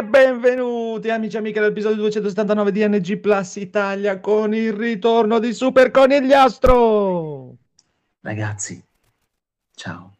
E benvenuti amici e amiche all'episodio 279 di NG Plus Italia con il ritorno di Super Conigliastro. Ragazzi, ciao.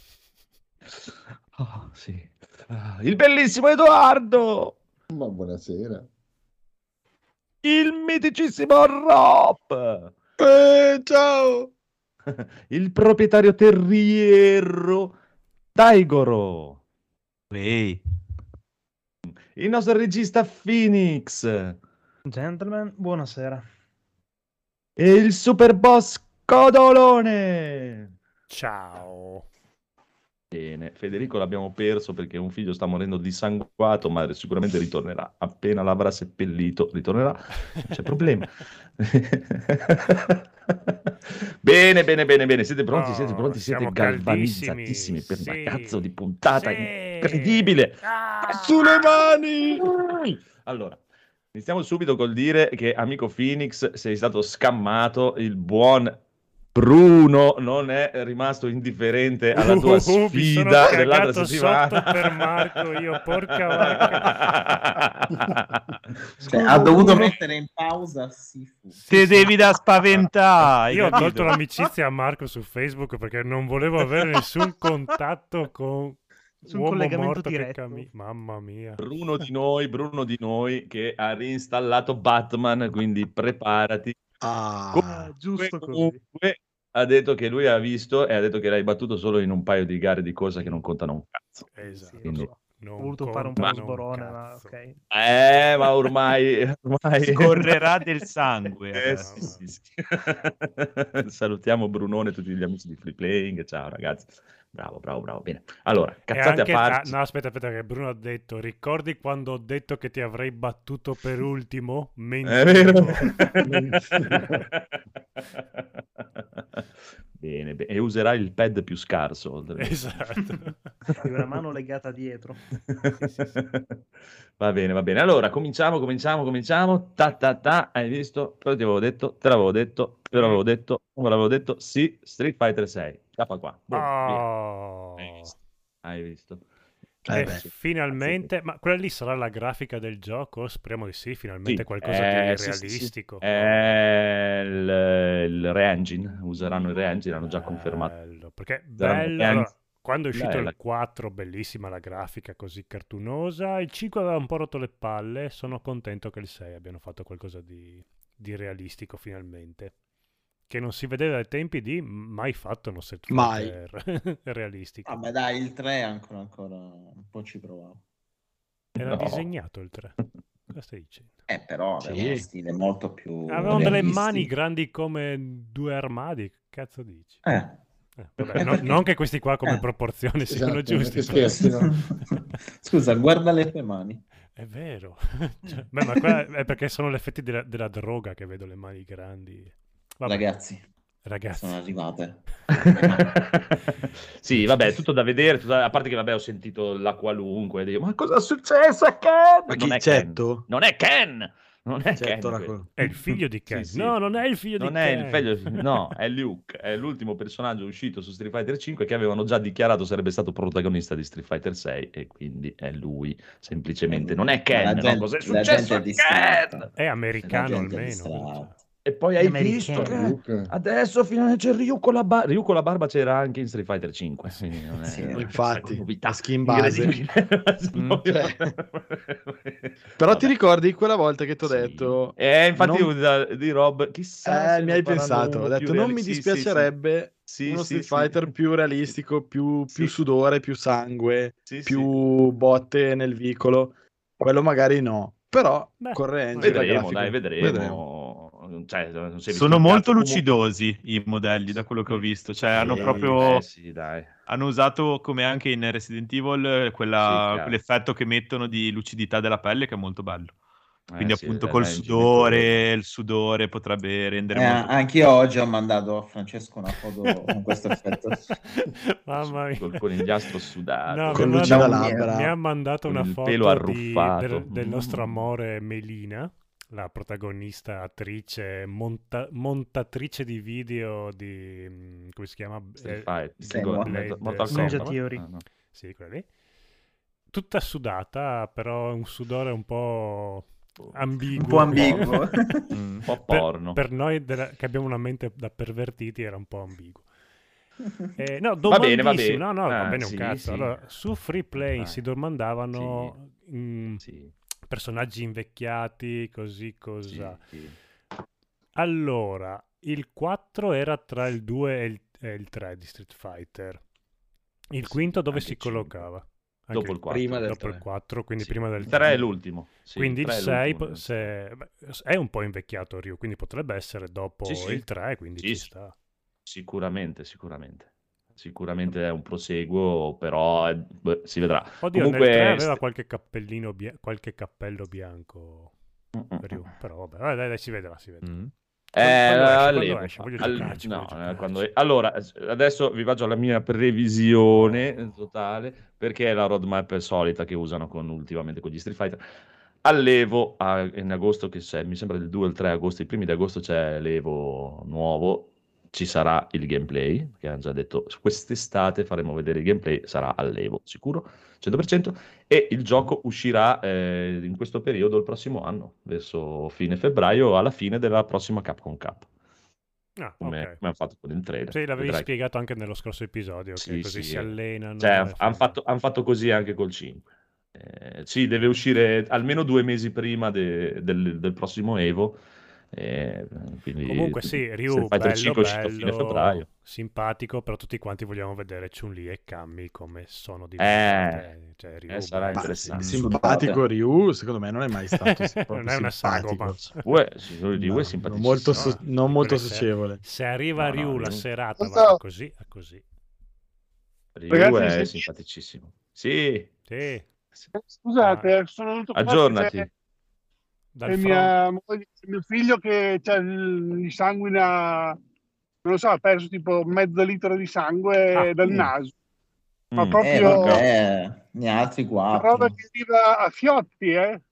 Oh, sì. Il bellissimo Edoardo. Ma buonasera. Il miticissimo Rob. Ciao. Il proprietario terriero Daigoro. Ehi, Il nostro regista Phoenix. Gentlemen, buonasera. E il super boss Codolone. Ciao. Bene, Federico l'abbiamo perso perché un figlio sta morendo dissanguato, ma sicuramente ritornerà. Appena l'avrà seppellito, ritornerà. Non c'è problema. Bene, bene, bene, bene. Siete pronti? Siete pronti? Siete Siamo galvanizzatissimi per caldissimi. una cazzo di Sì, puntata sì. incredibile. Ah. Sulle mani! Allora, iniziamo subito col dire che, amico Phoenix, sei stato scammato. Il buon Bruno non è rimasto indifferente alla tua Mi sono sfida dell'altra cagato settimana. sotto per Marco, io, porca vacca. Cioè, ha dovuto mettere in pausa Sifu. te devi da spaventare. Io ho capito? tolto l'amicizia a Marco su Facebook perché non volevo avere nessun contatto con Nessun uomo collegamento morto che diretto. Mamma mia. Bruno di noi che ha reinstallato Batman, quindi preparati. giusto così. Comunque ha detto che lui ha visto e ha detto che l'hai battuto solo in un paio di gare di corsa che non contano un cazzo. Esatto. Sì, Quindi- lo so. Non Ho voluto fare un po' lo contano sborone, ma cazzo. ok. Ma ormai... Scorrerà del sangue. Sì, adesso. sì, sì. Salutiamo Brunone e tutti gli amici di Free Playing. Ciao ragazzi. Bravo, bravo, bravo. Bene. Allora, E cazzate anche, a parte. no, aspetta, che Bruno ha detto: ricordi quando ho detto che ti avrei battuto per ultimo? È vero. Mentivo. Bene, e userà il pad più scarso. Oltre. Esatto. Di una mano legata dietro. Sì. Va bene, va bene. Allora, cominciamo. Ta ta ta. Hai visto? Cosa ti avevo detto? Te l'avevo detto. Te l'avevo detto. Non me l'avevo detto. Sì, Street Fighter 6. Cappa qua. Boom, via. Oh. Hai visto? E beh. finalmente, ma quella lì sarà la grafica del gioco? Speriamo di sì, finalmente Sì, qualcosa di sì, sì, sì. realistico. È il re-engine. Useranno il re-engine, hanno già confermato. Bello, perché Useranno il bello. re-engine. Allora, quando è uscito Bella. il 4, bellissima la grafica così cartunosa. Il 5 aveva un po' rotto le palle. Sono contento che il 6 abbiano fatto qualcosa di realistico finalmente. Che non si vedeva ai tempi di mai fatto uno Street Mai. Fighter realistico. Vabbè, dai, il 3 ancora un po' ci provavo. Era No. disegnato il 3. Cosa stai dicendo? Però aveva uno stile molto più Avevano delle realistico. mani grandi come due armadi. Che cazzo dici? Eh. Vabbè, Perché? non che questi qua come proporzioni siano Esatto, giusti. perché scherzino. Scusa, guarda le tue mani. È vero. Cioè, beh, ma qua è perché sono gli effetti della droga che vedo le mani grandi. Vabbè, Ragazzi, sono arrivate. Sì, vabbè, tutto da vedere, a parte che vabbè, ho sentito la qualunque, e dico, ma cosa è successo a Ken? Ma Non chi, è Ken. Cetto? Non è Ken. Non è Cetto Ken. la quello. è il figlio di Ken. Sì, sì. No, non è il figlio Non di è Ken. il figlio, no, è Luke, è l'ultimo personaggio uscito su Street Fighter 5 che avevano già dichiarato sarebbe stato protagonista di Street Fighter 6 e quindi è lui, semplicemente. Non è Ken, La no? gente- Cos'è la successo gente a è distratta. Ken? È americano La gente è almeno. distratta. E poi hai Americano. visto che Luke. adesso finalmente c'è Ryu con la barba. Ryu con la barba c'era anche in Street Fighter 5. Quindi non è, Sì, non è infatti, una novità la skin base. incredibile. Cioè. Però Vabbè. ti ricordi quella volta che ti ho Sì. detto... Infatti non- di Rob, chissà se mi ne hai faranno pensato, ho uno detto più non mi sì, dispiacerebbe sì, uno sì, Street sì. Fighter più realistico, più Sì. sudore, più sangue, Sì, più botte nel vicolo. Quello magari no, però Beh, con Re-Engine la Vedremo, grafica. dai, vedremo. Cioè, non si è visto Sono un molto cazzo. lucidosi i modelli da quello che ho visto. Cioè, hanno Sì, proprio. Sì, dai. Hanno usato, come anche in Resident Evil, Sì, chiaro. quell'effetto che mettono di lucidità della pelle che è molto bello. Quindi Sì, appunto col l'engine è quello. il sudore potrebbe rendere molto... Anch'io oggi ho mandato a Francesco una foto con questo effetto. Mamma mia. Col conigliastro sudato. No, Con mi ha luce da mandato- labbra. mi ha mandato Con una il pelo foto arruffato. del nostro amore Melina, la protagonista, attrice, montatrice di video di... come si chiama? Street Fighter. Senua. Mortal Senua. Kombat. Theory. Ah, no. Sì, quella lì. tutta sudata, però un sudore un po' ambiguo. Un po' ambiguo. Un po' Per, porno. per noi che abbiamo una mente da pervertiti era un po' ambiguo. No, Va bene, va domandissimo. bene. No, va bene un Sì, cazzo. sì. Allora, su Free Play Dai. si domandavano Sì, personaggi invecchiati, così cosa. sì. Allora, il 4 era tra il 2 e il 3 di Street Fighter. Il Sì, quinto dove anche si il cinque. collocava? Anche Dopo il 4. prima del dopo il 3. 4, quindi Sì. prima del Il 3 è l'ultimo. Sì, quindi il 3 è 6 l'ultimo. è un po' invecchiato Ryu, quindi potrebbe essere dopo Sì, sì. il 3, quindi Sì, ci sì. sta. Sicuramente. Sicuramente è un proseguo, però si vedrà. Oddio, Comunque, nel 3 aveva qualche cappellino qualche cappello bianco Ryu, però vabbè, dai, si vedrà. Quando esce? Voglio giocarci. Allora, adesso vi faccio la mia previsione totale, perché è la roadmap solita che usano ultimamente con gli Street Fighter. All'Evo, in agosto, che c'è, mi sembra del 2 o il 3 agosto, i primi di agosto c'è l'Evo nuovo, ci sarà il gameplay, che hanno già detto quest'estate faremo vedere il gameplay, sarà all'Evo, sicuro, 100%, e il gioco uscirà in questo periodo il prossimo anno, verso fine febbraio, alla fine della prossima Capcom Cup, come hanno fatto con il trailer. Sì, l'avevi Vedrai. spiegato anche nello scorso episodio, che Sì, così sì, si allenano. cioè, hanno fatto così anche col 5. Sì, deve uscire almeno 2 mesi prima del prossimo Evo. Quindi Comunque sì, Street Ryu Fighter 5 è uscito a fine febbraio. simpatico, però tutti quanti vogliamo vedere Chun-Li e Cammy come sono diventate. Cioè, Ryu sarà bello. interessante. Simpatico Ryu, secondo me non è mai stato Non è una sagoma. Ryu è simpaticissimo. Non molto socievole. Se arriva No, Ryu la Ryu. serata Cosa- va così, a così. Ryu Ragazzi, è sentite? simpaticissimo. Sì, Sì, Scusate, sono venuto qua aggiornati. perché dal c'è front. mio figlio che gli sanguina, non lo so, ha perso tipo mezzo litro di sangue dal naso. Ma proprio Vabbè, ne ha altri una roba 4. che arriva a fiotti,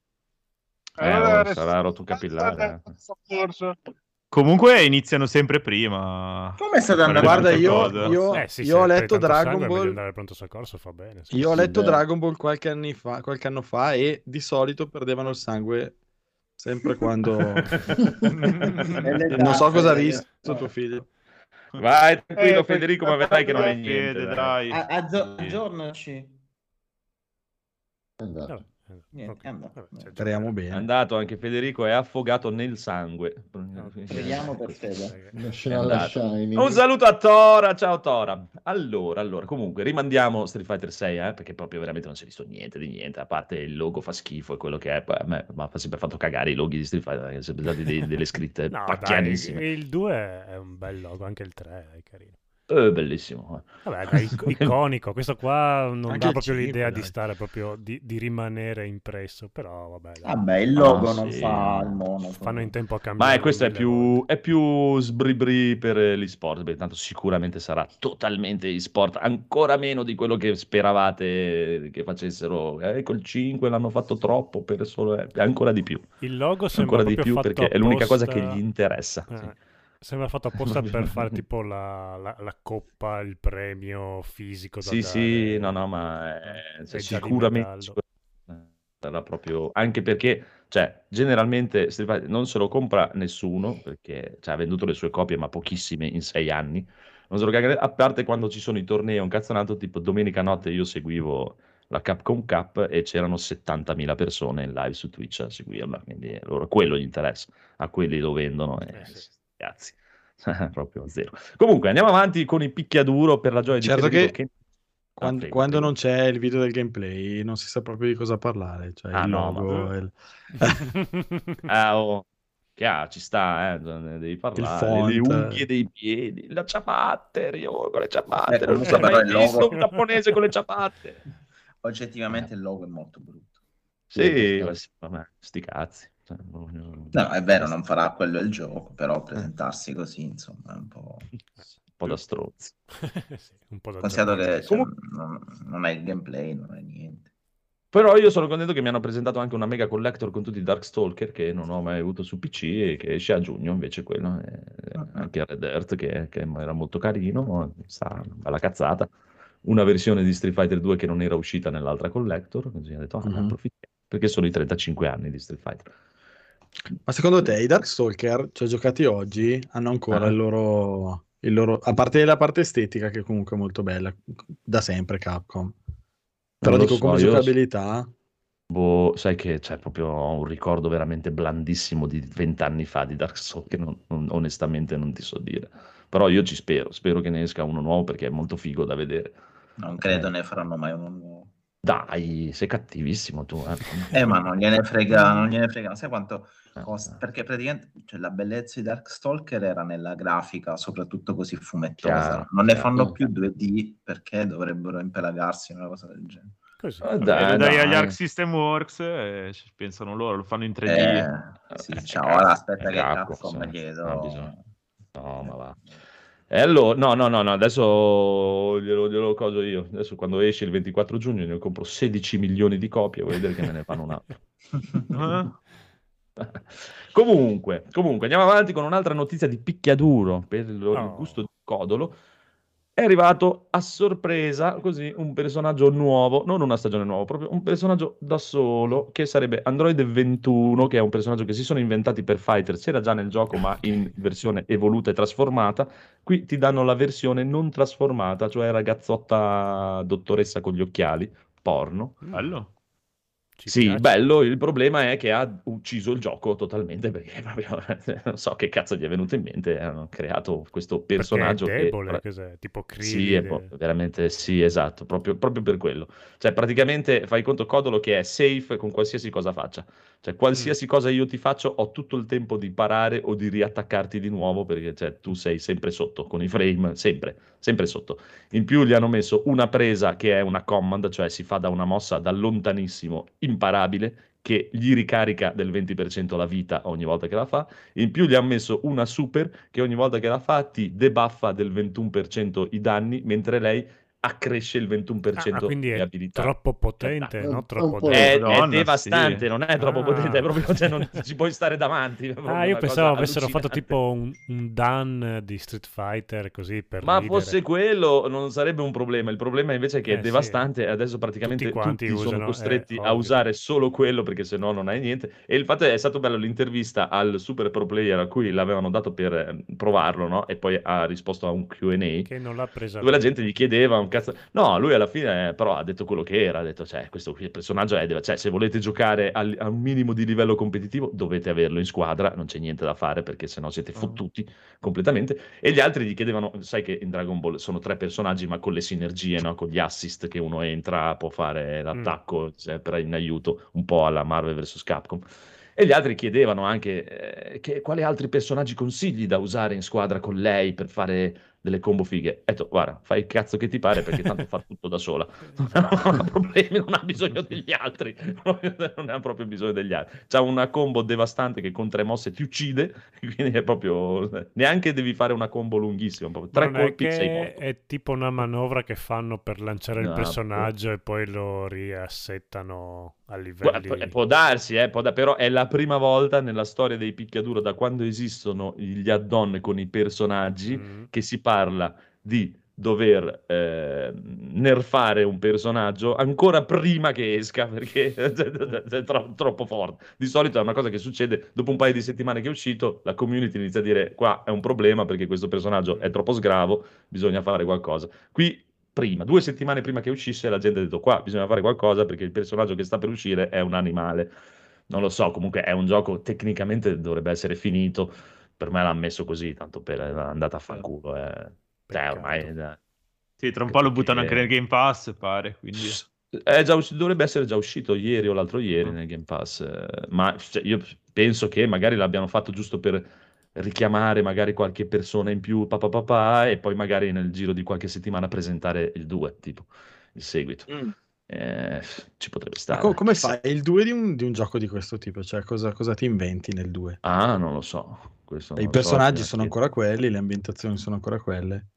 Allora Sarà rotto un capillare. soccorso. Comunque iniziano sempre prima. Come è stato Fare andato? Guarda, questa io, cosa. io, Sì, io ho se letto hai tanto Dragon sangue, meglio Ball. andare al pronto soccorso, fa bene. Sì. Io ho Sì, letto vero. Dragon Ball qualche anno fa e di solito perdevano il sangue sempre quando... Non so cosa ha visto tuo figlio. Vai tranquillo per- Federico, ma vedrai che non è Fede, niente. Dai. Aggiornaci. Vabbè, Niente, ok, è andato. vabbè, si Speriamo È bene. andato anche Federico, è affogato nel sangue. Preghiamo per Fede. È Una scena alla andato. Shining. Un saluto a Tora, ciao Tora. Allora, comunque, rimandiamo Street Fighter 6, perché proprio veramente non si è visto niente di niente, a parte il logo fa schifo e quello che è. Poi a me mi ha sempre fatto cagare i loghi di Street Fighter, che sono stati delle scritte No, dai, pacchianissime. il 2 è un bel logo, anche il 3 è carino. Bellissimo. Vabbè, dai, iconico. Questo qua non Anche dà il proprio 5, l'idea di dai. stare proprio di rimanere impresso, però vabbè, dai. Vabbè, il logo Ah, non sì. fa il mono. Fanno in tempo a cambiare. Ma questo è più sbribri per l'e-sport, beh, tanto sicuramente sarà totalmente e-sport, ancora meno di quello che speravate che facessero. Col 5 l'hanno fatto troppo, per solo, ancora di più. Il logo sembra Ancora di proprio più fatto perché è l'unica cosa apposta- che gli interessa. Sì. Sembra fatto apposta per fare tipo la coppa, il premio fisico da Sì, dare. sì, no, ma È già di sicuramente metallo. sarà proprio, anche perché, cioè, generalmente Street Fighter non se lo compra nessuno, perché ha venduto le sue copie, ma pochissime in 6 anni. Non se lo caga, a parte quando ci sono i tornei, un cazzonato, tipo domenica notte io seguivo la Capcom Cup e c'erano 70.000 persone in live su Twitch a seguirla, quindi loro quello gli interessa, a quelli lo vendono e Sì. cazzi. Proprio zero. Comunque andiamo avanti con il picchiaduro per la gioia di Certo Federico che Prego, quando prego. non c'è il video del gameplay non si sa proprio di cosa parlare, cioè il no, logo, ma- il ci sta, devi parlare. font. Le unghie dei piedi, la ciabatte, io con le ciabatte, non comunque so mai però il visto logo- un giapponese con le ciabatte. Oggettivamente il logo è molto brutto. Sì, vabbè, sti cazzi. Cioè, No, è vero, non farà quello il gioco, però presentarsi così, insomma, è un po'... un po' da stronzi. Sì, un po' da Considerato che cioè, Comunque- non è il gameplay, non è niente. Però io sono contento che mi hanno presentato anche una mega collector con tutti i Darkstalker che non ho mai avuto su PC e che esce a giugno invece quello. Anche Red Earth che era molto carino, sta una bella cazzata. una versione di Street Fighter 2 che non era uscita nell'altra collector, così ha detto, ne Mhm. approfittiamo, perché sono i 35 anni di Street Fighter. Ma secondo te i Darkstalker, cioè giocati oggi, hanno ancora Ah. il loro, a parte la parte estetica che comunque è molto bella, da sempre Capcom. Però Non lo dico come so, io giocabilità, sai che c'è proprio un ricordo veramente blandissimo di 20 anni fa di Dark Souls che onestamente non ti so dire. Però io ci spero che ne esca uno nuovo perché è molto figo da vedere. Non credo ne faranno mai uno nuovo. Dai, sei cattivissimo tu. Ma non gliene frega. Sai quanto costa? Ah. Perché praticamente cioè, la bellezza di Darkstalker era nella grafica, soprattutto così fumettosa. Chiaro, Non ne chiaro. fanno più 2D perché dovrebbero impelagarsi in una cosa del genere. Così. Ah, Vabbè, lo dai agli dai. Arc System Works e ci pensano loro, lo fanno in 3D. Sì, ciao, ora aspetta che Capcom, Capcom sì, chiedo. non ha bisogno. No, ma va. E allora, no, adesso glielo coso io. Adesso quando esce il 24 giugno ne compro 16 milioni di copie, vuol dire che me ne fanno un altro. Comunque, andiamo avanti con un'altra notizia di picchiaduro per il gusto di Codolo. È arrivato a sorpresa così un personaggio nuovo, non una stagione nuova, proprio un personaggio da solo, che sarebbe Android 21, che è un personaggio che si sono inventati per Fighter, c'era già nel gioco ma in versione evoluta e trasformata. Qui ti danno la versione non trasformata, cioè ragazzotta dottoressa con gli occhiali, porno. Bello. Ci Sì, piace. bello, il problema è che ha ucciso il gioco totalmente perché proprio, non so che cazzo gli è venuto in mente, hanno creato questo personaggio Perché è debole, che... cos'è? Tipo Sì, è Krillin. veramente sì, esatto, proprio per quello. Cioè, praticamente fai conto Codolo che è safe con qualsiasi cosa faccia. Cioè, qualsiasi cosa io ti faccio, ho tutto il tempo di parare o di riattaccarti di nuovo perché cioè, tu sei sempre sotto, con i frame, sempre sotto. In più gli hanno messo una presa che è una command, cioè si fa da una mossa da lontanissimo, imparabile, che gli ricarica del 20% la vita ogni volta che la fa. In più gli hanno messo una super che ogni volta che la fa ti debuffa del 21% i danni, mentre lei accresce il 21% quindi di è abilità. troppo Cioè, potente, dai, no? un Troppo po' debole. è Madonna, devastante, sì. non è troppo potente, è proprio, cioè, non ci puoi stare davanti. È proprio Io una pensavo cosa avessero fatto allucinante. tipo un Dan di Street Fighter così per Ma ridere. fosse quello non sarebbe un problema, il problema invece è che è Sì. devastante e adesso praticamente Tutti quanti tutti sono usano, costretti a ovvio. usare solo quello perché sennò non hai niente. E il fatto è stato bello l'intervista al super pro player a cui l'avevano dato per provarlo, no? E poi ha risposto a un Q&A Che non l'ha presa dove la bene. gente gli chiedeva un cazzo. No, lui alla fine però ha detto quello che era, ha detto cioè questo qui, il personaggio è cioè se volete giocare a un minimo di livello competitivo dovete averlo in squadra, non c'è niente da fare perché sennò siete fottuti completamente. E gli altri gli chiedevano, sai che in Dragon Ball sono 3 personaggi ma con le sinergie, no? Con gli assist che uno entra, può fare l'attacco sempre in aiuto, un po' alla Marvel vs Capcom. E gli altri chiedevano anche quali altri personaggi consigli da usare in squadra con lei per fare delle combo fighe. Ho detto, guarda, fai il cazzo che ti pare perché tanto fa tutto da sola. Non ha problemi, non ha bisogno degli altri. Non ha proprio bisogno degli altri. C'ha una combo devastante che con 3 mosse ti uccide, quindi è proprio... Neanche devi fare una combo lunghissima, proprio Ma 3 non è colpi sei che morto. è tipo una manovra che fanno per lanciare il No, personaggio e poi lo riassettano a Può livelli... può darsi, però è la prima volta nella storia dei picchiaduro, da quando esistono gli add-on con i personaggi, che si parla di dover nerfare un personaggio ancora prima che esca, perché è troppo forte. Di solito è una cosa che succede dopo un paio di settimane che è uscito, la community inizia a dire qua è un problema perché questo personaggio è troppo sgravo, bisogna fare qualcosa. Qui prima, 2 settimane prima che uscisse, la gente ha detto qua bisogna fare qualcosa perché il personaggio che sta per uscire è un animale. Non lo so, comunque è un gioco tecnicamente dovrebbe essere finito. Per me l'ha messo così, tanto per andata a fanculo. Cioè, Peccato. ormai Sì, tra un po' lo buttano perché- anche nel Game Pass, pare, quindi... è già dovrebbe essere già uscito ieri o l'altro ieri nel Game Pass. Ma cioè, io penso che magari l'abbiano fatto giusto per richiamare magari qualche persona in più, e poi magari nel giro di qualche settimana presentare il 2, tipo il seguito. Ci potrebbe Ma stare. come chissà. fai il 2 di un gioco di questo tipo? Cioè, cosa ti inventi nel 2? Ah, non lo so. Questo I non lo so, personaggi bisogna sono ancora quelli, le ambientazioni sono ancora quelle.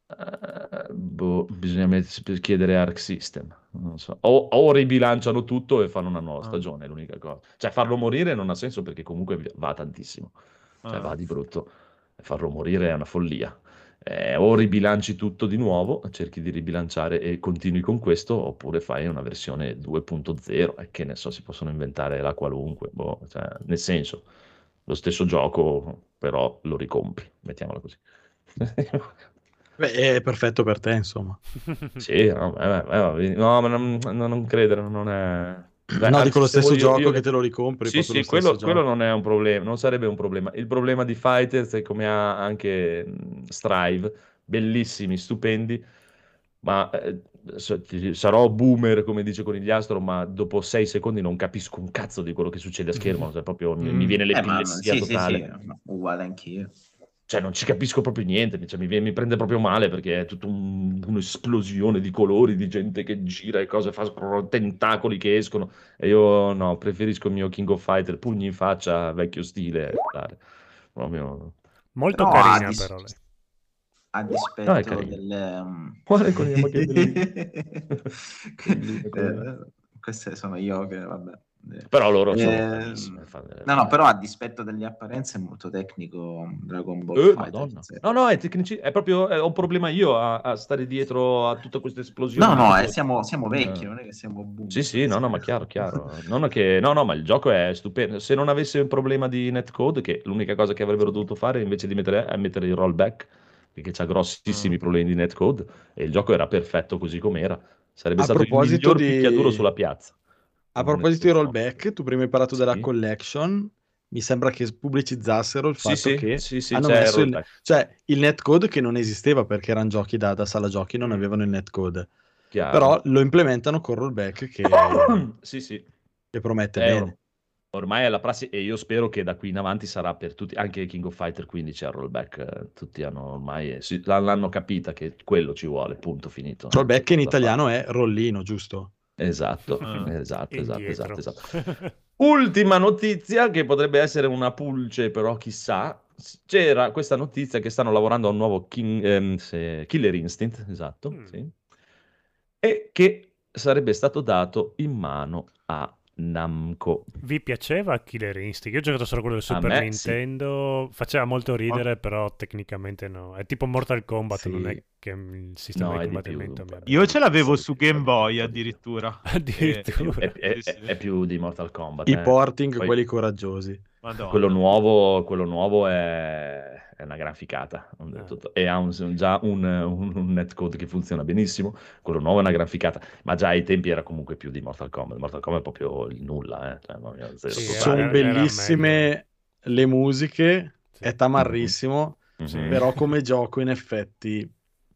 bisogna chiedere a Arc System, non so. O ribilanciano tutto e fanno una nuova stagione, è l'unica cosa. Cioè farlo morire non ha senso perché comunque va tantissimo, cioè va di brutto. Farlo morire è una follia. o ribilanci tutto di nuovo, cerchi di ribilanciare e continui con questo, oppure fai una versione 2.0, e che ne so, si possono inventare la qualunque, boh, cioè, nel senso, lo stesso gioco, però lo ricompi, mettiamola così. Beh, è perfetto per te, insomma. Sì, no, no, ma non credere, non è... Beh, No, anzi, dico lo se stesso vuoi, gioco che te lo ricompri, Sì, proprio sì, lo stesso quello gioco. non è un problema, non sarebbe un problema. Il problema di Fighters è come ha anche Strive, bellissimi, stupendi, ma sarò boomer, come dice Conigliastro, ma dopo 6 secondi non capisco un cazzo di quello che succede a schermo, cioè proprio mi viene Ma l'epilessia sì, totale. uguale anch'io. Cioè, non ci capisco proprio niente, cioè, mi prende proprio male perché è tutta un'esplosione di colori, di gente che gira e cose, fa tentacoli che escono. E io no, preferisco il mio King of Fighter, pugni in faccia, vecchio stile. Proprio... Molto Però carina però lei. a No, è dispetto carino. del... Guarda con il queste sono io che, vabbè. Però loro sono bravissimi. No, però a dispetto delle apparenze è molto tecnico Dragon Ball Fighter. Madonna. No, è proprio ho un problema io a stare dietro a tutta questa esplosione. No, siamo vecchi, non è che siamo boomer. Sì, no, ma chiaro. No, ma il gioco è stupendo. Se non avesse un problema di netcode, che l'unica cosa che avrebbero dovuto fare invece di mettere il rollback, perché c'ha grossissimi problemi di netcode, e il gioco era perfetto così com'era. Sarebbe stato il miglior picchiaduro sulla piazza. A proposito di rollback, tu prima hai parlato della Sì. collection, mi sembra che pubblicizzassero il fatto che sì, hanno c'è messo il il netcode che non esisteva perché erano giochi da sala giochi, non avevano il netcode. Chiaro. Però lo implementano con rollback che sì. che promette bene. Ormai è la prassi e io spero che da qui in avanti sarà per tutti, anche King of Fighter 15 c'è il rollback, tutti hanno ormai l'hanno capita che quello ci vuole, punto, finito. Rollback in italiano è rollino, giusto? Esatto. Indietro. Ultima notizia che potrebbe essere una pulce, però chissà. C'era questa notizia che stanno lavorando a un nuovo Killer Instinct, esatto, sì, e che sarebbe stato dato in mano a Namco. Vi piaceva Killer Instinct? Io ho giocato solo quello del Super me Nintendo, faceva molto ridere, però tecnicamente no. È tipo Mortal Kombat, Sì. non è che il sistema No, di è di più. combattimento mi abbia- Io ce l'avevo su Game Boy addirittura. Addirittura. È più di Mortal Kombat. I porting, Poi quelli coraggiosi. Madonna. quello nuovo è una gran ficata. E ha già un netcode che funziona benissimo. Quello nuovo è una gran ficata. Ma già ai tempi era comunque più di Mortal Kombat. Mortal Kombat è proprio il nulla. Cioè, zero Sì, totale. Sono era bellissime le musiche, Sì. è tamarrissimo, Mhm. però come gioco in effetti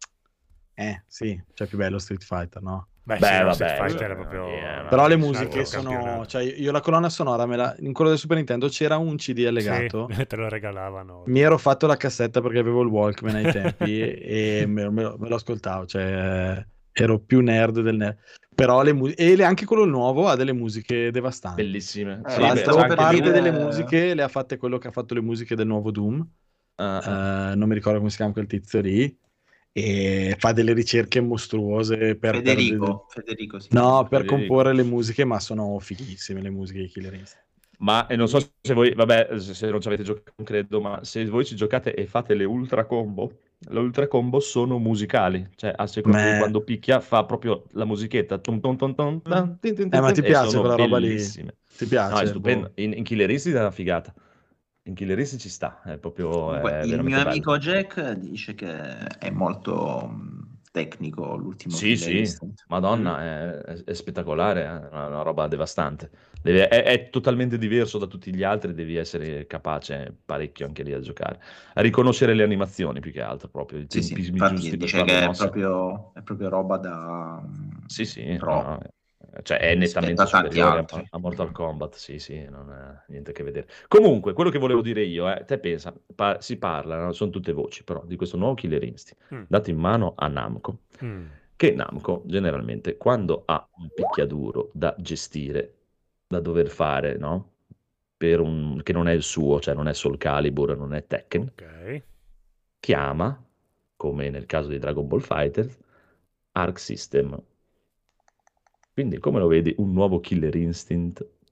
sì, cioè più bello Street Fighter, no? Beh, Beh, sì, no, vabbè, Street Fighter cioè, era proprio... Però le un musiche altro sono, campionato. cioè io la colonna sonora in quello del Super Nintendo c'era un CD allegato. Sì, te lo regalavano. Mi ero fatto la cassetta perché avevo il Walkman ai tempi e me lo ascoltavo, cioè ero più nerd del nerd. Però anche quello nuovo ha delle musiche devastanti. Bellissime. Tra Sì, l'altro, c'è anche parte dire- delle musiche le ha fatte quello che ha fatto le musiche del nuovo Doom. Non mi ricordo come si chiama quel tizio lì. E fa delle ricerche mostruose Federico sì. No, per Federico. comporre le musiche, ma sono fighissime le musiche di Killer Instinct. Ma non so se voi, vabbè, se non ci avete giocato, non credo, ma se voi ci giocate e fate le ultra combo, le ultra combo sono musicali, cioè a seconda di quando picchia fa proprio la musichetta. Tum, tum, tum, tum, tum, tin, tin, tin, Ma ti e piace sono quella roba lì? bellissime. Ti piace? No, è stupendo. Boh. In Killer Instinct è una figata. In Killer Instinct ci sta, è proprio Comunque, è il veramente mio bello. amico Jack dice che è molto tecnico l'ultimo Sì, Killer Instinct. Madonna, è spettacolare, è una roba devastante. È totalmente diverso da tutti gli altri, devi essere capace parecchio anche lì a giocare. A riconoscere le animazioni più che altro, proprio i Sì, tempi infatti giusti per dice fare che le è mosse. proprio roba da Sì, pro. no, cioè è nettamente rispetto a tanti superiore altri. a Mortal Kombat, sì, non è niente a che vedere. Comunque, quello che volevo dire io, te pensa, si parla, no? Sono tutte voci, però, di questo nuovo Killer Instinct, dato in mano a Namco, che Namco generalmente, quando ha un picchiaduro da gestire, da dover fare, no? Che non è il suo, cioè non è Soul Calibur, non è Tekken, Ok. chiama, come nel caso di Dragon Ball Fighter, Arc System. Quindi come lo vedi un nuovo Killer Instinct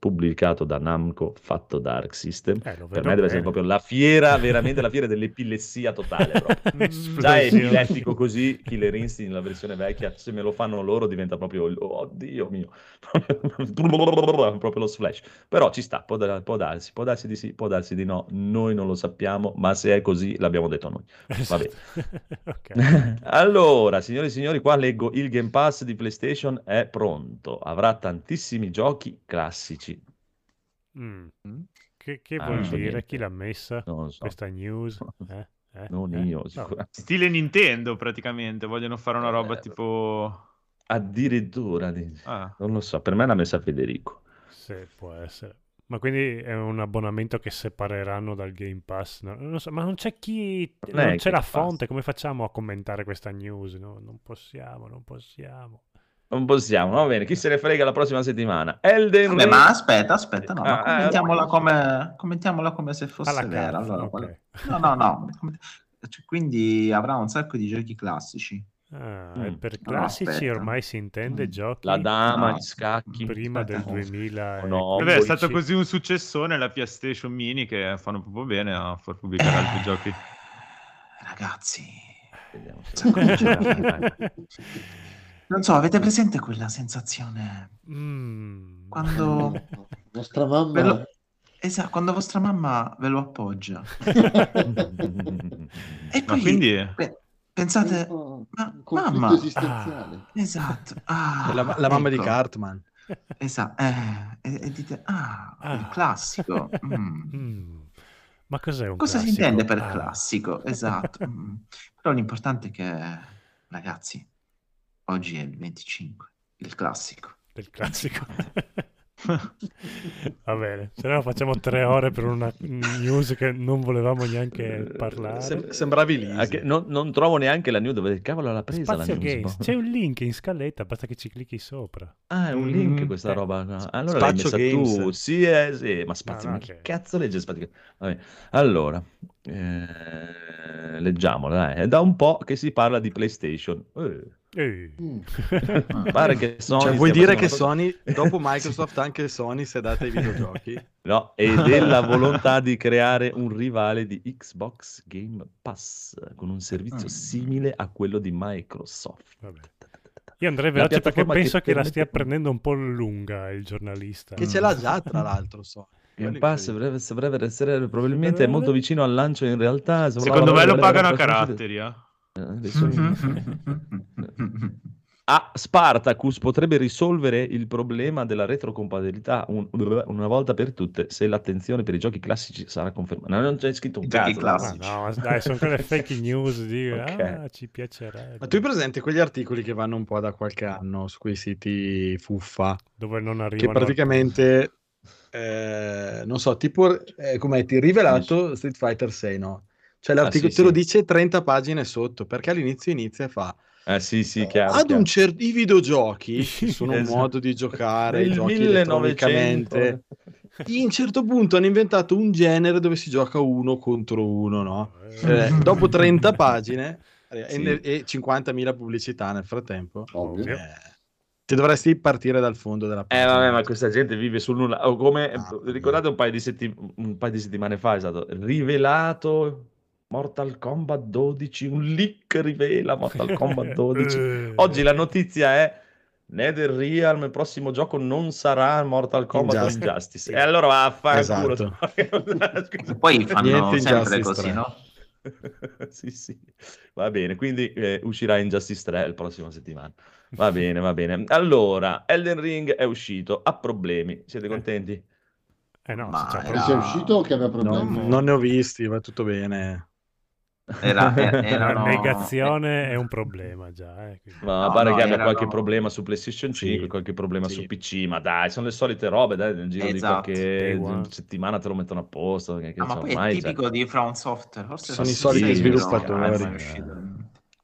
pubblicato da Namco, fatto da Arc System. Lo Per vedo me deve essere bene. proprio la fiera, veramente la fiera dell'epilessia totale. Proprio. Già è Esplosione. epilettico così, Killer Instinct, la versione vecchia, se me lo fanno loro diventa proprio, oh Dio mio, proprio lo splash. Però ci sta, può darsi di sì, può darsi di no, noi non lo sappiamo, ma se è così l'abbiamo detto noi. Va bene. Ok. Allora, signore e signori, qua leggo il Game Pass di PlayStation è pronto, avrà tantissimi giochi classici. Mm. Che Ah, vuol non so dire? niente. Chi l'ha messa? Non lo so. Questa news? Non io, No. sicuramente. Stile Nintendo, praticamente. Vogliono fare una roba tipo... Addirittura, Ah. non lo so, per me l'ha messa Federico. Sì, può essere. Ma quindi è un abbonamento che separeranno dal Game Pass? No, non lo so, ma non c'è chi... Non è Non c'è Game la Pass. fonte, come facciamo a commentare questa news? No, non possiamo. Non possiamo, va bene, chi se ne frega la prossima settimana. Elden Vabbè, Ring. ma aspetta, no, ma Ah, commentiamola come se fosse Alla vera. cazzo, Allora, ok. no. Cioè, quindi avrà un sacco di giochi classici. Ah, e per No, classici aspetta. ormai si intende giochi La dama, No. gli scacchi. prima del Aspetta. 2000. No, Vabbè, è poi stato sì. così un successone la PlayStation Mini che fanno proprio bene a far pubblicare altri giochi. Ragazzi, Vediamo un sacco di giochi. se- Non so, avete presente quella sensazione quando Vostra ve mamma... lo- esatto, quando vostra mamma ve lo appoggia e Ma poi quindi... pensate, un ma conflitto mamma, esistenziale. esatto, La mamma di ecco. Cartman. Esatto, e dite, il classico. Ma cos'è un Cosa si classico? intende per classico? Esatto. Però l'importante è che, ragazzi, oggi è il 25, il classico. Del classico. Va bene, se no facciamo 3 ore per una news che non volevamo neanche parlare. Sembravi lì. Anche- non trovo neanche la news dove cavolo l'ha presa Spazio la news. Games, c'è un link in scaletta, basta che ci clicchi sopra. Ah, è un link questa roba qua. Allora l'hai Spazio messa tu. Games. Sì, sì, ma Spazio, No, ma no, che che- cazzo legge Spazio Games? Vabbè. Allora, leggiamola, dai. È da un po' che si parla di PlayStation. Pare che Sony Cioè, vuoi stia dire facendo che una cosa- Sony, dopo Microsoft, anche Sony si è data ai videogiochi? No, e della volontà di creare un rivale di Xbox Game Pass con un servizio simile a quello di Microsoft. Vabbè. Io andrei La veloce perché piattaforma penso che la permette- stia prendendo un po' lunga il giornalista. Che ce l'ha già, tra l'altro, Sony. Game Pass dovrebbe essere probabilmente molto vicino al lancio in realtà. Secondo me lo pagano a caratteri, Spartacus potrebbe risolvere il problema della retrocompatibilità una volta per tutte se l'attenzione per i giochi classici sarà confermata. Non c'è scritto un I giochi cazzo. classici. Ma no, dai, sono quelle fake news di Ok. ci piacerebbe. Ma tu hai presente quegli articoli che vanno un po' da qualche anno su quei siti fuffa? Dove non Che arrivano praticamente, non so, tipo, come ti rivelato Street Fighter 6, no? Cioè l'articolo sì, te lo sì. dice 30 pagine sotto, perché all'inizio inizia e fa Sì, chiaro. ad chiaro. un certo i videogiochi sono un Esatto. modo di giocare, Nel giochi 1900. elettronicamente. In un certo punto hanno inventato un genere dove si gioca uno contro uno, no? Dopo 30 pagine Sì. e 50.000 pubblicità nel frattempo. Ovvio. Ti dovresti partire dal fondo della pagina. Vabbè, ma questa gente vive sul nulla. O come Ah, ricordate un paio di settimane fa è stato rivelato Mortal Kombat 12, un leak rivela Mortal Kombat 12. Oggi la notizia è NetherRealm, il prossimo gioco non sarà Mortal Kombat o Injustice. E allora vaffanculo. Esatto. Poi fanno Niente sempre Injustice così, 3. no? Sì, va bene, quindi uscirà Injustice 3 la prossima settimana. Va bene. Allora, Elden Ring è uscito, ha problemi, siete contenti? no, Ma se c'è era- Che sia uscito o che aveva problemi? Non ne ho visti, va tutto bene. la erano... negazione è un problema già. Quindi. Ma No, pare no, che abbia erano- qualche problema su PlayStation 5, Sì, qualche problema sì. su PC, ma dai, sono le solite robe, dai, nel giro Esatto. di Day qualche one. settimana te lo mettono a posto. Che Ah, ma so, poi è ormai, tipico di From Software, forse Sono su i soliti Sekiro, sviluppatori. non è mai uscito.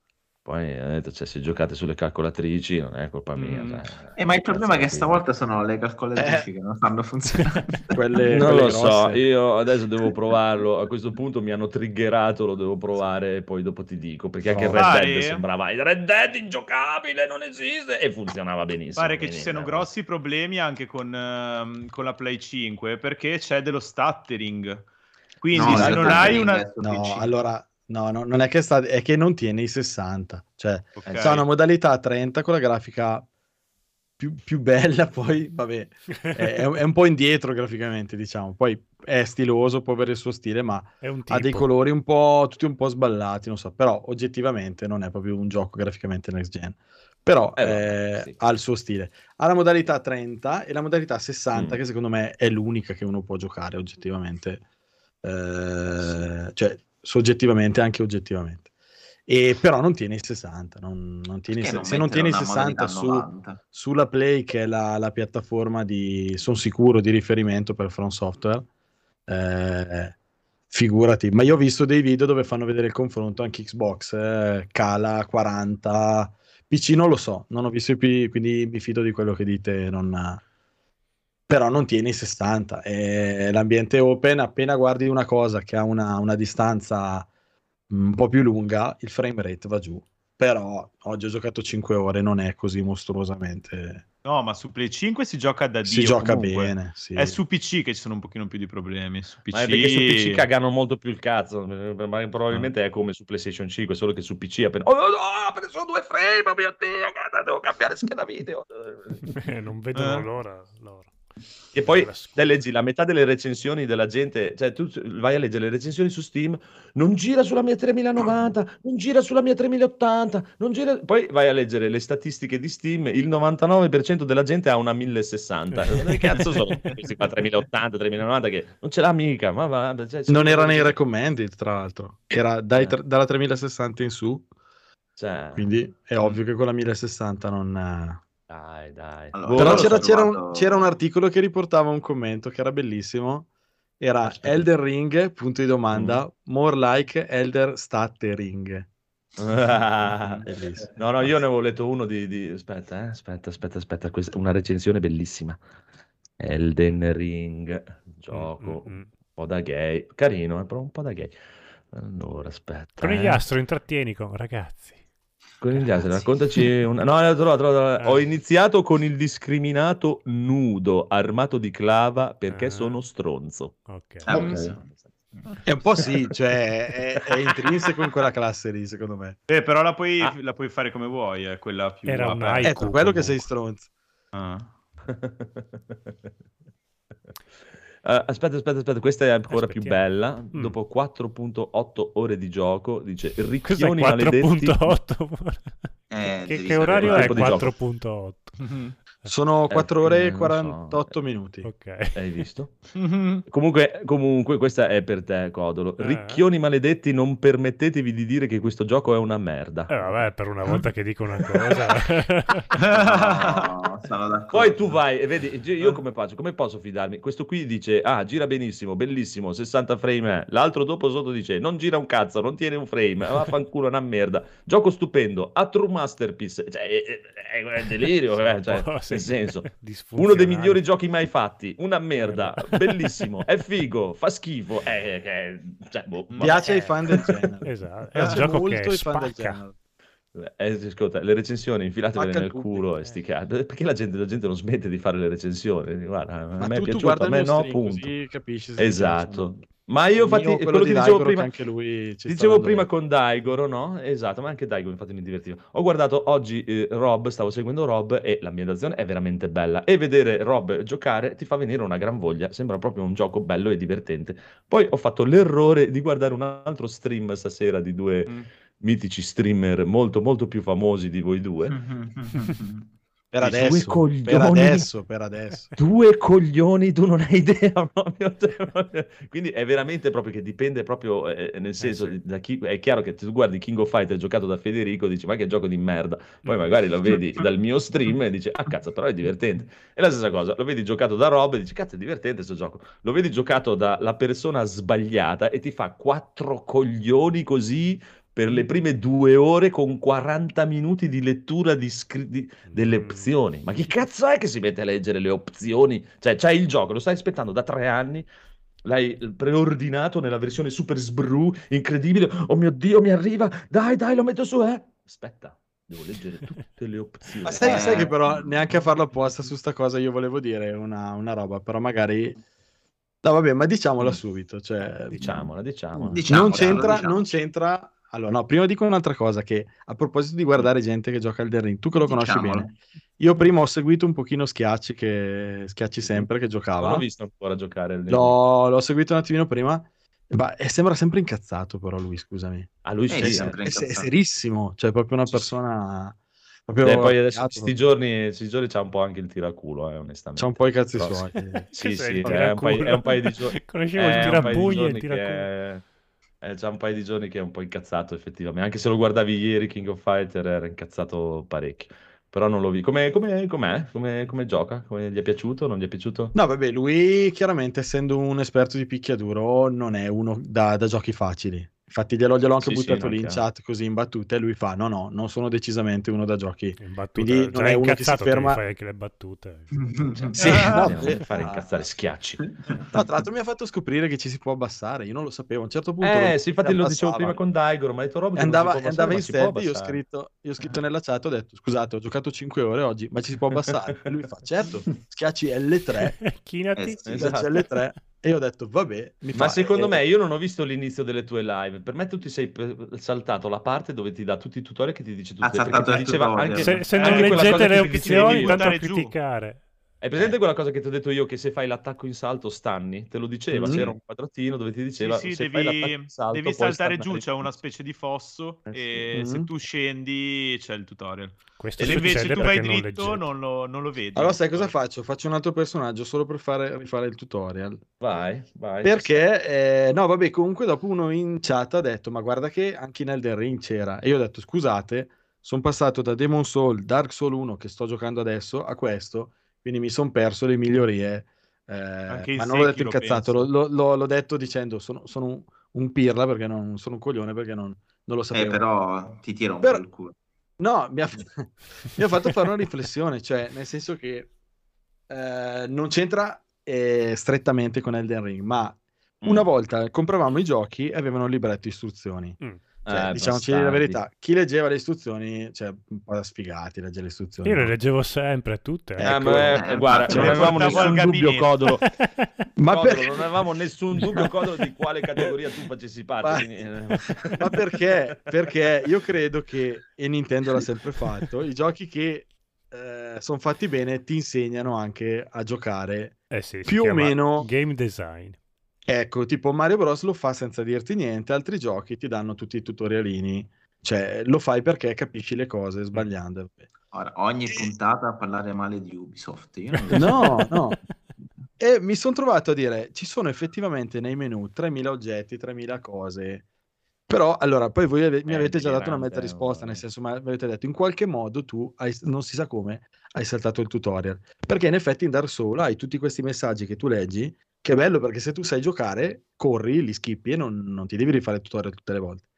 Poi ho detto, cioè, se giocate sulle calcolatrici non è colpa mia. Cioè, ma il problema è che cazzo, stavolta sono le calcolatrici che non stanno funzionando. Quelle non lo grosse. so, io adesso devo provarlo. A questo punto mi hanno triggerato, lo devo provare e poi dopo ti dico. Perché anche Red Dead sembrava il Red Dead ingiocabile, non esiste, e funzionava benissimo. Pare che ci siano grossi problemi anche con la Play 5 perché c'è dello stuttering. Quindi se non hai una... No, allora... No, non è che è che non tiene i 60. Cioè, Ok. c'ha una modalità 30 con la grafica più bella, poi, vabbè, è un po' indietro graficamente, diciamo. Poi è stiloso, può avere il suo stile, ma È un ha dei tipo. colori tutti un po' sballati, non so. Però, oggettivamente, non è proprio un gioco graficamente next gen. Però sì. ha il suo stile. Ha la modalità 30 e la modalità 60, che secondo me è l'unica che uno può giocare, oggettivamente. Cioè, soggettivamente anche oggettivamente, però non tiene i 60, se non tiene i 60 sulla Play, che è la piattaforma sono sicuro di riferimento per From Software, figurati. Ma io ho visto dei video dove fanno vedere il confronto anche Xbox, cala 40, PC non lo so, non ho visto quindi mi fido di quello che dite, però non tiene i 60. L'ambiente open, appena guardi una cosa che ha una distanza un po' più lunga, il frame rate va giù. Però oggi ho giocato 5 ore, non è così mostruosamente... No, ma su Play 5 si gioca da Dio. Si gioca comunque. bene, sì. È su PC che ci sono un pochino più di problemi. Su PC... Ma è perché su PC cagano molto più il cazzo. Ma probabilmente è come su PlayStation 5, solo che su PC appena... Oh no, ho preso 2 frame, mio Dio, devo cambiare scheda video. Non vedono l'ora. E poi te leggi la metà delle recensioni della gente, cioè tu vai a leggere le recensioni su Steam, non gira sulla mia 3090, non gira sulla mia 3080, non gira... Poi vai a leggere le statistiche di Steam, il 99% della gente ha una 1060. Che cazzo sono questi qua 3080, 3090 che non ce l'ha mica, ma va, cioè, non era nei recommended, tra l'altro, era dalla 3060 in su, cioè... quindi è ovvio che con la 1060 non... Dai. Allora, però c'era un articolo che riportava un commento che era bellissimo. Era Elden Ring, punto di domanda, more like Elder Stuttering. No, io ne avevo letto uno di... Aspetta, questa, una recensione bellissima. Elden Ring, gioco un po' da gay, carino, però un po' da gay. Allora, aspetta. Conigliastro, intrattieni con ragazzi. Conigliastro, raccontaci una... No, trovo. Ho iniziato con il discriminato nudo, armato di clava, perché sono stronzo. Ok. È un po' sì, cioè è intrinseco in quella classe lì, secondo me. Però la puoi fare come vuoi, è quella più... Era un è per quello che sei stronzo. Aspetta, questa è ancora più bella. Dopo 4.8 ore di gioco, dice ricchioni maledetti. 4.8? Che orario è 4.8? Sono 4 ore e 48 minuti. Ok. Hai visto? Comunque, questa è per te, Codolo. Ricchioni maledetti, non permettetevi di dire che questo gioco è una merda. Vabbè, per una volta che dico una cosa. No, sono d'accordo. Poi tu vai e vedi, io come faccio? Come posso fidarmi? Questo qui dice, gira benissimo, bellissimo, 60 frame. L'altro dopo sotto dice, non gira un cazzo, non tiene un frame, vaffanculo, una merda. Gioco stupendo, a true masterpiece. Cioè, è delirio, cioè, nel senso, uno dei migliori giochi mai fatti, una merda, bellissimo, è figo, fa schifo, cioè, piace ai fan del genere. Esatto, è un gioco molto ai fan del genere. Ascolta, le recensioni infilatevele nel culo e sti cazzi, perché la gente non smette di fare le recensioni? Guarda, a me è piaciuto, a me no, punto. Così capisci, esatto. Ma io infatti quello che dicevo prima, anche lui dicevo prima con Daigoro, no? Esatto, ma anche Daigoro infatti mi divertiva. Ho guardato oggi stavo seguendo Rob e l'ambientazione è veramente bella e vedere Rob giocare ti fa venire una gran voglia, sembra proprio un gioco bello e divertente. Poi ho fatto l'errore di guardare un altro stream stasera di due mitici streamer molto molto più famosi di voi due. Per adesso. Due coglioni, tu non hai idea proprio. Quindi è veramente proprio che dipende proprio, nel senso, da chi... È chiaro che tu guardi King of Fighters giocato da Federico, dici ma che gioco di merda. Poi magari lo vedi dal mio stream e dici cazzo, però è divertente. È la stessa cosa, lo vedi giocato da Rob e dici cazzo, è divertente questo gioco. Lo vedi giocato dalla persona sbagliata e ti fa 4 coglioni così per le prime 2 ore con 40 minuti di lettura delle opzioni. Ma chi cazzo è che si mette a leggere le opzioni? Cioè, c'hai il gioco, lo stai aspettando da 3 anni, l'hai preordinato nella versione super sbru, incredibile. Oh mio Dio, mi arriva! Dai, lo metto su, Aspetta, devo leggere tutte le opzioni. Ma sai che però neanche a farlo apposta su sta cosa io volevo dire una roba, però magari... No, vabbè, ma diciamola subito. Cioè... Diciamola. Non c'entra... Allora, no, prima dico un'altra cosa, che a proposito di guardare gente che gioca al Elden Ring, tu che lo conosci bene, io prima ho seguito un pochino Schiacci sempre, che giocava. Non l'ho visto ancora giocare al Elden Ring. L'ho seguito un attimino prima, e sembra sempre incazzato però lui, scusami. Lui sì, è serissimo, cioè proprio una persona... Proprio poi adesso questi giorni c'ha un po' anche il tiraculo, onestamente. C'ha un po' i cazzi suoi. Sì, è un paio di giorni. Conoscevo il tirapugni e il tiraculo. C'ha un paio di giorni che è un po' incazzato, effettivamente. Anche se lo guardavi ieri, King of Fighter, era incazzato parecchio. Però non lo vi. Com'è? Come gioca? Come gli è piaciuto? Non gli è piaciuto? No, vabbè, lui chiaramente, essendo un esperto di picchiaduro, non è uno da giochi facili. Infatti gliel'ho anche buttato lì in chat così in battute, e lui fa no, non sono decisamente uno da giochi. Quindi non è uno che si ferma... fai anche le battute. Sì, fare incazzare Schiacci. No, tra l'altro mi ha fatto scoprire che ci si può abbassare, io non lo sapevo. A un certo punto sì, infatti lo dicevo prima con Daigoro, ma ha detto roba andava in stealth, io ho scritto nella chat, ho detto scusate, ho giocato 5 ore oggi, ma ci si può abbassare? E lui fa certo, schiacci L3, chinati, L3. E io ho detto, vabbè, ma secondo me, io non ho visto l'inizio delle tue live. Per me tu ti sei saltato la parte dove ti dà tutti i tutorial che ti dice tutto. Saltato ti diceva anche, se non leggete le opzioni, tanto a criticare. Hai presente quella cosa che ti ho detto io, che se fai l'attacco in salto stanni? Te lo diceva, c'era un quadratino dove ti diceva sì, se fai l'attacco in salto devi saltare giù, c'è una specie di fosso e se tu scendi c'è il tutorial. Questo e se invece tu vai non dritto non lo vedi. Allora sai cosa faccio? Faccio un altro personaggio solo per rifare il tutorial. Vai. Perché, no vabbè, comunque dopo uno in chat ha detto, ma guarda che anche in Elden Ring c'era. E io ho detto, scusate, sono passato da Demon Soul, Dark Soul 1 che sto giocando adesso, a questo, quindi mi sono perso le migliorie. Ma non l'ho detto incazzato, l'ho detto dicendo sono un pirla, perché non sono un coglione, perché non lo sapevo. Però ti tira un po' il culo. No, mi ha fatto fare una riflessione, cioè nel senso che non c'entra strettamente con Elden Ring, ma una volta compravamo i giochi e avevano un libretto istruzioni. Cioè, diciamoci la verità, chi leggeva le istruzioni, cioè un po' da sfigati legge le istruzioni. Io le leggevo sempre, tutte. Guarda, non avevamo nessun dubbio, Codolo. Ma non avevamo nessun dubbio, Codolo, di quale categoria tu facessi parte. Ma perché? Perché io credo che, e Nintendo l'ha sempre fatto, i giochi che sono fatti bene ti insegnano anche a giocare più o meno game design. Ecco, tipo Mario Bros lo fa senza dirti niente, altri giochi ti danno tutti i tutorialini, cioè lo fai perché capisci le cose sbagliando. Ora, ogni puntata a parlare male di Ubisoft. Io no. E mi sono trovato a dire, ci sono effettivamente nei menu 3000 oggetti, 3000 cose, però allora poi voi mi avete già dato una mezza risposta, nel senso, ma mi avete detto in qualche modo tu non si sa come hai saltato il tutorial, perché in effetti in Dark Souls hai tutti questi messaggi che tu leggi, che è bello perché se tu sai giocare, corri, li skippi e non ti devi rifare il tutorial tutte le volte.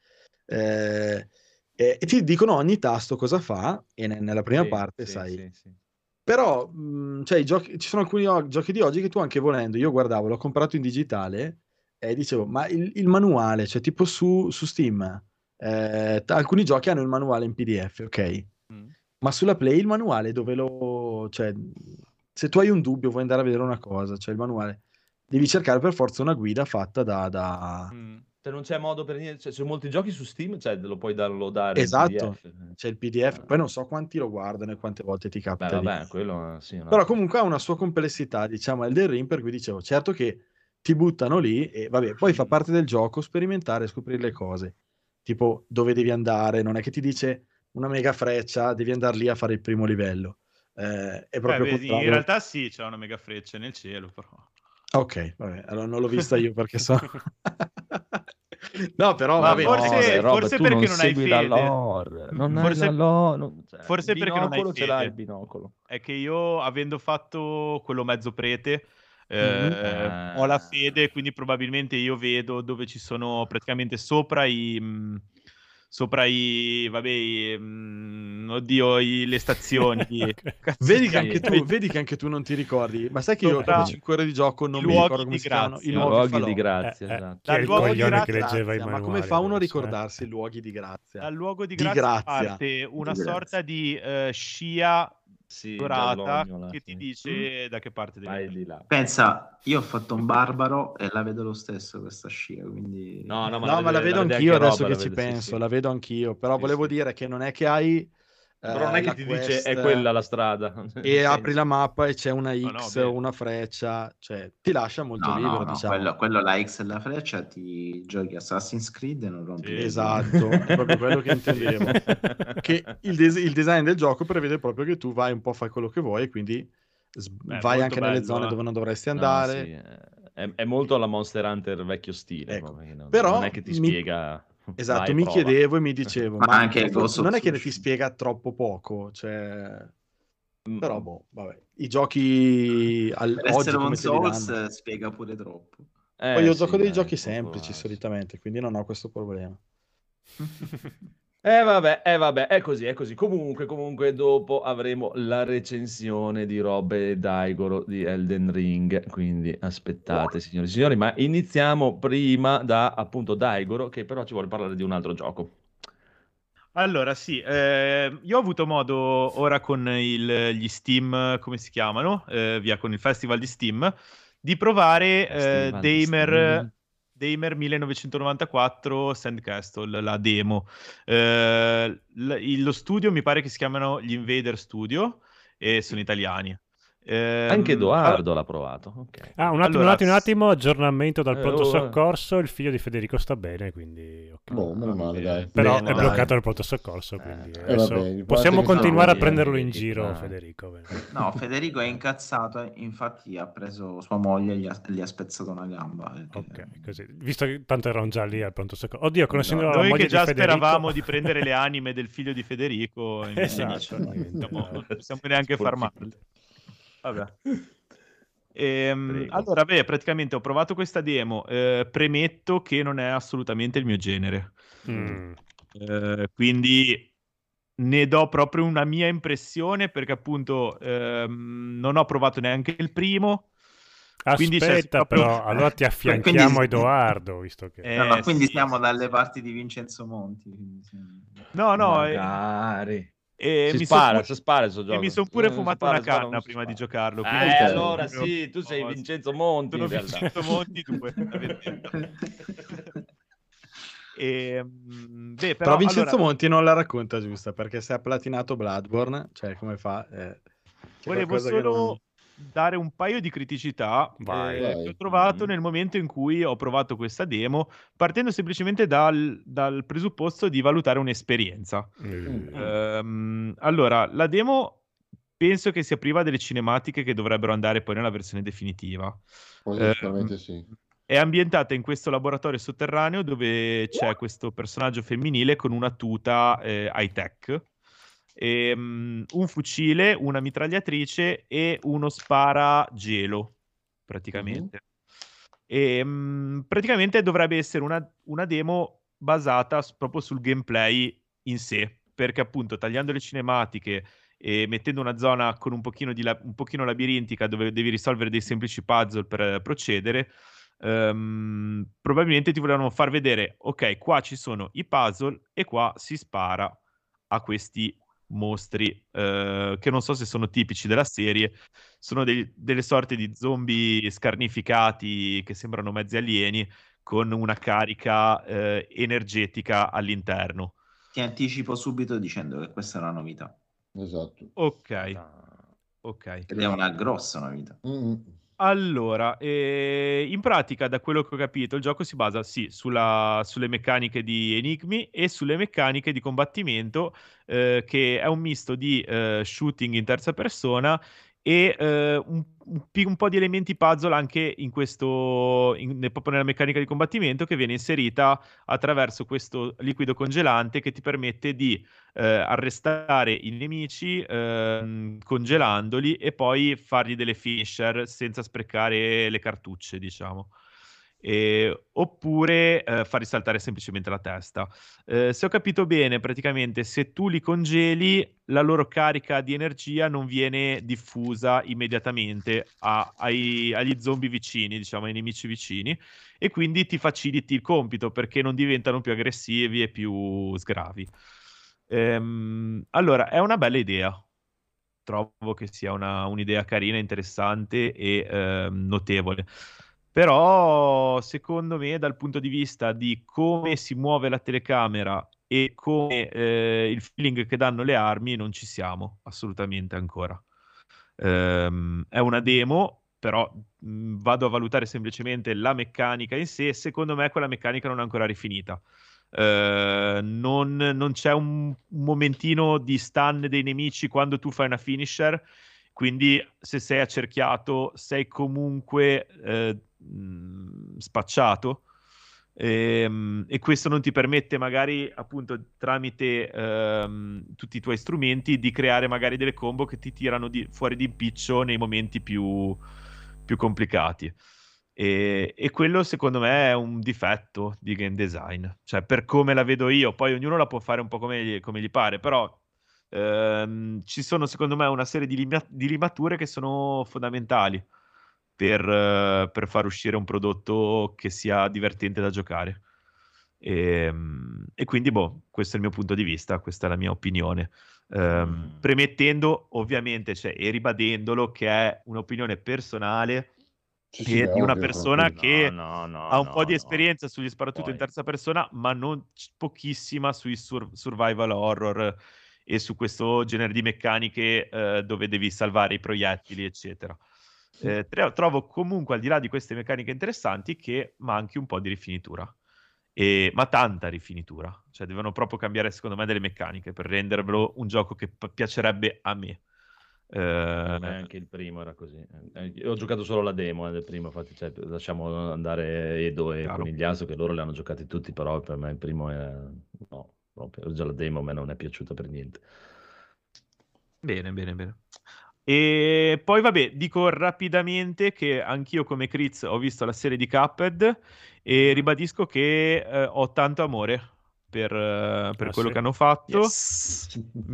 E ti dicono ogni tasto cosa fa, e nella prima parte sai. Sì. Però cioè, ci sono alcuni giochi di oggi che tu anche volendo, io guardavo, l'ho comprato in digitale e dicevo, ma il manuale, cioè tipo su Steam, alcuni giochi hanno il manuale in PDF, ok? Ma sulla Play il manuale cioè, se tu hai un dubbio, vuoi andare a vedere una cosa, cioè il manuale, devi cercare per forza una guida fatta da... Cioè non c'è modo per niente, cioè, su molti giochi su Steam, cioè lo puoi downloadare esatto, c'è il PDF, poi non so quanti lo guardano e quante volte ti capita. Vabbè, quello sì. Però comunque ha una sua complessità, diciamo, Elden Ring, per cui dicevo, certo che ti buttano lì e vabbè, poi fa parte del gioco sperimentare, scoprire le cose, tipo dove devi andare, non è che ti dice una mega freccia, devi andare lì a fare il primo livello. È proprio in realtà sì, c'è una mega freccia nel cielo, però. Ok, vabbè, allora non l'ho vista io perché so. No, però ma vabbè, forse perché non hai fede. Forse perché non hai fede. Ce l'hai il binocolo. È che io, avendo fatto quello mezzo prete, ho la fede, quindi probabilmente io vedo dove ci sono praticamente sopra sopra le stazioni. Cazzo Vedi si che, anche chiama? tu, vedi che anche tu non ti ricordi, ma sai che io Sopra dopo 5 ore di gioco non i mi luoghi ricordo come di si chiamano grazia. i I luoghi luoghi falò. di grazia, esatto. Chi è il luogo di coglione che grazia, leggeva i Ma manuali come fa uno a adesso, ricordarsi i luoghi di grazia? Dal luogo di Di grazia grazia. parte una Di sorta di scia Sì, dorata giallognola, che ti sì. dice da che parte devi Vai andare. di là. Pensa, io ho fatto un barbaro e la vedo lo stesso questa scia, quindi... No, No, ma la vedo vede anch'io anche adesso Rob, che ci sì, penso, sì. la vedo anch'io, però Sì, volevo sì. dire che non è che hai Però non è che la ti dice quest è quella la strada. e Nel apri senso. la mappa e c'è una No, no, X beh. o una freccia, cioè ti lascia molto No, libero, no, diciamo. quello la X e la freccia ti giochi Assassin's Creed e non rompi Sì. le Esatto, è proprio quello che intendevo. Che il design del gioco prevede proprio che tu vai un po' a fare quello che vuoi, e quindi vai molto anche nelle bello, zone dove non dovresti No, andare. sì, è molto alla Monster Hunter vecchio stile, Ecco, proprio, che però non è che ti spiega. Esatto, vai e mi prova. chiedevo e mi dicevo, Ma ma anche Ghost of non è che ti Tsushima. spiega troppo poco, cioè... Mm. Però boh, vabbè, i giochi Per oggi essere un come te li Souls danno? spiega pure troppo. Poi io Sì, gioco dei dai, giochi può semplici darsi. solitamente, quindi non ho questo problema. Vabbè, è così. Comunque, dopo avremo la recensione di Rob e Daigoro di Elden Ring. Quindi aspettate, signori e signori, ma iniziamo prima da appunto Daigoro, che però ci vuole parlare di un altro gioco. Allora, sì, io ho avuto modo ora con gli Steam, come si chiamano? Via con il Festival di Steam, di provare Festival di Steam. Daymare 1994 Sandcastle, la demo. Lo studio mi pare che si chiamano gli Invader Studio e sono italiani. Anche Edoardo l'ha provato. Ok. Un Allora, attimo, aggiornamento dal pronto oh. soccorso, il figlio di Federico sta bene, quindi ok. Boh, meno male, dai. Però Bene, è dai. bloccato nel pronto soccorso, quindi vabbè, adesso l'importante possiamo è che sta continuare a bene, prenderlo in Federico, giro, dai. Federico. No, Federico è incazzato, infatti ha preso sua moglie e gli ha spezzato una gamba. Ok, così. Visto che tanto erano già lì al pronto soccorso. Oddio, conoscendo la noi moglie che già di Federico... speravamo di prendere le anime del figlio di Federico, invece Esatto. non possiamo neanche farmarle. Vabbè. Prego. Allora, praticamente ho provato questa demo. Premetto che non è assolutamente il mio genere. Quindi ne do proprio una mia impressione perché appunto non ho provato neanche il primo. Quindi Aspetta, proprio... però, allora ti affianchiamo Quindi- Edoardo, visto che... No, quindi sì, siamo sì, dalle sì. parti di Vincenzo Monti. quindi siamo- No, Magari. e Si mi spara son sto e gioco. mi son pure Si fumato spara, una si spara, canna non si prima di spara. giocarlo. quindi Allora proprio- sì, tu sei Oh, Vincenzo Monti sono in realtà. Vincenzo Monti 2, avete detto. Però Vincenzo allora, Monti non la racconta giusta, perché se ha platinato Bloodborne, cioè come fa? C'è volevo qualcosa che solo non... dare un paio di criticità Vai. Vai. che ho trovato Mhm. nel momento in cui ho provato questa demo, partendo semplicemente dal presupposto di valutare un'esperienza. Allora, la demo penso che sia priva delle cinematiche che dovrebbero andare poi nella versione definitiva. Quello sicuramente sì. È ambientata in questo laboratorio sotterraneo dove c'è questo personaggio femminile con una tuta high tech, un fucile, una mitragliatrice e uno sparagelo, praticamente. Praticamente dovrebbe essere una demo basata proprio sul gameplay in sé, perché appunto tagliando le cinematiche e mettendo una zona con un pochino labirintica dove devi risolvere dei semplici puzzle per procedere, probabilmente ti volevano far vedere, ok, qua ci sono i puzzle e qua si spara a questi mostri che non so se sono tipici della serie, sono delle sorte di zombie scarnificati che sembrano mezzi alieni con una carica energetica all'interno. Ti anticipo subito dicendo che questa è una novità. Esatto. Ok. Ed è una grossa novità. Allora, in pratica, da quello che ho capito, il gioco si basa, sì, sulle meccaniche di enigmi e sulle meccaniche di combattimento, che è un misto di shooting in terza persona e un po' di elementi puzzle anche proprio nella meccanica di combattimento che viene inserita attraverso questo liquido congelante che ti permette di arrestare i nemici congelandoli e poi fargli delle finisher senza sprecare le cartucce, diciamo. oppure farli saltare semplicemente la testa. Se ho capito bene, praticamente se tu li congeli, la loro carica di energia non viene diffusa immediatamente agli zombie vicini, diciamo ai nemici vicini, e quindi ti faciliti il compito perché non diventano più aggressivi e più sgravi. Allora, è una bella idea. Trovo che sia un'idea carina, interessante e notevole. Però, secondo me, dal punto di vista di come si muove la telecamera e come il feeling che danno le armi, non ci siamo assolutamente ancora. È una demo, però vado a valutare semplicemente la meccanica in sé. Secondo me quella meccanica non è ancora rifinita. Non c'è un momentino di stun dei nemici quando tu fai una finisher, quindi se sei accerchiato sei comunque spacciato, e questo non ti permette magari appunto tramite tutti i tuoi strumenti di creare magari delle combo che ti tirano fuori di impiccio nei momenti più complicati. E quello secondo me è un difetto di game design, cioè per come la vedo io. Poi ognuno la può fare un po' come gli pare, però ci sono secondo me una serie di limature che sono fondamentali per far uscire un prodotto che sia divertente da giocare. E quindi questo è il mio punto di vista, questa è la mia opinione. Premettendo ovviamente, cioè, e ribadendolo, che è un'opinione personale Sì, e beh, di una ovvio, persona che No, ha un po' di no. esperienza sugli sparatutto in Poi. terza persona, ma non pochissima sui survival horror e su questo genere di meccaniche dove devi salvare i proiettili, eccetera. Trovo comunque, al di là di queste meccaniche interessanti, che manchi un po' di rifinitura. Ma tanta rifinitura. Cioè devono proprio cambiare, secondo me, delle meccaniche per renderlo un gioco che piacerebbe a me. Per me anche il primo era così. Io ho giocato solo la demo del primo, infatti, cioè, lasciamo andare Edo e Chiaro. Conigliaso, che loro li hanno giocati tutti, però per me il primo è... No, proprio, già la demo a me non è piaciuta per niente. Bene, bene, bene. E poi vabbè, dico rapidamente che anch'io come Critz ho visto la serie di Cuphead e ribadisco che ho tanto amore per quello sì? che hanno fatto. Yes!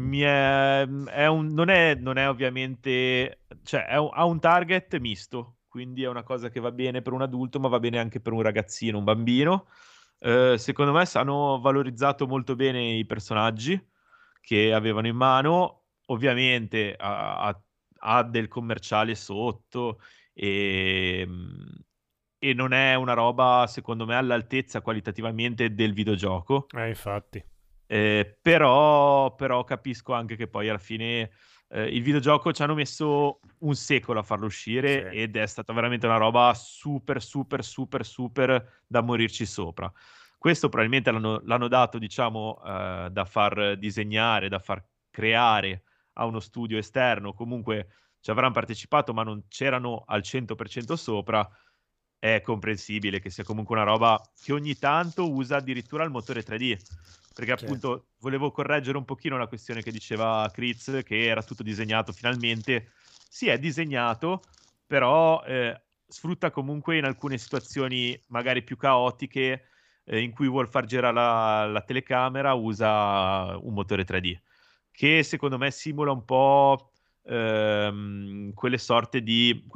Non è ovviamente, cioè ha un target misto, quindi è una cosa che va bene per un adulto, ma va bene anche per un ragazzino, un bambino. Secondo me hanno valorizzato molto bene i personaggi che avevano in mano. Ovviamente ha del commerciale sotto e non è una roba, secondo me, all'altezza qualitativamente del videogioco. Infatti. Però capisco anche che poi alla fine il videogioco ci hanno messo un secolo a farlo uscire, Sì. ed è stata veramente una roba super da morirci sopra. Questo probabilmente l'hanno dato, diciamo, da far disegnare, da far creare a uno studio esterno. Comunque ci avranno partecipato, ma non c'erano al 100% sopra. È comprensibile che sia comunque una roba che ogni tanto usa addirittura il motore 3D. Perché appunto volevo correggere un pochino la questione che diceva Critz, che era tutto disegnato finalmente. Sì, è disegnato, però sfrutta comunque in alcune situazioni magari più caotiche, in cui vuol far girare la telecamera, usa un motore 3D, che secondo me simula un po' quelle sorte di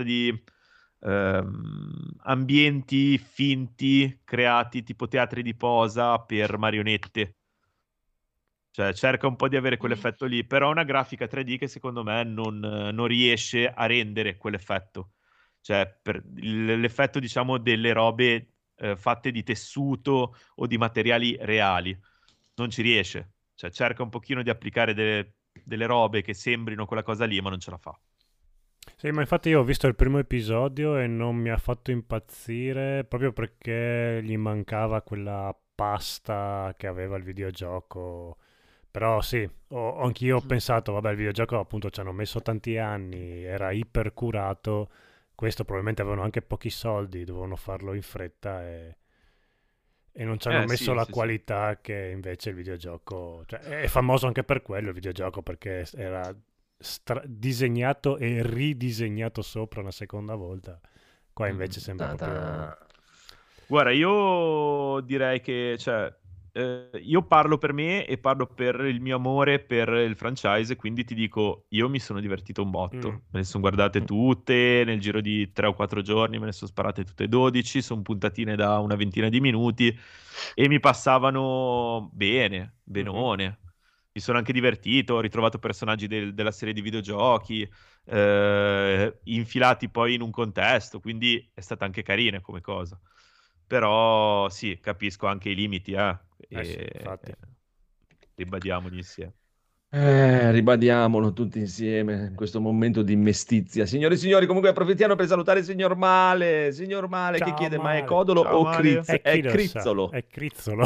ambienti finti creati tipo teatri di posa per marionette. Cioè cerca un po' di avere quell'effetto lì, però è una grafica 3D che secondo me non riesce a rendere quell'effetto. Cioè l'effetto, diciamo, delle robe fatte di tessuto o di materiali reali. Non ci riesce. Cioè cerca un pochino di applicare delle robe che sembrino quella cosa lì, ma non ce la fa. Sì, ma infatti io ho visto il primo episodio e non mi ha fatto impazzire proprio perché gli mancava quella pasta che aveva il videogioco. Però sì, anch'io ho pensato, vabbè, il videogioco appunto ci hanno messo tanti anni, era iper curato, questo probabilmente avevano anche pochi soldi, dovevano farlo in fretta e non ci hanno messo sì, la sì, qualità che invece il videogioco... Cioè, è famoso anche per quello il videogioco, perché era disegnato e ridisegnato sopra una seconda volta. Qua invece sembra proprio... Guarda, io direi che, cioè, io parlo per me e parlo per il mio amore per il franchise, quindi ti dico, io mi sono divertito un botto. Mm. Me le sono guardate tutte, nel giro di 3 o 4 giorni me ne sono sparate tutte e 12, sono puntatine da una ventina di minuti e mi passavano bene, benone. Mi sono anche divertito, ho ritrovato personaggi della serie di videogiochi, infilati poi in un contesto, quindi è stata anche carina come cosa. Però sì, capisco anche i limiti, Sì, infatti. ribadiamoli insieme. Ribadiamolo tutti insieme in questo momento di mestizia. Signori e signori, comunque approfittiamo per salutare il signor Male che Ciao, chiede: ma è Male. Codolo Ciao, o Male. È chi lo sa? Crizzolo? È Crizzolo.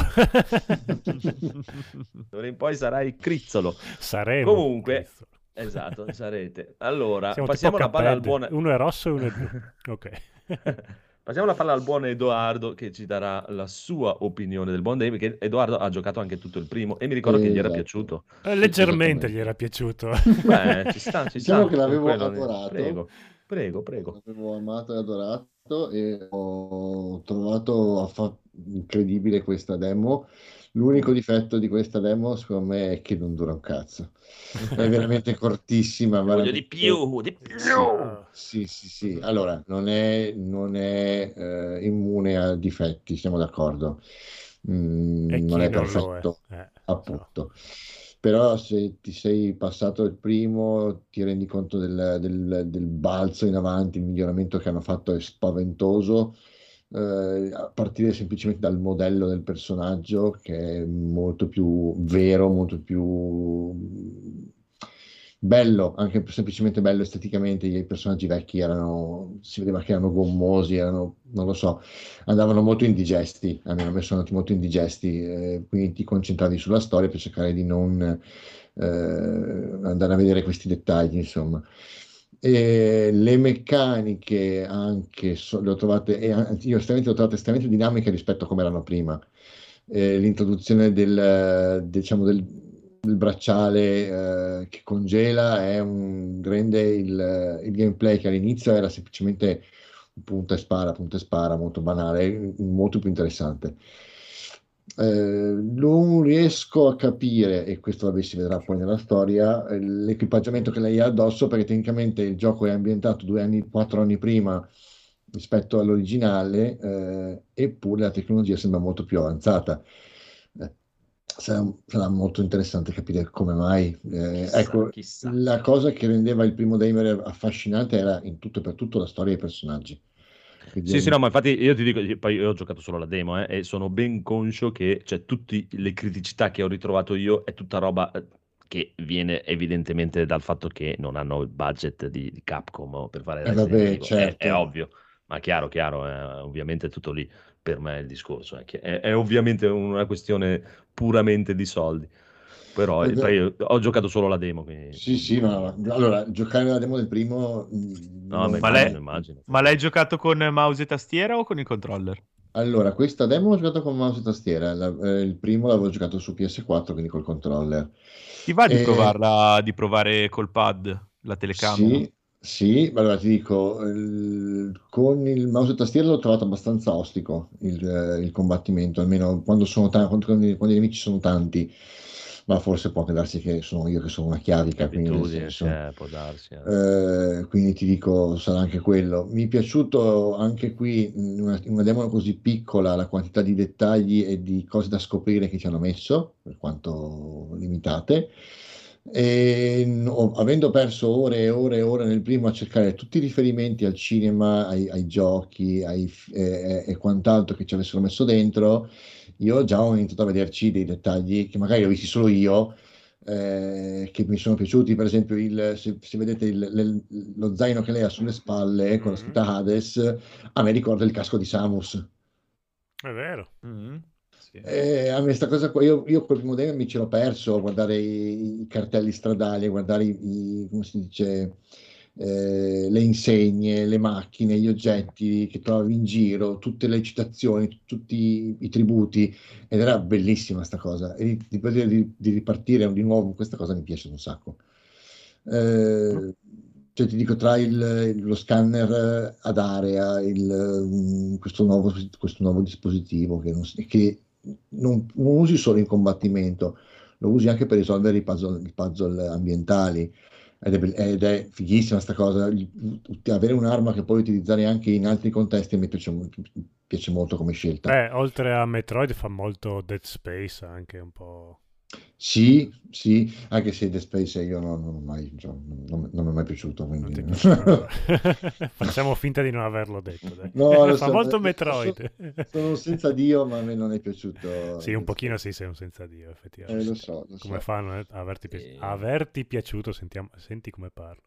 D'ora in poi sarai Crizzolo. Saremo Comunque, Crizzolo. esatto, sarete. Allora, Siamo passiamo tipo la palla al Cuphead. buon... Uno è rosso e uno è blu. Ok. Passiamo la palla al buon Edoardo che ci darà la sua opinione del buon Dave, che Edoardo ha giocato anche tutto il primo e mi ricordo che gli era Esatto. piaciuto. Leggermente esattamente. gli era piaciuto. Beh, ci sta. Diciamo che su l'avevo quello adorato. Prego. L'avevo amato e adorato e ho trovato incredibile questa demo. L'unico difetto di questa demo, secondo me, è che non dura un cazzo. È veramente cortissima. Ne voglio veramente... di più. Sì. Allora, non è immune a difetti, siamo d'accordo. E Non chi è non lo è? perfetto, So. appunto. Però se ti sei passato il primo, ti rendi conto del balzo in avanti, il miglioramento che hanno fatto è spaventoso, a partire semplicemente dal modello del personaggio che è molto più vero, molto più bello, anche semplicemente bello esteticamente. I personaggi vecchi si vedeva che erano gommosi, non lo so, andavano molto indigesti, almeno a me sono andati molto indigesti, quindi ti concentravi sulla storia per cercare di non andare a vedere questi dettagli, insomma. E le meccaniche anche le ho trovate, io onestamente le ho trovate estremamente dinamiche rispetto a come erano prima. L'introduzione diciamo del bracciale che congela rende il gameplay che all'inizio era semplicemente punta e spara, molto banale, molto più interessante. Non riesco a capire, e questo vabbè, si vedrà poi nella storia, l'equipaggiamento che lei ha addosso, perché tecnicamente il gioco è ambientato 4 anni prima rispetto all'originale, eppure la tecnologia sembra molto più avanzata. Sarà molto interessante capire come mai. Ecco, Chissà. la cosa che rendeva il primo Daimler affascinante era in tutto e per tutto la storia e i personaggi. Quindi Sì, no, ma infatti io ti dico, poi io ho giocato solo la demo e sono ben conscio che tutte le criticità che ho ritrovato io è tutta roba che viene evidentemente dal fatto che non hanno il budget di Capcom per fare Resident vabbè, Evil. certo. È ovvio, ma chiaro, ovviamente è tutto lì per me il discorso. È ovviamente una questione puramente di soldi. Però poi io ho giocato solo la demo. Quindi... Sì, ma allora giocare la demo del primo No, non- immagino. Ma l'hai giocato con mouse e tastiera o con il controller? Allora, questa demo l'ho giocato con mouse e tastiera, il primo l'avevo giocato su PS4, quindi col controller. Ti va di E- di provare col pad la telecamera? Sì, ma allora ti dico, con il mouse e tastiera l'ho trovato abbastanza ostico il combattimento, almeno quando i nemici sono tanti, ma forse può anche darsi che sono io che sono una chiavica, quindi nel Abitudine, senso, può darsi. quindi ti dico, sarà anche quello. Mi è piaciuto anche qui in una demo così piccola la quantità di dettagli e di cose da scoprire che ci hanno messo, per quanto limitate. E avendo perso ore e ore e ore nel primo a cercare tutti i riferimenti al cinema, ai giochi e quant'altro che ci avessero messo dentro, io già ho iniziato a vederci dei dettagli che magari ho visti solo io, che mi sono piaciuti. Per esempio, se vedete lo zaino che lei ha sulle spalle con la scritta Hades, a me ricorda il casco di Samus. È vero. Sì. A me sta cosa qua, io col primo Daimler mi ce l'ho perso a guardare i cartelli stradali, a guardare come si dice, le insegne, le macchine, gli oggetti che trovavi in giro, tutte le citazioni, tutti i tributi, ed era bellissima sta cosa. E di ripartire di nuovo, questa cosa mi piace un sacco. Cioè, ti dico, tra lo scanner ad area, questo nuovo dispositivo che non usi solo in combattimento, lo usi anche per risolvere i puzzle ambientali. Ed è fighissima sta cosa. Avere un'arma che puoi utilizzare anche in altri contesti mi piace molto come scelta. Beh, oltre a Metroid fa molto Dead Space anche un po'. Sì, anche se Dead Space io non mi è mai piaciuto. Non Quindi... ti piace? Facciamo finta di non averlo detto. Dai. No, Fa molto Metroid. Sono senza Dio, ma a me non è piaciuto. Sì, un pochino sì, sei un senza Dio, effettivamente. Lo so. Come fanno a averti piaciuto? Senti come parlo.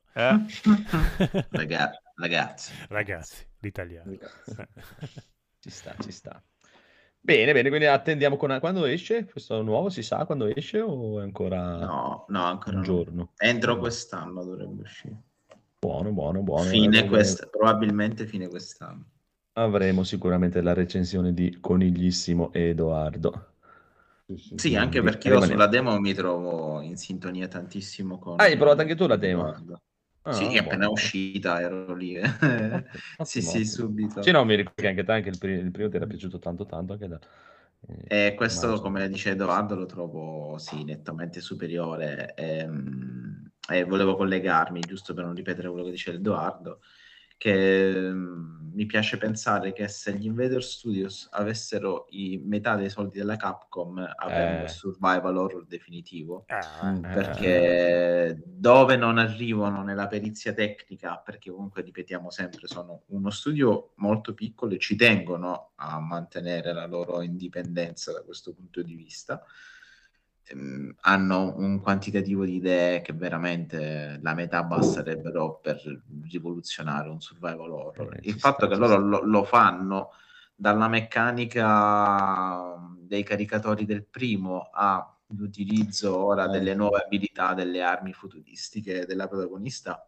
Ragazzi, l'italiano. Ci sta. Bene, quindi attendiamo quando esce questo nuovo, si sa quando esce o è ancora no, ancora un no. giorno? Entro quest'anno dovrebbe uscire. Buono. Probabilmente fine quest'anno. Avremo sicuramente la recensione di Coniglissimo Edoardo. Sì, anche perché io sulla demo mi trovo in sintonia tantissimo con... Hai provato anche tu la demo? Edoardo. Sì, appena uscita ero lì. Sì, subito. Sì, no, mi ricordo che anche te, anche il primo ti era piaciuto tanto anche e questo, come dice Edoardo, lo trovo nettamente superiore e volevo collegarmi, giusto per non ripetere quello che dice Edoardo, che mi piace pensare che se gli Invader Studios avessero metà dei soldi della Capcom avremmo il survival horror definitivo, perché dove non arrivano nella perizia tecnica, perché comunque ripetiamo sempre sono uno studio molto piccolo e ci tengono a mantenere la loro indipendenza da questo punto di vista, hanno un quantitativo di idee che veramente la metà basterebbero per rivoluzionare un survival horror. Il fatto che loro lo fanno dalla meccanica dei caricatori del primo all'utilizzo ora delle nuove abilità delle armi futuristiche della protagonista,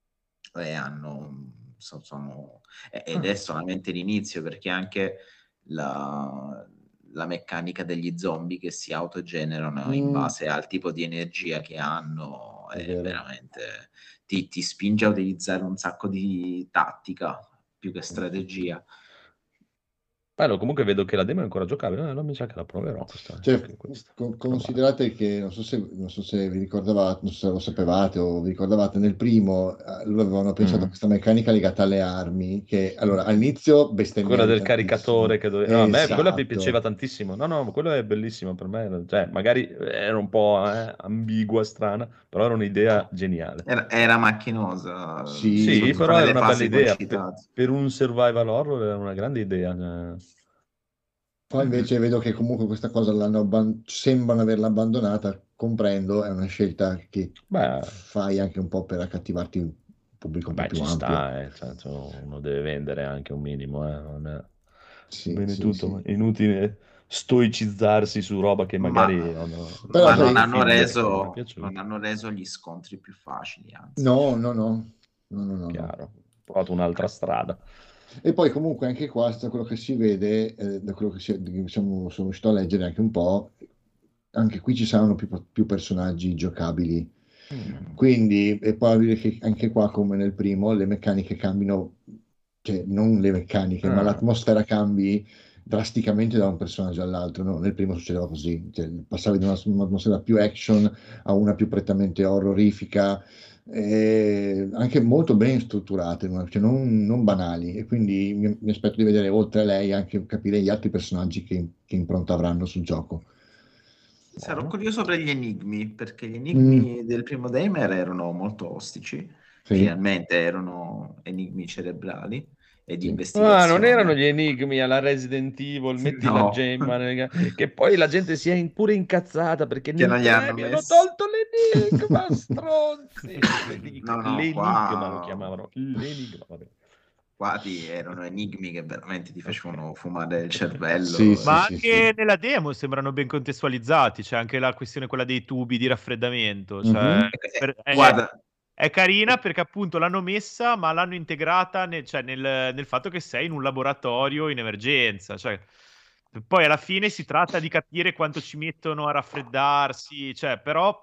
ed è solamente l'inizio, perché anche la meccanica degli zombie che si autogenerano in base al tipo di energia che hanno è veramente ti spinge a utilizzare un sacco di tattica più che strategia. Bello, comunque vedo che la demo è ancora giocabile, non mi sa che la proverò questa. Considerate che non so se vi ricordavate, non so se lo sapevate o vi ricordavate, nel primo loro avevano pensato a questa meccanica legata alle armi che allora all'inizio bestemmiava quella del caricatore che a me quella mi Esatto. piaceva tantissimo. No, quello è bellissimo per me, cioè magari era un po' ambigua, strana, però era un'idea geniale. Era macchinosa. Sì, però era una bella idea per un survival horror, era una grande idea. Poi invece vedo che comunque questa cosa sembrano averla abbandonata, comprendo, è una scelta che fai anche un po' per accattivarti un pubblico un po' più ampio. Uno deve vendere anche un minimo, non è bene Sì, tutto, è inutile stoicizzarsi su roba che magari però non hanno reso gli scontri più facili, anzi. No. Chiaro, ho provato un'altra strada. E poi comunque anche qua, quello che si vede, da quello che sono riuscito a leggere anche un po', anche qui ci saranno più personaggi giocabili. Quindi è probabile che anche qua, come nel primo, le meccaniche cambino, cioè non le meccaniche, ma l'atmosfera cambi drasticamente da un personaggio all'altro. No? Nel primo succedeva così, cioè, passavi da un'atmosfera più action a una più prettamente horrorifica, anche molto ben strutturate, cioè non banali, e quindi mi aspetto di vedere oltre a lei anche capire gli altri personaggi che impronta avranno sul gioco. Sarò curioso per gli enigmi, perché gli enigmi del primo Damer erano molto ostici, finalmente erano enigmi cerebrali e di investigazione. Non erano gli enigmi alla Resident Evil, metti la gemma, che poi la gente si è pure incazzata perché non gli hanno tolto l'enigma, stronzi. L'enigma lo chiamavano, l'enigma, vabbè. Qua erano enigmi che veramente ti facevano fumare il cervello. Ma anche nella demo sembrano ben contestualizzati, c'è anche la questione quella dei tubi di raffreddamento, cioè, guarda, è carina perché appunto l'hanno messa, ma l'hanno integrata nel fatto che sei in un laboratorio in emergenza, cioè, poi alla fine si tratta di capire quanto ci mettono a raffreddarsi, cioè, però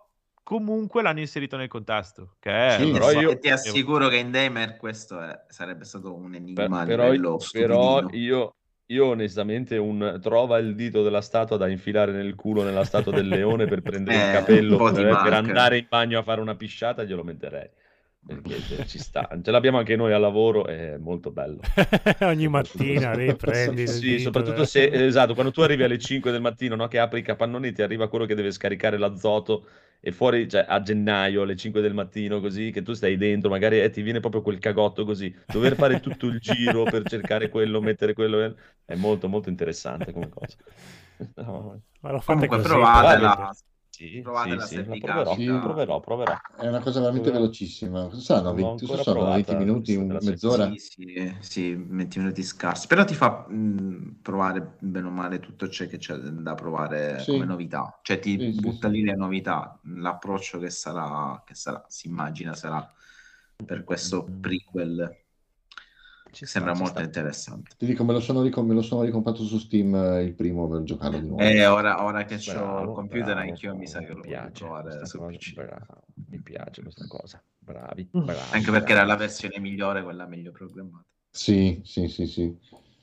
comunque l'hanno inserito nel contesto, che è Sì, però io- E ti assicuro che in Damer questo sarebbe stato un enigma a però livello stupidino. io onestamente trova il dito della statua da infilare nel culo nella statua del leone per prendere il capello un po' ti per manca. andare in bagno a fare una pisciata, glielo metterei. Perché ci sta. Ce l'abbiamo anche noi al lavoro, è molto bello. Ogni mattina riprendi il Sì, dito, soprattutto se, esatto, quando tu arrivi alle 5 del mattino, no, che apri i capannoni, ti arriva quello che deve scaricare l'azoto e fuori, cioè a gennaio alle 5 del mattino, così che tu stai dentro, magari ti viene proprio quel cagotto così, dover fare tutto il giro per cercare quello, mettere quello, è molto molto interessante come cosa. No, Ma lo fate Comunque così, provatela. sì, Provatela sì, se la vi proverò, capita. proverò. È una cosa veramente Proverò. velocissima. Cosa saranno? Non l'ho 20, ancora sono 20 provata, minuti, questa della mezz'ora? Sì, 20 minuti scarsi. Però ti fa provare bene o male tutto ciò che c'è da provare Sì. come novità. Cioè ti Sì, sì, butta sì. lì le novità, l'approccio che sarà, si immagina sarà per questo prequel. Ci Sembra sta, ci molto sta. interessante. Ti dico, me lo sono ricomprato su Steam il primo per giocarlo di nuovo. Ora che ho il Bravo, computer, bravo, anch'io mi sa che mi lo voglio piace provare questa su cosa, PC. bravo, mi piace questa cosa. Bravi, bravi. Anche perché era bravi. la versione migliore, quella meglio programmata. Sì, sì, sì, sì.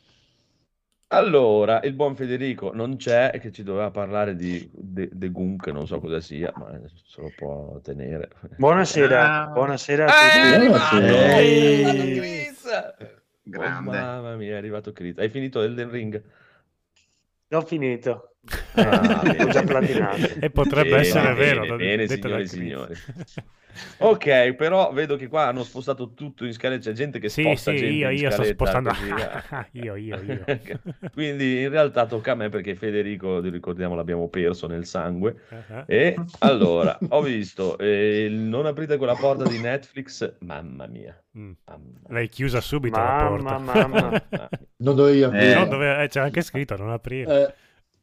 Allora, il buon Federico non c'è, che ci doveva parlare di The Gunk, non so cosa sia, ma se lo può tenere. Buonasera, Ah. buonasera a È tutti. Buonasera. arrivato Ehi! Chris! Grande. Oh, mamma mia, è arrivato Chris. Hai finito Elden Ring? L'ho finito. Ah, L'ho già bene, platinato. E potrebbe bene, essere bene, vero, bene, detto da signore e Chris. signori. Ok, però vedo che qua hanno spostato tutto in scaletta, c'è gente che Sì, sposta sì, gente in io sto scaletta spostando. così. Io. Quindi in realtà tocca a me perché Federico, ricordiamo, l'abbiamo perso nel sangue. Uh-huh. E allora, ho visto, non aprite quella porta di Netflix, mamma mia. Mamma L'hai chiusa subito la porta. Mamma. mia. Non dovevi aprire. No, c'è anche scritto non aprire.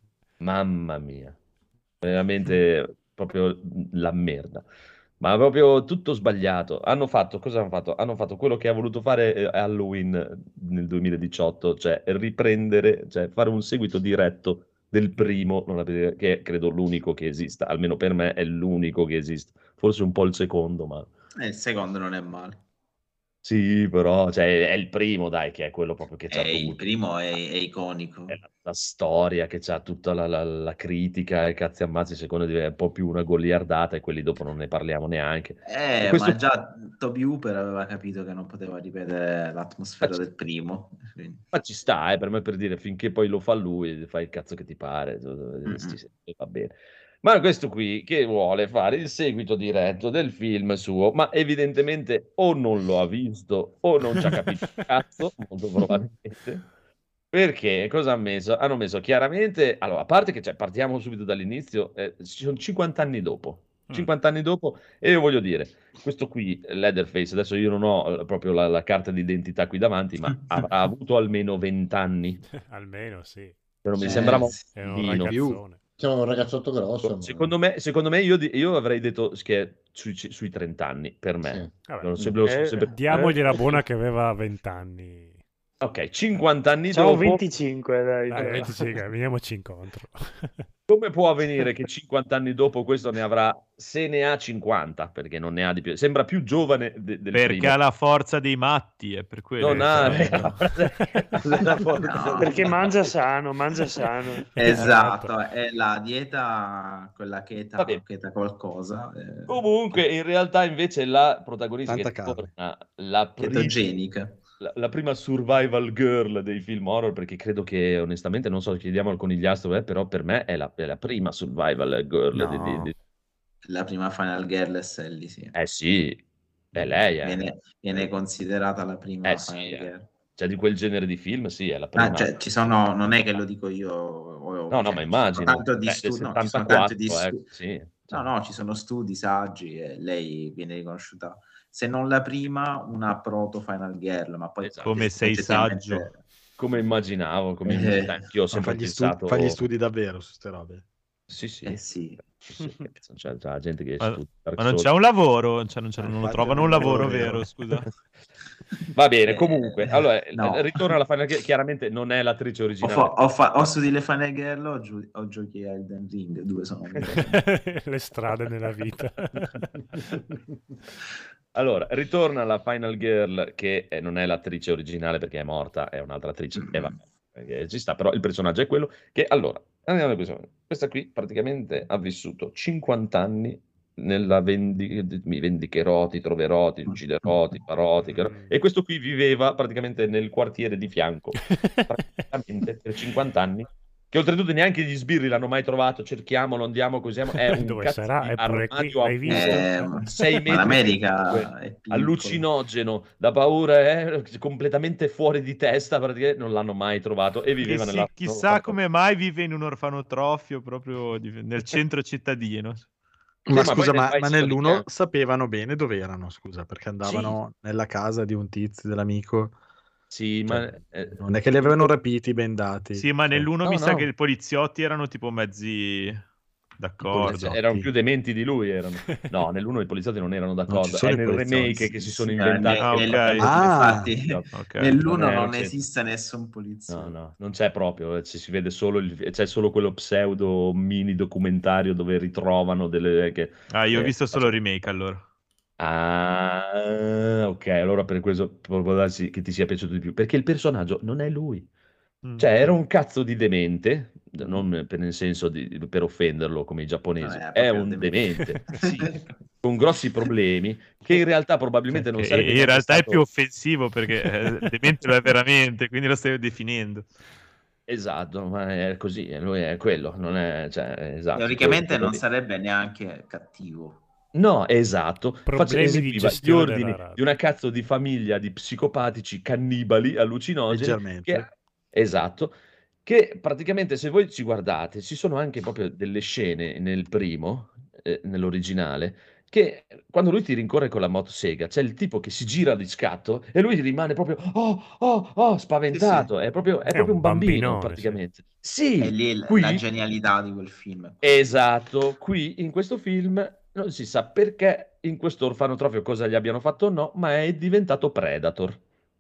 Mamma mia, veramente proprio la merda. Ma proprio tutto sbagliato. Cosa hanno fatto? Hanno fatto quello che ha voluto fare Halloween nel 2018, cioè riprendere, cioè fare un seguito diretto del primo, che è credo l'unico che esista, almeno per me è l'unico che esiste. Forse un po' il secondo, ma Il secondo non è male. sì, però cioè, è il primo, dai, che è quello proprio che c'ha Il tutto. primo è iconico. È la storia che c'ha tutta la critica e cazzi ammazzi, secondo me è un po' più una goliardata e quelli dopo non ne parliamo neanche. E questo... Ma già Toby Hooper aveva capito che non poteva ripetere l'atmosfera del primo. Quindi. Ma ci sta, per me per dire, finché poi lo fa lui, fai il cazzo che ti pare, va bene. Ma questo qui che vuole fare il seguito diretto del film suo, ma evidentemente o non lo ha visto o non ci ha capito un cazzo, molto probabilmente. Perché cosa hanno messo? Hanno messo chiaramente, allora, a parte che partiamo subito dall'inizio, ci sono 50 anni dopo. 50 anni dopo, e io voglio dire, questo qui, Leatherface, adesso io non ho proprio la carta d'identità qui davanti, ma avrà avuto almeno 20 anni. Almeno, sì. Però mi sembrava È un ragazzone. C'è un ragazzotto grosso. Secondo me io avrei detto che è sui 30 anni, per me. Sì. Sempre... Diamogli la buona che aveva 20 anni. Ok, 50 anni Siamo dopo... 25, dai. 25, veniamoci incontro. Come può avvenire che 50 anni dopo questo ne avrà, se ne ha 50, perché non ne ha di più, sembra più giovane del perché primo. ha la forza dei matti, è per quello. Non ha perché mangia sano. Esatto, è la dieta, quella cheta qualcosa. Comunque, in realtà invece la protagonista Tanta che carne. torna, la chetogenica. La prima survival girl dei film horror, perché credo che onestamente, non so, chiediamo al conigliastro, però per me è la prima survival girl. No. La prima final girl è Sally, sì. Sì, è lei. Viene considerata la prima final girl. Cioè di quel genere di film, sì, è la prima. Cioè, ci sono, non è che lo dico io. No, ma immagino. Ci sono tanti di sì. No, ci sono studi, saggi, e lei viene riconosciuta, se non la prima, una proto final girl, ma poi come sei saggio. Come immaginavo, io ho sempre pensato... Fa gli studi davvero su ste robe. Sì. Sì. C'è gente che ma non c'è un lavoro, non trovano un lavoro vero, scusa. Va bene, comunque, allora, no. ritorno alla Final Girl, chiaramente non è l'attrice originale. Ho studiato Final Girl, ho giochi a Elden Ring, 2 sono le strade nella vita. Allora, ritorna alla Final Girl che non è l'attrice originale perché è morta, è un'altra attrice, e vabbè, perché ci sta, però il personaggio è quello che, allora, andiamo a questo. Questa qui praticamente ha vissuto 50 anni nella mi vendicherò, ti troverò, ti ucciderò, ti farò, e questo qui viveva praticamente nel quartiere di fianco, praticamente per 50 anni, che oltretutto neanche gli sbirri l'hanno mai trovato, cerchiamolo, andiamo così, è un Dove cazzo sarà? di Eppure qui, armadio l'hai a visto? buco, 6 metri, l'America è piccolo. allucinogeno, da paura, completamente fuori di testa, praticamente non l'hanno mai trovato e viveva Che nella... chissà come mai vive in un orfanotrofio proprio nel centro cittadino. Ma Sì, ma scusa, poi nel ma paesino di nell'uno fianco. sapevano bene dove erano, scusa, perché andavano nella casa di un tizio, dell'amico. Sì, Cioè, ma... non è che li avevano rapiti, bendati. Sì, ma Cioè, nell'uno no, mi sa no. che i poliziotti erano tipo mezzi d'accordo. poliziotti. Erano più dementi di lui, erano. No, nell'uno i poliziotti non erano Non d'accordo. ci sono È i nel poliziotti. remake che si sono Sì, inventati. Ah, nel- ok. infatti, Ok. nell'uno non c'è- esiste nessun poliziotto. No, non c'è proprio, si vede solo c'è solo quello pseudo mini documentario dove ritrovano delle... Ah, io ho visto solo il remake allora. Ah, ok, allora per questo può darsi che ti sia piaciuto di più, perché il personaggio non è lui. Cioè, era un cazzo di demente, non nel senso per offenderlo come i giapponesi, No, è proprio un demente. demente, sì, con grossi problemi, che in realtà probabilmente non Che sarebbe in neanche realtà è stato... più offensivo perché demente lo è veramente, quindi lo stai definendo. Esatto, ma è così, lui è quello, non è... Cioè, esatto, Teoricamente quello non lì. sarebbe neanche cattivo. No, esatto. Problemi di Eseguiva gli gestione ordini della radio. di una cazzo di famiglia di psicopatici cannibali allucinogeni. Leggermente. Esatto. Che praticamente, se voi ci guardate, ci sono anche proprio delle scene nel primo, nell'originale, che quando lui ti rincorre con la motosega, c'è il tipo che si gira di scatto e lui rimane proprio spaventato. Sì, sì. È proprio È un un bambino, bambinone, praticamente. E Sì, lì la qui... genialità di quel film. Esatto, qui in questo film non si sa perché in questo orfanotrofio cosa gli abbiano fatto o no, ma è diventato Predator.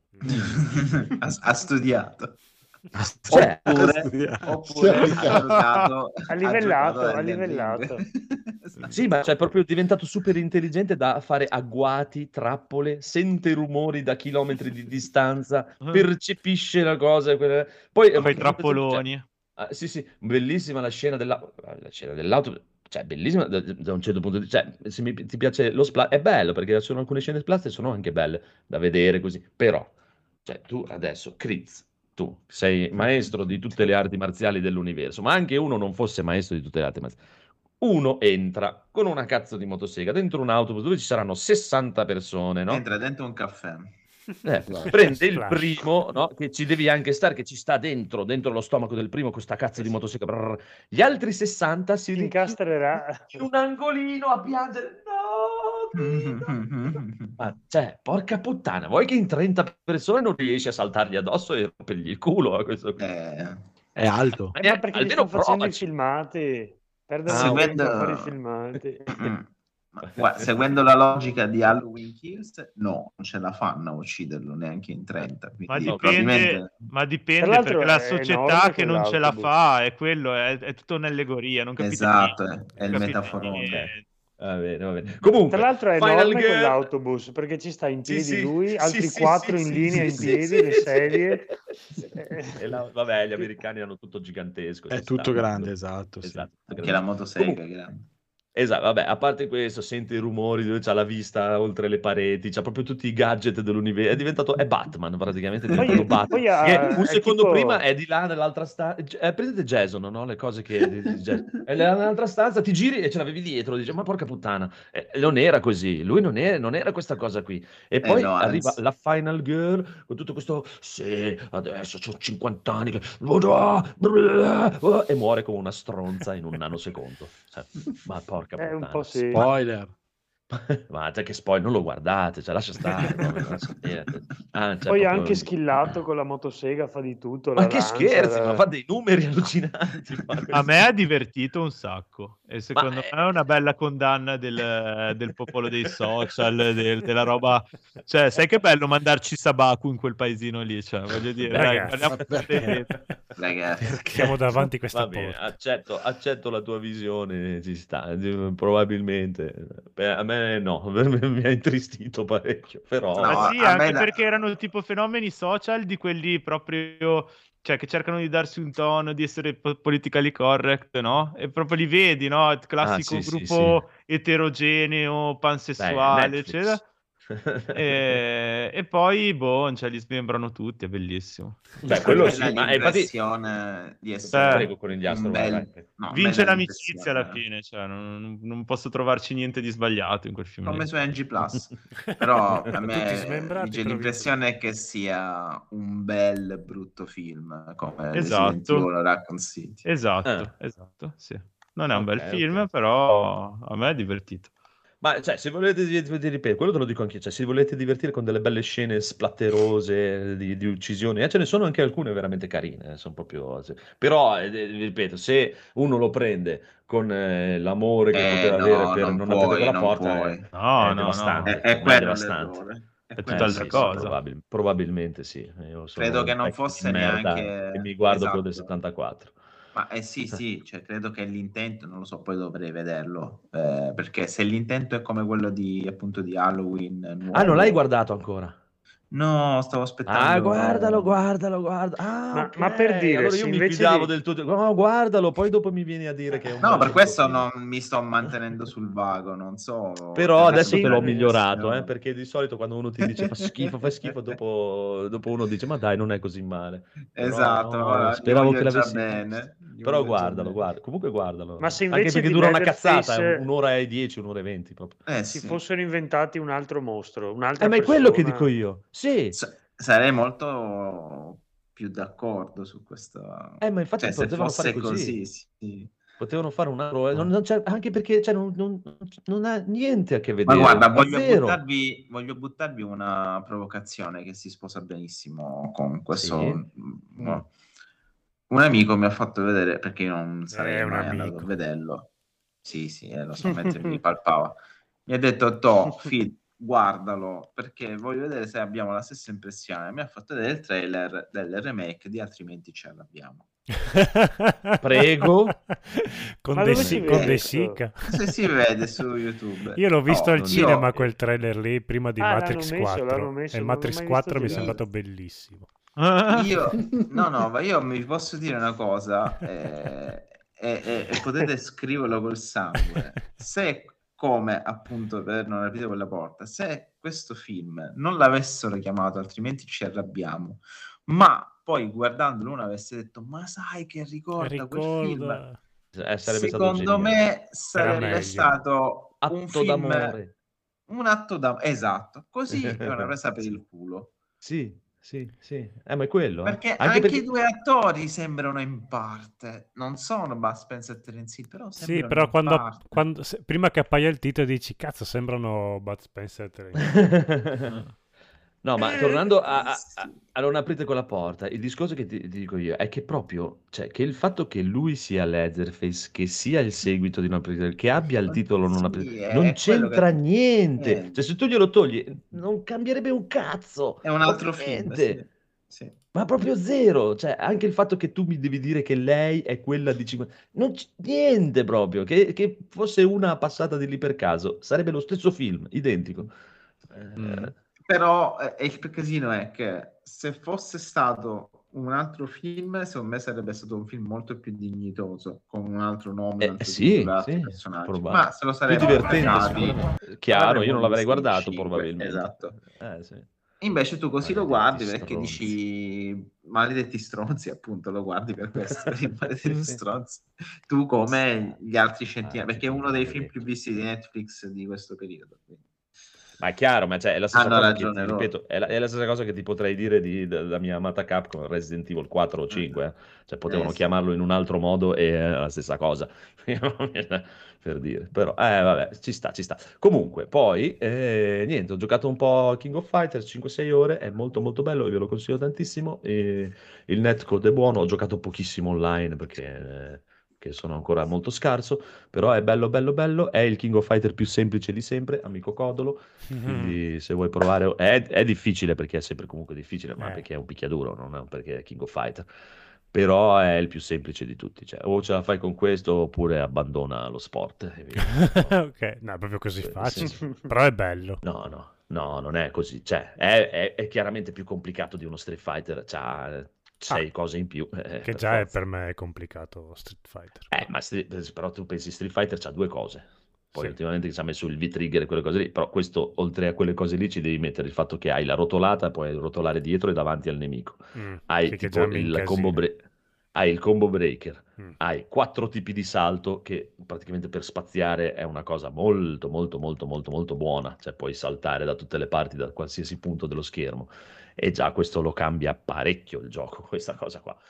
Ha studiato. Cioè, Oppure ha giocato, Ha livellato, a ha Elden livellato. Ring. Esatto. sì, ma cioè, è proprio diventato super intelligente da fare agguati, trappole, sente rumori da chilometri di distanza, percepisce la cosa. Poi Fai trappoloni. sì, bellissima la scena dell'auto. Cioè, bellissima da un certo punto di vista. Cioè, se ti piace lo splatter, è bello perché ci sono alcune scene splatter sono anche belle da vedere così. Però, cioè, tu adesso, Chris, tu sei maestro di tutte le arti marziali dell'universo, ma anche uno non fosse maestro di tutte le arti marziali. Uno entra con una cazzo di motosega dentro un autobus dove ci saranno 60 persone, no? Entra dentro un caffè. Prende il Splash. primo, no? Che ci devi anche stare, che ci sta dentro lo stomaco del primo, questa cazzo di motosega. Brrr. Gli altri 60 si Si rinchiudono incastrerà. in un angolino a piangere. No, ma cioè, porca puttana, vuoi che in 30 persone non riesci a saltargli addosso e rompergli il culo a questo qui? È alto. Ma perché gli Almeno stanno facendo i provaci. filmati? Perdono Seguendo- tempo a fare i filmati. Seguendo la logica di Halloween Kills, no, non ce la fanno a ucciderlo neanche in 30. Ma Quindi dipende, Tra l'altro perché la è società enorme che non ce la quell'autobus. fa è quello, è tutta un'allegoria, non capite Esatto, niente, è il non capite metaforone. niente. Va bene. Comunque, Tra l'altro è Final enorme Girl... quell'autobus perché ci sta in piedi Sì, lui, sì, altri sì, quattro sì, in sì, linea sì, in sì, piedi, sì. le sedie. Vabbè, gli americani hanno tutto gigantesco. È ci tutto sta. grande, esatto. Sì. Esatto, Anche la motosega, grande. Esatto, vabbè, a parte questo, sente i rumori, dove c'ha la vista oltre le pareti, c'ha proprio tutti i gadget dell'universo. È Batman praticamente, è diventato Batman. poi Che un è secondo tipo- prima è di là nell'altra stanza. Prendete Jason, no? Le cose che Jason. È nell'altra stanza, ti giri e ce l'avevi dietro. Dici, ma porca puttana, non era così. Lui non era questa cosa qui. E poi no, arriva anzi. la Final Girl con tutto questo. Sì, adesso ho 50 anni. E muore come una stronza in un nanosecondo. Cioè, ma porca un puttana. po' sì. Spoiler. Ma già che spoil, non lo guardate, cioè lascia stare. Cioè, Poi proprio... anche schillato con la motosega, fa di tutto. Ma la che lancia, scherzi, ma fa dei numeri allucinanti. A me ha divertito un sacco e secondo me è una bella condanna del popolo dei social, della roba. Cioè, sai che bello mandarci Sabaku in quel paesino lì, cioè, voglio dire, Ragazzi, siamo davanti a questa Va bene, porta. accetto la tua visione, ci sta, probabilmente. Beh, a me no, mi ha intristito parecchio, però... No, Ma sì, a me anche perché erano tipo fenomeni social di quelli proprio, cioè che cercano di darsi un tono, di essere politically correct, no? E proprio li vedi, no? Il classico sì, gruppo eterogeneo, pansessuale, Netflix. eccetera. E poi, boh, cioè, li smembrano tutti, è bellissimo. Beh, quello sì, Bella ma infatti... l'impressione di essere Prego, con il un bel... no, Vince bella l'amicizia alla fine, cioè, non posso trovarci niente di sbagliato in quel film come lì. su NG Plus. Però a Tutti me smembrati, dice, però l'impressione è che sia un bel brutto film come Esatto. Resident Evil Raccoon City. Esatto, sì. Non è un bel film, ok. però a me è divertito. Ma cioè, se volete, ripeto, quello te lo dico anch'io, cioè, se volete divertire con delle belle scene splatterose di uccisioni, ce ne sono anche alcune veramente carine, sono proprio... Però, ripeto, se uno lo prende con l'amore che poteva avere per non aprire quella porta, è devastante, È è quello devastante. l'errore. È tutt'altra cosa. Probabilmente sì. Io sono Credo che un non vecchio di fosse merda neanche... e mi guardo quello del Esatto. 74. Ma sì, cioè, credo che l'intento, non lo so, poi dovrei vederlo, perché se l'intento è come quello di, appunto, di Halloween nuovo... Ah, non l'hai guardato ancora? No, stavo aspettando... Ah, guardalo. Ah, ok. Ma per dire, allora io se mi invece fidavo di... del tuo... No, guardalo, poi dopo mi vieni a dire che è un No, per brutto questo film. non mi sto mantenendo sul vago, non so. Però adesso sì, te l'ho ma- migliorato, perché di solito quando uno ti dice fa schifo, dopo uno dice ma dai, non è così male. Però Esatto, no, ora gli speravo voglio che già l'avessi bene. visto. Gli Però voglio già guardalo, bene. comunque guardalo. Ma se Anche invece perché di dura una cazzata, Leatherface un'ora e 10, un'ora e 20 proprio. si Sì. fossero inventati un altro mostro, un'altra Ma è persona... quello che dico io. Sì. Sarei molto più d'accordo su questo. Ma infatti Cioè, se potevano fare fosse così. sì. Potevano fare un altro, non c'è, anche perché cioè, non ha niente a che Ma vedere. guarda, zero. voglio buttarvi una provocazione che si sposa benissimo con questo. Sì. Un amico mi ha fatto vedere, perché io non sarei un mai amico. andato a vederlo. Sì, lo so, mentre mi palpava. Mi ha detto, Phil, guardalo, perché voglio vedere se abbiamo la stessa impressione. Mi ha fatto vedere il trailer del remake di Altrimenti ce l'abbiamo. Prego. Con De Sica. Se si vede su YouTube. Io l'ho visto al cinema quel trailer lì prima di Matrix 4 e Matrix 4 mi è sembrato bellissimo. Io vi posso dire una cosa e potete scriverlo col sangue. Se, come appunto per non aprire quella porta, se questo film non l'avessero chiamato Altrimenti ci arrabbiamo, ma poi guardandolo uno avesse detto ma sai che ricorda quel film, secondo me sarebbe stato un film d'amore, un atto d'amore, esatto, così è una presa per il culo. Sì, ma è quello. Perché anche i due attori sembrano in parte, non sono Bud Spencer e Terence Hill, però sembrano quando prima che appaia il titolo dici cazzo sembrano Bud Spencer e Terence Hill. No, ma tornando a non aprite quella porta, il discorso che ti dico io è che proprio, cioè, che il fatto che lui sia Leatherface, che sia il seguito di Non aprite, che abbia il titolo Non aprite, non c'entra niente. Cioè, se tu glielo togli, non cambierebbe un cazzo. È un altro film, sì. Ma proprio zero. Cioè, anche il fatto che tu mi devi dire che lei è quella di 50... Non c'è niente proprio. Che fosse una passata di lì per caso, sarebbe lo stesso film, identico. Però il casino è che se fosse stato un altro film, secondo me sarebbe stato un film molto più dignitoso, con un altro nome, un altro titolo, altri personaggi. Ma se lo sarebbe più divertente, chiaro, io non l'avrei guardato probabilmente. Esatto. Sì. Invece tu così lo guardi perché dici maledetti stronzi, appunto, lo guardi per questo, maledetti stronzi. Tu come gli altri centinaia, perché è uno dei film più visti di Netflix di questo periodo. Quindi. Ma è chiaro, ma cioè, è la stessa Hanno cosa che, ragione loro. ripeto, è la stessa cosa che ti potrei dire della mia amata Capcom, Resident Evil 4 o 5, eh. Cioè potevano Sì. chiamarlo in un altro modo e è la stessa cosa, per dire. Però, vabbè, ci sta. Comunque, poi, niente, ho giocato un po' a King of Fighters, 5-6 ore, è molto molto bello, io ve lo consiglio tantissimo, e il netcode è buono, ho giocato pochissimo online perché che sono ancora molto scarso, però è bello bello bello, è il King of Fighter più semplice di sempre, amico Codolo, quindi se vuoi provare è difficile perché è sempre comunque difficile, ma perché è un picchiaduro, non è perché è King of Fighter, però è il più semplice di tutti, cioè o ce la fai con questo oppure abbandona lo sport. E via. Ok, no, è proprio così Nel facile, senso- però è bello. No, non è così, cioè è chiaramente più complicato di uno Street Fighter, c'ha 6 cose in più, Che per già è forza. per me complicato Street Fighter. Ma però tu pensi Street Fighter c'ha 2 cose. Poi Sì. ultimamente ci ha messo il V-trigger e quelle cose lì, però questo oltre a quelle cose lì ci devi mettere il fatto che hai la rotolata, puoi rotolare dietro e davanti al nemico. Hai sì, che tipo già mi il incasina. hai il combo breaker, Mm. hai 4 tipi di salto che praticamente per spaziare è una cosa molto molto molto molto molto buona, cioè puoi saltare da tutte le parti, da qualsiasi punto dello schermo e già questo lo cambia parecchio il gioco, questa cosa qua.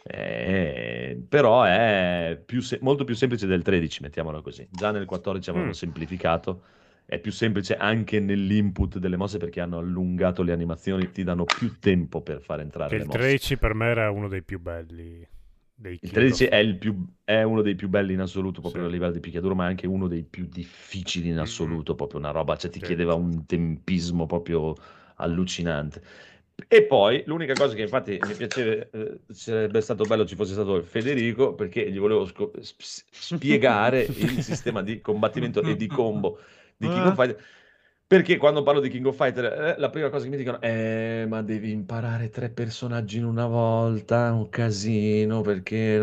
Però è molto più semplice del 13, mettiamola così. Già nel 14 avevano semplificato, è più semplice anche nell'input delle mosse perché hanno allungato le animazioni, ti danno più tempo per far entrare Che le il mosse. 13 per me era uno dei più belli dei Il King 13 of- è uno dei più belli in assoluto, proprio Sì. a livello di picchiaduro, ma è anche uno dei più difficili in assoluto, proprio una roba, cioè ti Sì. chiedeva un tempismo proprio allucinante. E poi l'unica cosa che infatti mi piacerebbe, sarebbe stato bello ci fosse stato Federico, perché gli volevo spiegare il sistema di combattimento e di combo di King of Fighters. Perché quando parlo di King of Fighter, la prima cosa che mi dicono è ma devi imparare 3 personaggi in una volta, è un casino, perché...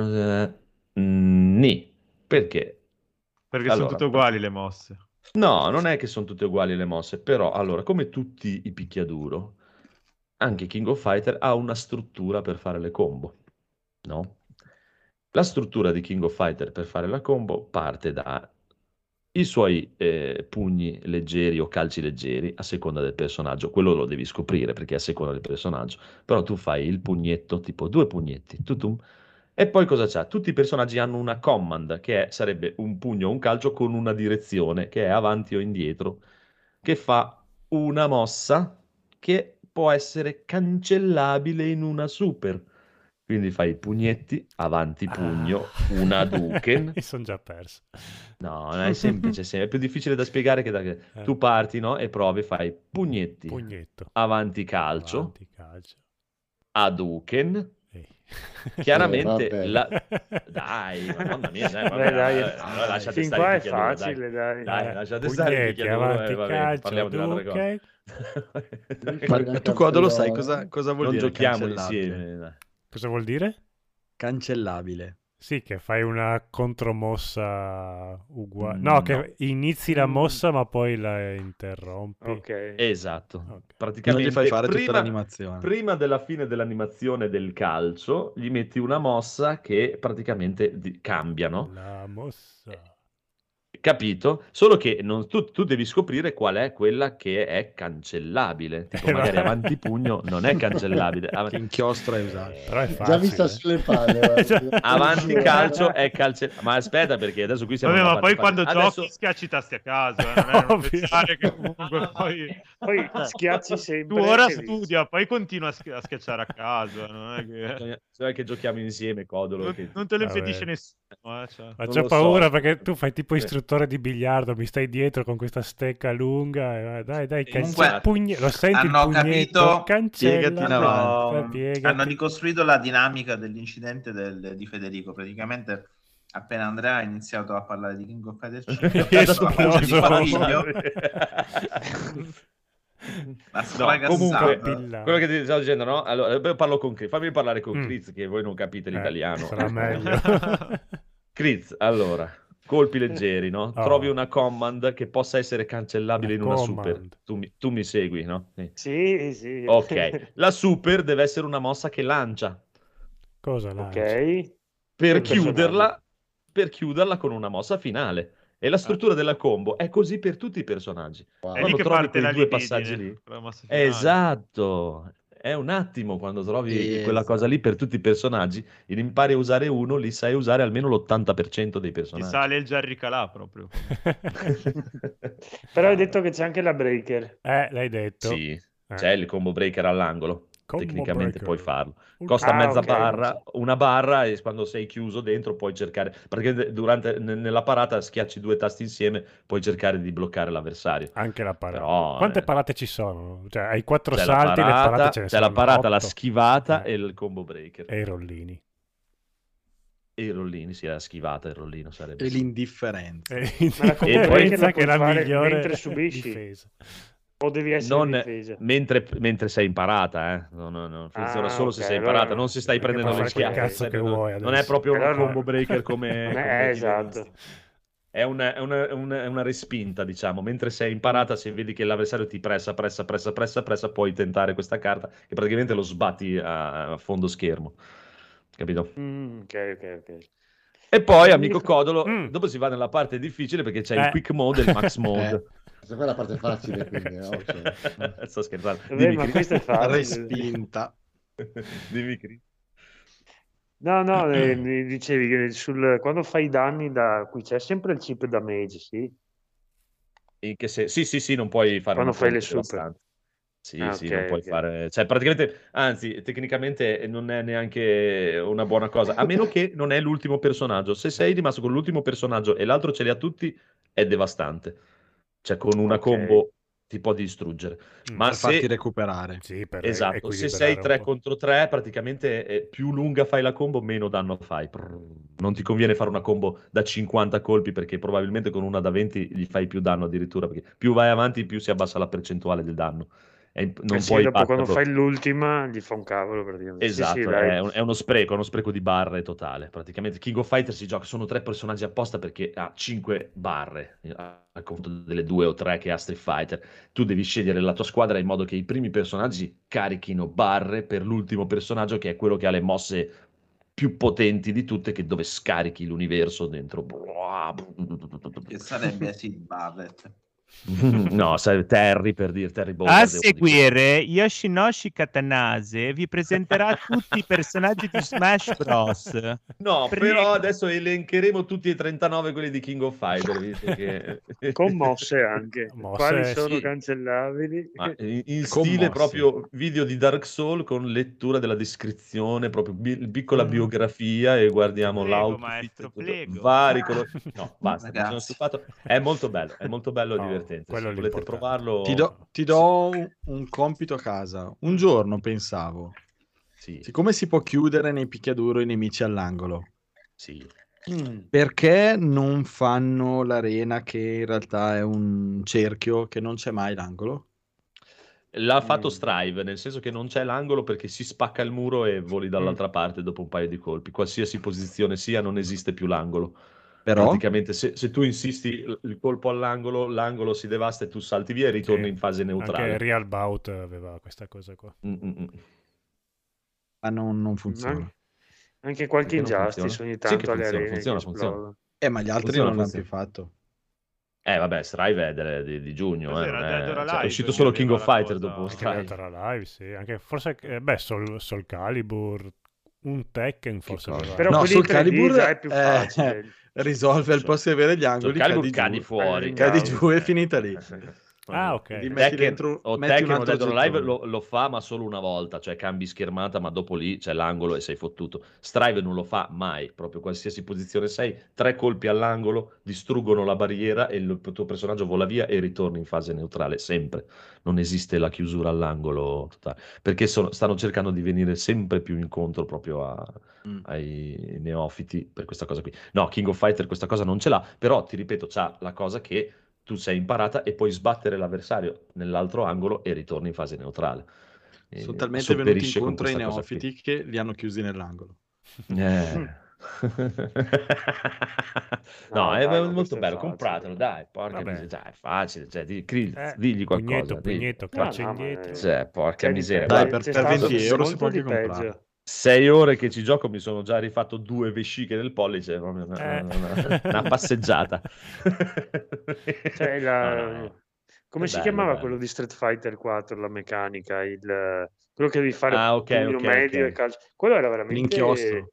Nì, perché? Perché sono Allora, tutte uguali le mosse. no, non è che sono tutte uguali le mosse, però allora, come tutti i picchiaduro, anche King of Fighter ha una struttura per fare le combo, no? La struttura di King of Fighter per fare la combo parte da i suoi pugni leggeri o calci leggeri a seconda del personaggio, quello lo devi scoprire perché è a seconda del personaggio, però tu fai il pugnetto, tipo 2 pugnetti, tutum, e poi cosa c'ha? Tutti i personaggi hanno una command sarebbe un pugno o un calcio con una direzione che è avanti o indietro, che fa una mossa che può essere cancellabile in una super. Quindi fai i pugnetti, avanti pugno, una Hadouken. Mi sono già perso. No, è semplice, è più difficile da spiegare che tu parti, no? E provi, fai pugnetti, Pugnetto. avanti calcio, Avanti, calcio. Hadouken. Ehi. Chiaramente vabbè. Dai, madonna mia, dai, Beh, dai, allora lasciate fin stare qua il è picchiaduro, facile, dai. dai, lasciate stare il Pugneti, picchiaduro, avanti, va bene, calcio, parliamo di un'altra cosa. Fare Tu Codo lo una sai cancellola. cosa vuol Non dire giochiamo cancellabile? insieme, dai. Cosa vuol dire? Cancellabile. Sì, che fai una contromossa uguale. No, che inizi la mossa ma poi la interrompi. Ok. Esatto. Ok. Praticamente Non gli fai fare tutta prima, l'animazione. prima della fine dell'animazione del calcio, gli metti una mossa che praticamente cambia, no? La mossa. Capito? Solo che tu devi scoprire qual è quella che è cancellabile. Tipo, magari avanti pugno non è cancellabile. Che inchiostro hai usato? Però è Già mi facile. sta sulle palle. guarda. Avanti calcio è cancellabile. Ma aspetta, perché adesso qui siamo Vabbè, alla ma poi parte quando adesso... giochi schiacci i tasti a caso, non è non Ovvio. pensare che comunque poi... Poi schiacci Tu sempre. ora e vinci. studia, poi continua a schiacciare a caso, non è che... Bisogna che giochiamo insieme, Codolo. che- Non te lo Vabbè. impedisce nessuno, cioè. Ma Non c'ho lo paura so. perché tu fai tipo istruttore di biliardo, mi stai dietro con questa stecca lunga. Dai, Comunque, lo senti il hanno pugnetto? capito- Cancella. Piegati in avanti. Piegati. hanno ricostruito la dinamica dell'incidente di Federico. Praticamente, appena Andrea ha iniziato a parlare di King of Fighters 5, È la sua voce di esploso. famiglio l'ha No, sfragassata. comunque, Pilla. quello che ti stavo dicendo, no? Allora, poi parlo con Chris. Fammi parlare con Mm. Chris, che voi non capite l'italiano. Sarà meglio. Chris, allora, colpi leggeri, no? Oh. Trovi una command che possa essere cancellabile Una in una command. super. Tu mi segui, no? Sì. Sì, sì. Ok, la super deve essere una mossa che lancia. Cosa lancia? Ok. Per Il chiuderla con una mossa finale. E la struttura della combo è così per tutti i personaggi. Wow. È lì Quando che trovi parte quei la due libidine, passaggi lì. la mossa finale. Esatto. È un attimo quando trovi quella cosa lì per tutti i personaggi, li impari a usare uno, li sai usare almeno l'80% dei Ti personaggi. sale il Jerry Calà proprio. Però hai detto che c'è anche la breaker. L'hai detto. Sì, c'è il combo breaker all'angolo. Combo Tecnicamente breaker. puoi farlo. Costa mezza ok. barra, una barra, e quando sei chiuso dentro puoi cercare. Praticamente nella parata schiacci 2 tasti insieme, puoi cercare di bloccare l'avversario. Anche la parata. Però, Quante parate ci sono? Cioè, hai 4 c'è salti, la le parata, parate ce ne c'è sono la parata, la 8. schivata e il combo breaker. E i rollini. E i rollini, sì, la schivata e il rollino sarebbe. E sì. l'indifferenza. E Ma la combo poi- breaker la che puoi è la fare migliore mentre subisci difesa. o devi essere Non difesa? mentre sei imparata, non funziona Ah, solo se ok, sei allora imparata, no. non se stai Perché prendendo puoi le fare quel schiaffe. cazzo che non, vuoi non è adesso. proprio un Allora no. combo breaker come, Non come è i esatto. livellisti. È una respinta, diciamo. Mentre sei imparata, se vedi che l'avversario ti pressa, puoi tentare questa carta che praticamente lo sbatti a fondo schermo. Capito? Ok. E poi, Non mi amico ricor- Codolo, dopo si va nella parte difficile perché c'è il quick mode e il max mode. Questa qua è la parte facile, quindi, occhio. Sto scherzando. Vabbè, Dimmi, ma Chris. questo è facile. Respinta. Dimmi, Chris. No, mi dicevi che quando fai i danni da qui c'è sempre il chip damage, sì? Sì, non puoi fare Quando una fai le combo super. devastante. Sì, Ah, sì, ok, non puoi ok. fare. Cioè, praticamente, anzi, tecnicamente non è neanche una buona cosa, a meno che non è l'ultimo personaggio. Se sei rimasto con l'ultimo personaggio e l'altro ce li ha tutti, è devastante. Cioè, con una Ok. combo ti può distruggere. Ma Per farti se recuperare. Sì, per Esatto, se equilibrare sei un 3 po'. contro 3, praticamente più lunga fai la combo, meno danno fai. Non ti conviene fare una combo da 50 colpi perché probabilmente con una da 20 gli fai più danno addirittura, perché più vai avanti più si abbassa la percentuale del danno. Non Sì, puoi dopo quando batterlo. fai l'ultima gli fa un cavolo praticamente. Sì, Esatto, dai. è uno spreco di barre totale. Praticamente King of Fighters si gioca, sono 3 personaggi apposta perché ha 5 barre al confronto delle 2 o 3 che ha Street Fighter. Tu devi scegliere la tua squadra in modo che i primi personaggi carichino barre per l'ultimo personaggio che è quello che ha le mosse più potenti di tutte, che dove scarichi l'universo dentro. Che sarebbe Sid Barrett. No, Terry, per dire Terry A Bogard. seguire, Yoshinoshi Katanase vi presenterà tutti i personaggi di Smash Bros. No, Prego. però adesso elencheremo tutti e 39 quelli di King of Fighter, visto che... Con mosse anche. Mosse, Quali sono sì. cancellabili? Ma in Commossi. stile proprio video di Dark Souls con lettura della descrizione, proprio piccola biografia e guardiamo Prego, l'outfit, maestro, tutto, prego. vari colori. No, basta, mi sono Ragazzi. stufato. È molto bello e No, divertente. quello Se è volete l'importante. provarlo... Ti do un compito a casa. Un giorno pensavo, Sì, siccome si può chiudere nei picchiaduro i nemici all'angolo, sì. perché non fanno l'arena che in realtà è un cerchio che non c'è mai l'angolo? L'ha fatto Strive, nel senso che non c'è l'angolo perché si spacca il muro e voli dall'altra parte dopo un paio di colpi. Qualsiasi posizione sia, non esiste più l'angolo. Però Praticamente se tu insisti il colpo all'angolo, l'angolo si devasta e tu salti via e ritorni Sì. in fase neutrale. Anche Real Bout aveva questa cosa qua. ma non funziona. Anche qualche Perché non Injustice funziona? ogni Sì che tanto alle funziona, arene funziona, che funziona. esplodono. Ma gli altri Funziona, non l'hanno funziona. più fatto. Vabbè, Strive è di giugno. Cos'era? Non è... Dead or cioè, è Alive uscito che solo aveva King of la Fighter cosa- dopo Anche Strive. Delta Live, sì. Anche forse, Soul Calibur, un Tekken forse cosa? aveva. Però No, quelli Soul in 3D Calibur già è più facile. risolve al posto di avere gli angoli, Soul Calibur cadi cadi giù, fuori. cadi Cavolo. giù e finita lì. Ah, ok. Quindi metti dentro, o metti Tekken un o altro Dead or Alive gettone. lo fa, ma solo una volta, cioè cambi schermata, ma dopo lì c'è l'angolo e sei fottuto. Strive non lo fa mai, proprio qualsiasi posizione sei, 3 colpi all'angolo distruggono la barriera e il tuo personaggio vola via e ritorni in fase neutrale, sempre. Non esiste la chiusura all'angolo totale, perché stanno cercando di venire sempre più incontro proprio ai neofiti per questa cosa qui. No, King of Fighter questa cosa non ce l'ha, però ti ripeto, c'ha la cosa che tu sei imparata e puoi sbattere l'avversario nell'altro angolo e ritorni in fase neutrale. Sono talmente venuti Sopperisce con incontro ai questa cosa qui. neofiti che li hanno chiusi nell'angolo. No, è dai, ma molto questo è bello, facile. compratelo, dai, porca Vabbè. miseria, dai, è facile, cioè, digli qualcosa. Pugnetto, No, calcia no, ma- indietro. Cioè, porca C'è miseria. Dai, guarda, per c'è stato 20 euro si molto può anche di comprare. peggio. 6 ore che ci gioco mi sono già rifatto 2 vesciche nel pollice, una passeggiata. Cioè, come È si bello, chiamava bello. quello di Street Fighter 4, la meccanica, quello che devi fare Ok, pugno ok, medio e ok. calcio? Quello era veramente... L'inchiostro.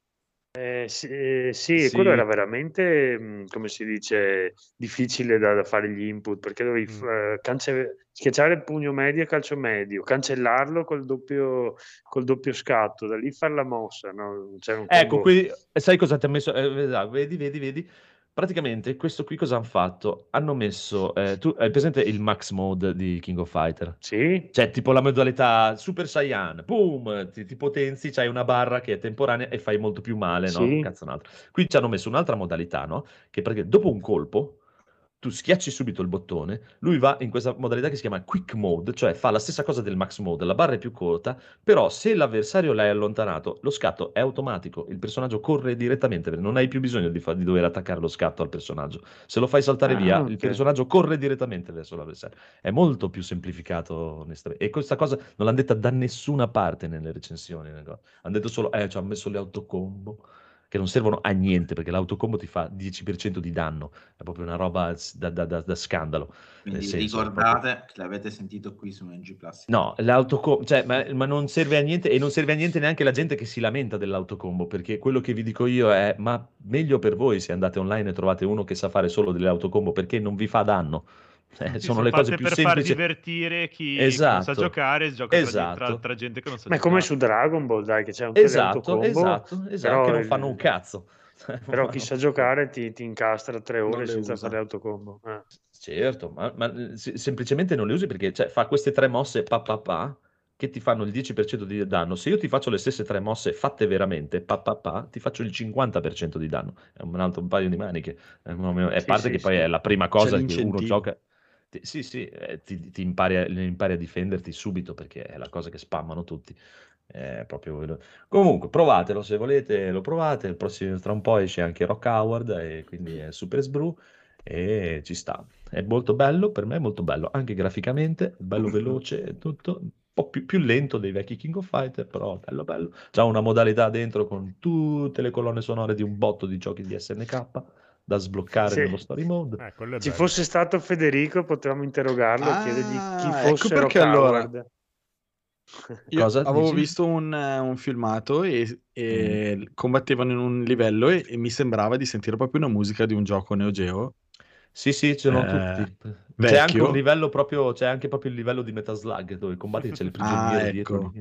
sì, quello era veramente, come si dice, difficile da fare gli input, perché dovevi schiacciare il pugno medio e calcio medio, cancellarlo col doppio scatto, da lì fare la mossa, no? C'era un Ecco, combo... sai cosa ti ha messo? Vedi. Praticamente questo qui cosa hanno fatto? Hanno messo, tu hai presente il max mode di King of Fighter? Sì, Cioè, tipo la modalità Super Saiyan, boom, ti potenzi, c'hai una barra che è temporanea e fai molto più male, no? sì. Cazzo un altro. Qui ci hanno messo un'altra modalità, no? Che praticamente dopo un colpo, tu schiacci subito il bottone, lui va in questa modalità che si chiama Quick Mode, cioè fa la stessa cosa del Max Mode, la barra è più corta, però se l'avversario l'hai allontanato, lo scatto è automatico, il personaggio corre direttamente, non hai più bisogno di dover attaccare lo scatto al personaggio. Se lo fai saltare via, il Ok. personaggio corre direttamente verso l'avversario. È molto più semplificato, onestamente. E questa cosa non l'hanno detta da nessuna parte nelle recensioni. Hanno detto solo, ci hanno messo le autocombo, che non servono a niente, perché l'autocombo ti fa 10% di danno. È proprio una roba da scandalo. Nel Quindi senso, ricordate che l'avete sentito qui su NG Plus. no, cioè, ma non serve a niente, e non serve a niente neanche la gente che si lamenta dell'autocombo, perché quello che vi dico io è, ma meglio per voi se andate online e trovate uno che sa fare solo delle autocombo, perché non vi fa danno. Sì, Sono sono le cose fatte più per far semplici. divertire chi non sa Esatto, giocare, gioca esatto. tra gente che non sa Ma è come giocare. su Dragon Ball, dai, che c'è anche le Esatto, autocombo, che però, non fanno un cazzo. però chi sa giocare ti incastra 3 Non ore le senza usa. fare le autocombo. Certo, semplicemente non le usi perché cioè, fa queste 3 mosse che ti fanno il 10% di danno. Se io ti faccio le stesse 3 mosse fatte veramente, ti faccio il 50% di danno. È un paio di maniche. È Sì, parte sì, che poi sì. è la prima C'è cosa che uno l'incentivo. gioca. Sì, ti impari a difenderti subito perché è la cosa che spammano tutti. È proprio quello. Comunque, provatelo se volete, lo provate. Il prossimo, tra un po' esce anche Rock Howard e quindi è Super Sbrew e ci sta. È molto bello, per me è molto bello, anche graficamente, bello veloce e tutto, un po' più lento dei vecchi King of Fighter, però bello bello. C'ha una modalità dentro con tutte le colonne sonore di un botto di giochi di SNK da sbloccare nello Se story mode. Quello è ci bello. fosse stato Federico, potevamo interrogarlo e chiedergli chi ecco fosse Rock perché allora Howard. io Cosa avevo dici? visto un filmato e combattevano in un livello e mi sembrava di sentire proprio una musica di un gioco Neo Geo Sì, ce sono tutti. C'è anche un vecchio. livello proprio, c'è anche proprio il livello di Metal Slug dove combatti, c'è il prigioniero dietro. Ecco.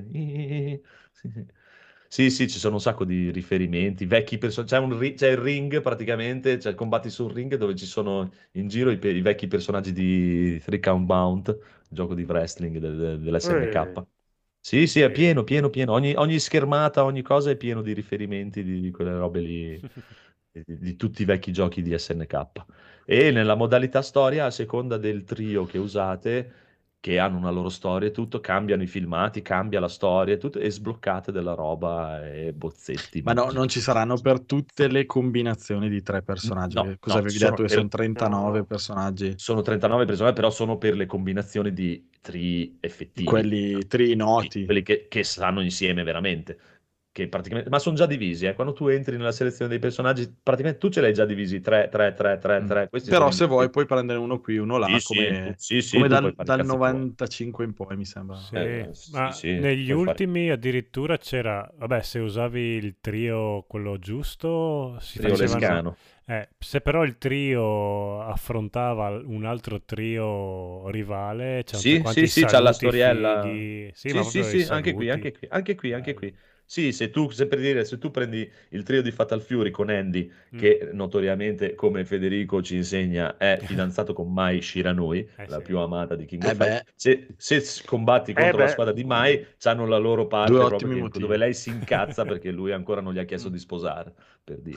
Sì, ci sono un sacco di riferimenti, vecchi personaggi, c'è il ring praticamente, cioè combatti sul ring dove ci sono in giro i vecchi personaggi di Three Count Bound, gioco di wrestling dell'SNK. Sì, è pieno. Ogni schermata, ogni cosa è pieno di riferimenti di quelle robe lì, di tutti i vecchi giochi di SNK. E nella modalità storia, a seconda del trio che usate, che hanno una loro storia e tutto, cambiano i filmati, cambia la storia e tutto, e sbloccate della roba e bozzetti. Ma no, non ci saranno per tutte le combinazioni di 3 personaggi. No, Cosa avevi detto? Che sono 39 No. personaggi. sono 39 personaggi, però sono per le combinazioni di tri effettivi. Quelli tri noti. Quelli che stanno insieme veramente. Che praticamente, ma sono già divisi, Quando tu entri nella selezione dei personaggi, praticamente tu ce l'hai già divisi 3. Questi Però sono se vuoi puoi prendere uno qui, uno là, come tu puoi fare i dal cazzi tuoi. 95 in poi, mi sembra. Ma negli puoi fare. ultimi addirittura c'era, vabbè, se usavi il trio quello giusto si Trio facevano, lescano. se però il trio affrontava un altro trio rivale, c'è tutti quanti c'ha la saluti storiella. fighi. Sì, ma proprio i Sì, saluti. anche qui. Sì, se tu prendi il trio di Fatal Fury con Andy, Mm. che notoriamente, come Federico ci insegna, è fidanzato con Mai Shiranui, la sì. più amata di King of beh. Fighters. Se combatti contro la squadra di Mai, hanno la loro parte Due proprio ottimi motivi. dove lei si incazza perché lui ancora non gli ha chiesto di sposare, per dire.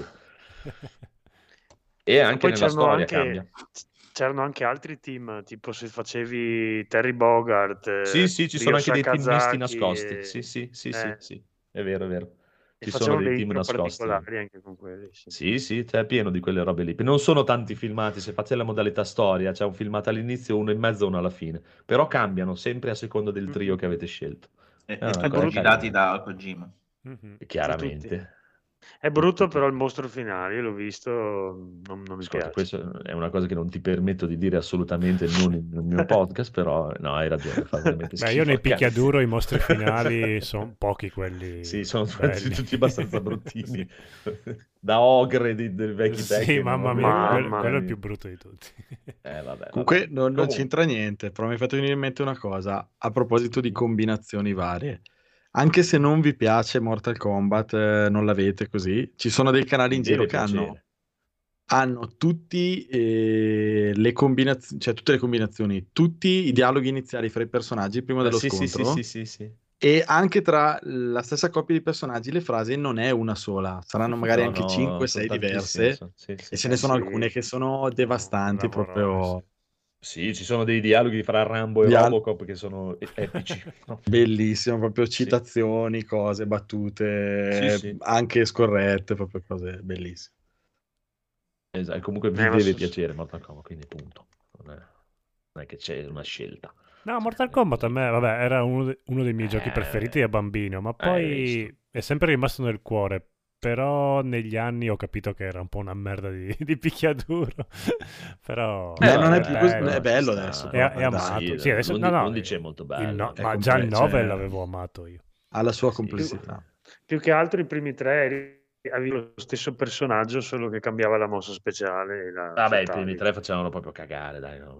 E anche poi nella storia cambia. C'erano anche altri team, tipo se facevi Terry Bogard, Sì, ci Ryo sono anche dei team misti Sakazaki nascosti. e- Sì, è vero. e Ci sono facevano dei dei team intro nascosti. particolari anche con quelli. Sì, c'è pieno di quelle robe lì. Non sono tanti filmati, se fate la modalità storia, c'è un filmato all'inizio, uno in mezzo e uno alla fine. Però cambiano sempre a seconda del trio che avete scelto. E È una tutti cosa girati carina. da Kojima. chiaramente. È brutto però il mostro finale, io l'ho visto, non mi Ascolta, piace. questa è una cosa che non ti permetto di dire assolutamente non nel mio podcast, però no, hai ragione, fa veramente Beh, schifo. io nei a cazzo. picchiaduro i mostri finali sono pochi quelli Sì, sono belli. tutti abbastanza bruttini. Da ogre del vecchi Sì, Tekken, mamma no? mia, Mamma quello è il mia. più brutto di tutti. Vabbè, Comunque vabbè. non Comunque, c'entra niente, però mi è fatto venire in mente una cosa a proposito di combinazioni varie. Anche se non vi piace Mortal Kombat, non l'avete così, ci sono dei canali in mi giro deve che piacere. hanno tutti le combinazioni, cioè tutte le combinazioni, tutti i dialoghi iniziali fra i personaggi prima dello Sì, sì, scontro. sì. E anche tra la stessa coppia di personaggi le frasi non è una sola, saranno magari No, anche no, 5-6 sono tantissime, diverse sì, e ce ne sono sì. alcune che sono devastanti proprio. Sì, ci sono dei dialoghi fra Rambo e Dial- Robocop che sono epici. No? Bellissimo, proprio Sì. citazioni, cose, battute, Sì. anche scorrette, proprio cose bellissime. Esatto, comunque vi ma deve piacere Mortal Kombat, quindi punto. Non è che c'è una scelta. No, Mortal Kombat a me, vabbè, era uno dei miei giochi Eh, preferiti da bambino, ma hai poi visto. è sempre rimasto nel cuore. Però negli anni ho capito che era un po' una merda di picchiaduro. Però Non è vabbè, più così, bello. è bello ci adesso. sta. È Però, dai. amato. Sì, Sì, adesso no, l'11 è molto bello. È ma già il 9 cioè, l'avevo amato io. ha la sua Sì, complessità. Più che altro i primi tre avevi lo stesso personaggio, solo che cambiava la mossa speciale. E la Vabbè, i fatality. primi tre facevano proprio cagare, dai. No.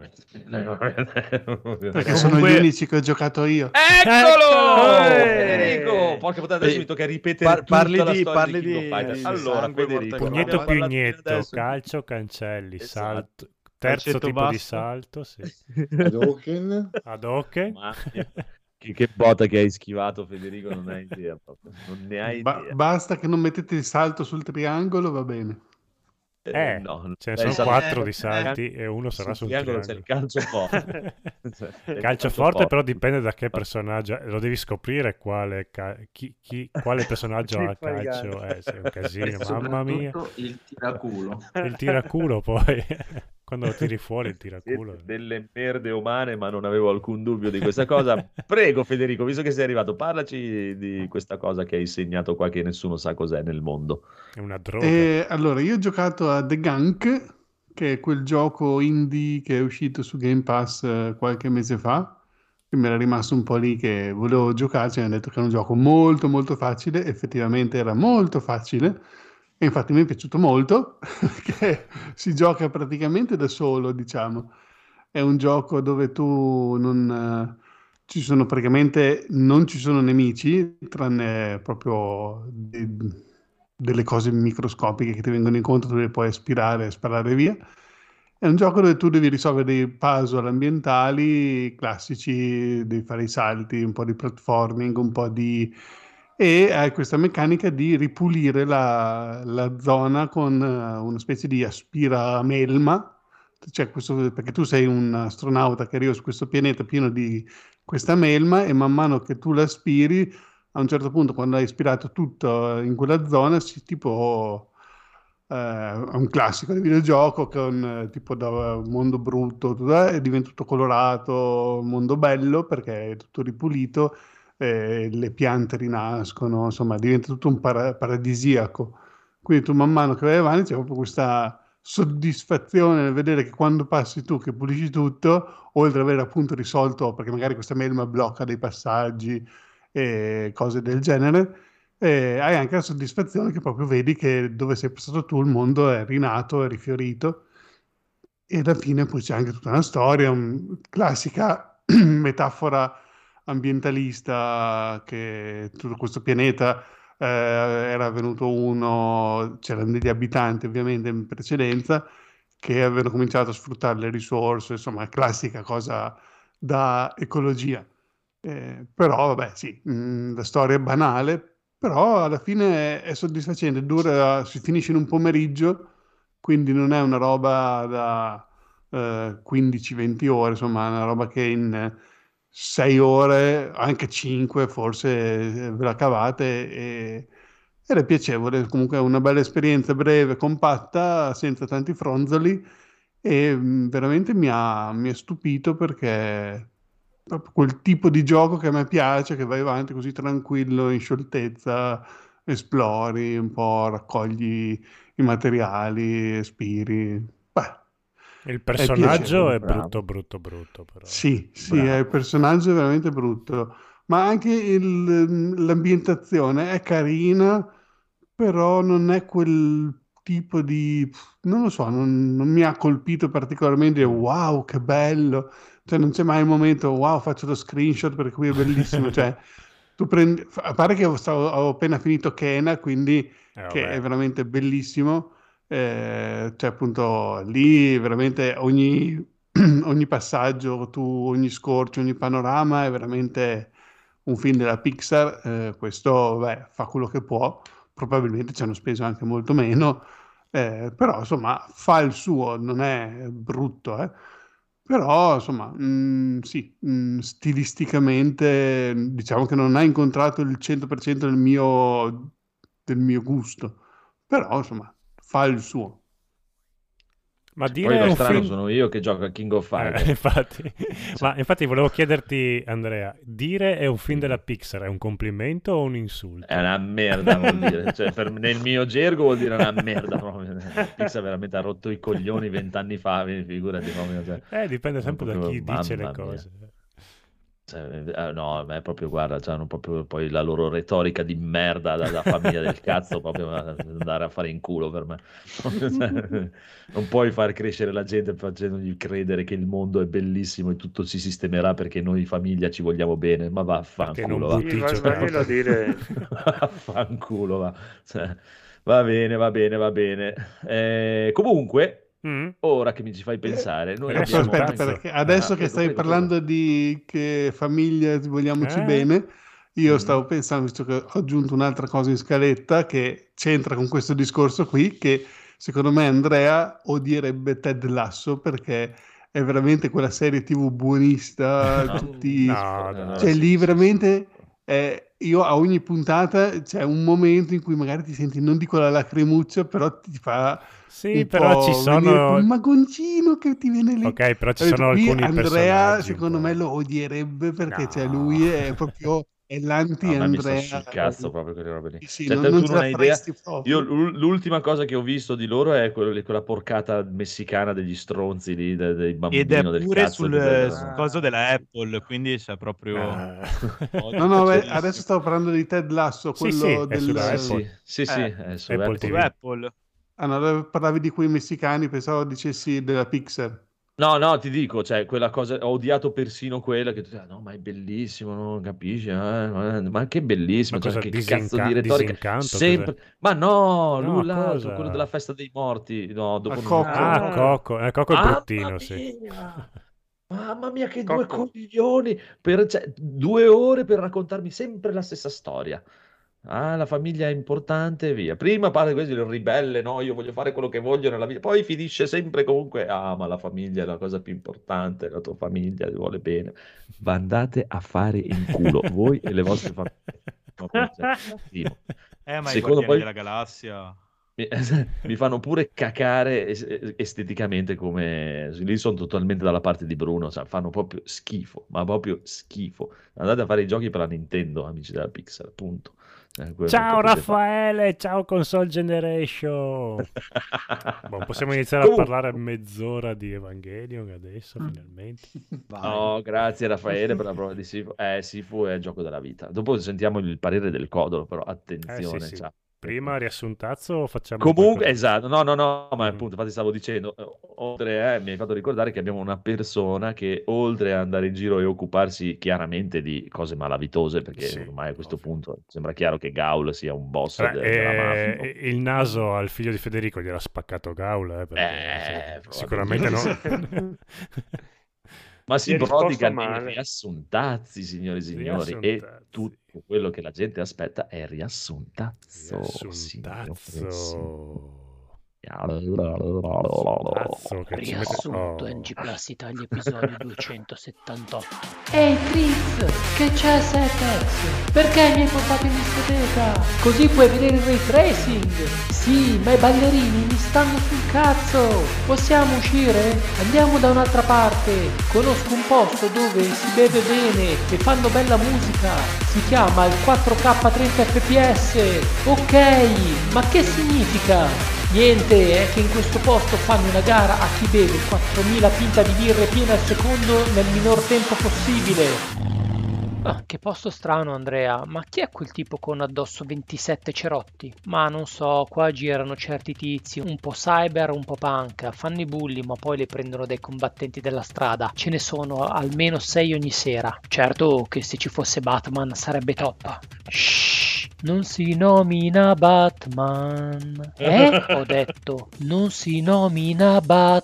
Perché sono Comunque- gli unici che ho giocato io. Eccolo! Eh! Federico! Porca puttana, adesso Beh, mi tocca ripetere parli tutta la di- storia parli di King of di Fighters. Allora, sangue, Federico, Mortal Pugnetto, abbiamo parlato fino pugnetto, adesso di- calcio, cancelli, Esatto. salto, terzo Calcetto tipo di basso. salto, sì. Hadouken. Ad hoc. Mamma mia. Che botta che hai schivato, Federico, non hai idea proprio. Non ne hai idea. Basta che non mettete il salto sul triangolo, va bene. No, Ce ne beh, sono il 4 di salti e uno sarà sul sul triangolo c'è il calcio forte. C'è il Calcio forte però dipende da che personaggio, lo devi scoprire quale personaggio ha Fai calcio, è un casino, E mamma mia. soprattutto il tiraculo. Il tiraculo poi, quando lo tiri fuori il tiraculo. Siete delle merde umane, ma non avevo alcun dubbio di questa cosa. Prego, Federico, visto che sei arrivato, parlaci di questa cosa che hai segnato qua che nessuno sa cos'è nel mondo. È una droga. Allora, io ho giocato a The Gunk, che è quel gioco indie che è uscito su Game Pass qualche mese fa, che mi era rimasto un po' lì che volevo giocarci, mi hanno detto che è un gioco molto molto facile, effettivamente era molto facile, e infatti mi è piaciuto molto, che si gioca praticamente da solo, diciamo. È un gioco dove tu non... ci sono praticamente, non ci sono nemici, tranne proprio delle cose microscopiche che ti vengono incontro, dove puoi aspirare e sparare via. È un gioco dove tu devi risolvere dei puzzle ambientali classici, devi fare i salti, un po' di platforming, un po' di... e hai questa meccanica di ripulire la zona con una specie di aspiramelma, cioè perché tu sei un astronauta che arriva su questo pianeta pieno di questa melma e man mano che tu la aspiri, a un certo punto, quando hai ispirato tutto in quella zona, tipo è un classico di videogioco con tipo da mondo brutto e diventa tutto colorato, mondo bello perché è tutto ripulito, le piante rinascono, insomma diventa tutto un paradisiaco. Quindi tu man mano che vai avanti c'è proprio questa soddisfazione nel vedere che quando passi tu che pulisci tutto, oltre ad aver appunto risolto, perché magari questa melma blocca dei passaggi e cose del genere, hai anche la soddisfazione che proprio vedi che dove sei passato tu il mondo è rinato, è rifiorito, e alla fine poi c'è anche tutta una storia, classica metafora ambientalista, che tutto questo pianeta era venuto uno, c'erano degli abitanti ovviamente in precedenza che avevano cominciato a sfruttare le risorse, insomma, classica cosa da ecologia. Però vabbè, sì, la storia è banale, però alla fine è soddisfacente, si finisce in un pomeriggio, quindi non è una roba da 15-20 ore, insomma, è una roba che in 6 ore, anche 5 forse ve la cavate ed è piacevole, comunque è una bella esperienza breve, compatta, senza tanti fronzoli e veramente mi ha stupito perché proprio quel tipo di gioco che a me piace, che vai avanti così tranquillo, in scioltezza, esplori un po', raccogli i materiali, spiri. Beh, Il è piacevole. personaggio è bravo. brutto, però. Sì, Bravo. il personaggio è veramente brutto, ma anche l'ambientazione è carina, però non è quel tipo di... non lo so, non mi ha colpito particolarmente, wow, che bello, cioè non c'è mai il momento, wow, faccio lo screenshot perché qui è bellissimo, cioè tu prendi... a parte che ho appena finito Kena, quindi che è Vabbè. veramente bellissimo, cioè appunto lì veramente ogni passaggio, ogni scorcio, ogni panorama è veramente un film della Pixar. Questo beh, fa quello che può, probabilmente ci hanno speso anche molto meno, però insomma fa il suo, non è brutto, però insomma sì, stilisticamente diciamo che non ha incontrato il 100% del mio gusto, però insomma fa il suo. Ma Poi dire lo un strano film... sono io che gioco a King of Fighters. infatti. Cioè, Ma infatti volevo chiederti, Andrea, dire è un film della Pixar è un complimento o un insulto? è una merda, vuol dire. Cioè, nel mio gergo vuol dire una merda proprio. Pixar veramente ha rotto i coglioni 20 anni fa, figurati proprio. Cioè, Dipende sempre da proprio, chi dice le mamma mia. cose. Cioè, no, è proprio, guarda, hanno proprio poi la loro retorica di merda dalla famiglia del cazzo, proprio da andare a fare in culo per me. Cioè, non puoi far crescere la gente facendogli credere che il mondo è bellissimo e tutto si sistemerà perché noi famiglia ci vogliamo bene, ma Perché non vaffanculo, va. butti Sì, i vaglielo a giocattoli. dire. Vaffanculo, va. Cioè, va bene, va bene, va bene. Comunque, Mm? ora che mi ci fai pensare, noi abbiamo Aspetta, Riassuntato. anche... perché adesso che prego, stai prego, parlando di che famiglia vogliamoci Eh? bene, io Mhm. stavo pensando, visto che ho aggiunto un'altra cosa in scaletta che c'entra con questo discorso qui, che secondo me Andrea odierebbe Ted Lasso perché è veramente quella serie TV buonista, No, tutti... No, Cioè dai. sì, lì sì, veramente io a ogni puntata c'è un momento in cui magari ti senti, non dico la lacrimuccia, però ti fa Sì, un però ci po' venire quel sono... magoncino che ti viene lì. Ok, però ci Ho detto, sono qui alcuni Andrea personaggi un secondo me po'... lo odierebbe perché cioè, No. lui è proprio è a me mi sta l'anti-Andrea. sul cazzo proprio quelle robe lì. Sì, sì, Cioè, non tu ce non la hai idea. faresti Io proprio. l'ultima cosa che ho visto di loro è quella porcata messicana degli stronzi lì, dei Ed è bambino del pure cazzo. sul coso della Apple, quindi c'è proprio... Ah. No, no, beh, Bellissimo. adesso stavo parlando di Ted Lasso, Sì, sì, quello è sulla Sì, Apple. sì, sì, è su Apple Apple. Su TV. Apple. no, parlavi di quei messicani, pensavo dicessi della Pixar. No, no, ti dico, cioè, quella cosa, ho odiato persino quella che tu dici, "Ah, no, ma è bellissimo, non capisci, ma che bellissimo, Ma cioè, cosa, che cazzo di retorica, disincanto? Cos'è? sempre, ma no, lui No, l'altro, quello della cosa? festa dei morti, no, A dopo non mi Coco. ricordo. Ah, Ah, Coco. Coco è Mamma bruttino, sì. mia, mamma mia, che due Cocco. coglioni, cioè, 2 ore per raccontarmi sempre la stessa storia. Ah, la famiglia è importante e via. Prima parte questo il ribelle, no, io voglio fare quello che voglio nella vita. Poi finisce sempre comunque, ah, ma la famiglia è la cosa più importante, la tua famiglia ti vuole bene. Ma andate a fare in culo, voi e le vostre famiglie. No, primo. Ma i Secondo, Guardiani poi della Galassia... mi, mi fanno pure cacare esteticamente come... Lì sono totalmente dalla parte di Bruno, cioè, fanno proprio schifo, ma proprio schifo. Andate a fare i giochi per la Nintendo, amici della Pixar, appunto. Quello Ciao potete fare. Raffaele, ciao Console Generation. Boh, possiamo iniziare a Comunque, parlare mezz'ora di Evangelion adesso, finalmente. no, grazie Raffaele per la prova di Sifu. Sifu è il gioco della vita. Dopo sentiamo il parere del Codolo, però Sì, attenzione. sì. Ciao. Prima riassuntazzo o facciamo Comunque, qualcosa? esatto, no, ma Mhm. appunto, infatti stavo dicendo, oltre, mi hai fatto ricordare che abbiamo una persona che oltre ad andare in giro e occuparsi chiaramente di cose malavitose, perché Sì, ormai a questo ovvio. punto sembra chiaro che Gaul sia un boss Vabbè, della mafia. il naso al figlio di Federico gliel'ha spaccato Gaul, perché sicuramente probabilmente. no. Ma Si si è risposto prodiga nei male. riassuntazzi, signori e signori, e Riassuntazzi. tutto quello che la gente aspetta è riassuntazzo, signore e signori. Riassuntazzo. Cazzo, che ci mette... Riassunto Oh. NG Plus Italia episodio 278. Ehi Chris, che c'è Setex? Perché mi hai portato in discoteca? Così puoi vedere il ray tracing. Sì, ma i ballerini mi stanno sul cazzo. Possiamo uscire? Andiamo da un'altra parte. Conosco un posto dove si beve bene e fanno bella musica. Si chiama il 4K 30 fps. Ok, ma che significa? Niente, è che in questo posto fanno una gara a chi beve 4000 pinta di birre piene al secondo nel minor tempo possibile. Ah, che posto strano, Andrea, ma chi è quel tipo con addosso 27 cerotti? Ma non so, qua girano certi tizi, un po' cyber, un po' punk, fanno i bulli ma poi le prendono dai combattenti della strada. Ce ne sono almeno 6 ogni sera. Certo che se ci fosse Batman sarebbe top. Shh, non si nomina Batman. Ho detto, non si nomina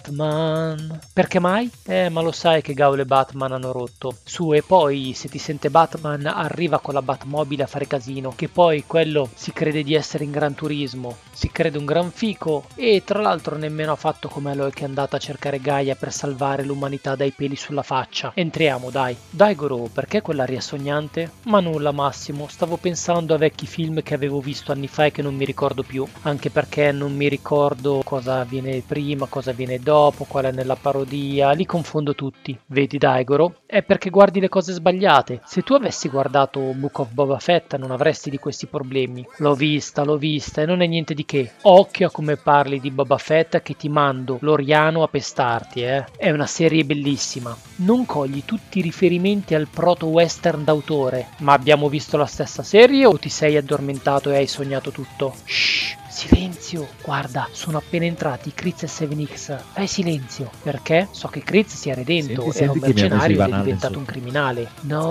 Batman. Perché mai? Ma lo sai che Gaul e Batman hanno rotto. Su, e poi se ti sente Batman arriva con la Batmobile a fare casino, che poi quello si crede di essere in Gran Turismo, si crede un gran fico e tra l'altro nemmeno ha fatto come Aloy che è andata a cercare Gaia per salvare l'umanità dai peli sulla faccia. Entriamo, dai. Dai Goro, perché quell'aria sognante? Ma nulla Massimo, stavo pensando a vecchi film che avevo visto anni fa e che non mi ricordo più, anche perché non mi ricordo cosa viene prima, cosa viene dopo, qual è nella parodia, li confondo tutti. Vedi Daigoro? È perché guardi le cose sbagliate. Se tu avessi guardato Book of Boba Fett non avresti di questi problemi. L'ho vista e non è niente di che. Occhio a come parli di Boba Fett che ti mando l'Oriano a pestarti, È una serie bellissima. Non cogli tutti i riferimenti al proto-western d'autore. Ma abbiamo visto la stessa serie o ti sei addormentato e hai sognato tutto? Shh! Silenzio! Guarda, sono appena entrati Kriz e 7X. Fai silenzio. Perché? So che Kriz sia redento, è un mercenario ed è diventato un criminale.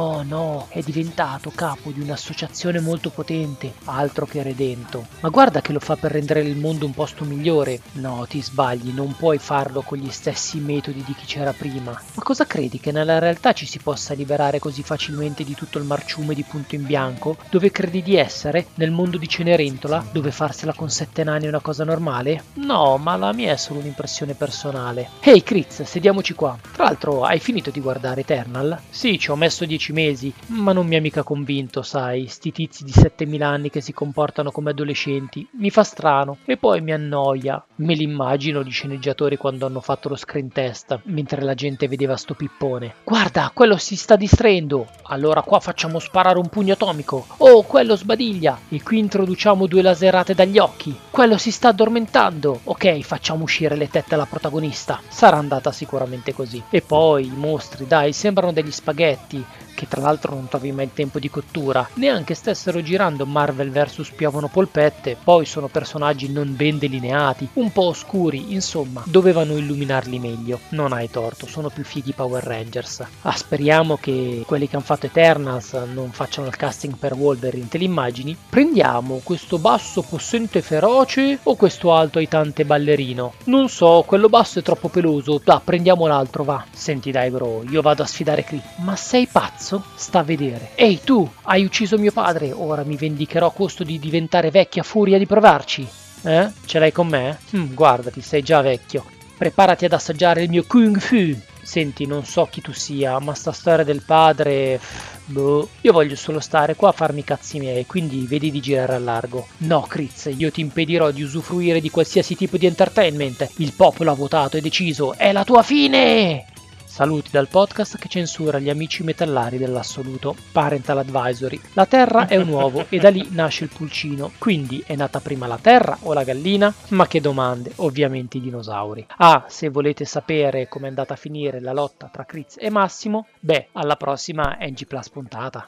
No, è diventato capo di un'associazione molto potente, altro che redento. Ma guarda che lo fa per rendere il mondo un posto migliore. No, ti sbagli, non puoi farlo con gli stessi metodi di chi c'era prima. Ma cosa credi che nella realtà ci si possa liberare così facilmente di tutto il marciume di Punto in Bianco? Dove credi di essere? Nel mondo di Cenerentola? Dove farsela con 7 nani è una cosa normale? No, ma la mia è solo un'impressione personale. Ehi Kriz, sediamoci qua. Tra l'altro, hai finito di guardare Eternal? Sì, ci ho messo 10 mesi, ma non mi ha mica convinto, sai, sti tizi di 7000 anni che si comportano come adolescenti. Mi fa strano e poi mi annoia. Me li immagino gli sceneggiatori quando hanno fatto lo screen test, mentre la gente vedeva sto pippone. Guarda, quello si sta distraendo. Allora qua facciamo sparare un pugno atomico. Oh, quello sbadiglia. E qui introduciamo 2 laserate dagli occhi. Quello si sta addormentando. Ok, facciamo uscire le tette alla protagonista. Sarà andata sicuramente così. E poi i mostri, dai, sembrano degli spaghetti, che tra l'altro non trovi mai il tempo di cottura. Neanche stessero girando Marvel vs Piovano Polpette. Poi sono personaggi non ben delineati, un po' oscuri, insomma, dovevano illuminarli meglio. Non hai torto, sono più fighi Power Rangers. Speriamo che quelli che hanno fatto Eternals non facciano il casting per Wolverine. Te li immagini? Prendiamo questo basso possente e feroce o questo alto aitante ballerino? Non so, quello basso è troppo peloso. Prendiamo l'altro, va. Senti dai bro, io vado a sfidare Kree. Ma sei pazzo? Sta a vedere. Ehi tu, hai ucciso mio padre, ora mi vendicherò a costo di diventare vecchia furia di provarci. Ce l'hai con me? Guardati, sei già vecchio. Preparati ad assaggiare il mio Kung Fu. Senti, non so chi tu sia, ma sta storia del padre... Boh, io voglio solo stare qua a farmi i cazzi miei, quindi vedi di girare al largo. No, Kriz, io ti impedirò di usufruire di qualsiasi tipo di entertainment. Il popolo ha votato e deciso, è la tua fine! Saluti dal podcast che censura gli amici metallari dell'assoluto. Parental Advisory. La Terra è un uovo e da lì nasce il pulcino. Quindi è nata prima la Terra o la gallina? Ma che domande, ovviamente i dinosauri. Se volete sapere com'è andata a finire la lotta tra Kriz e Massimo, alla prossima NG Plus puntata.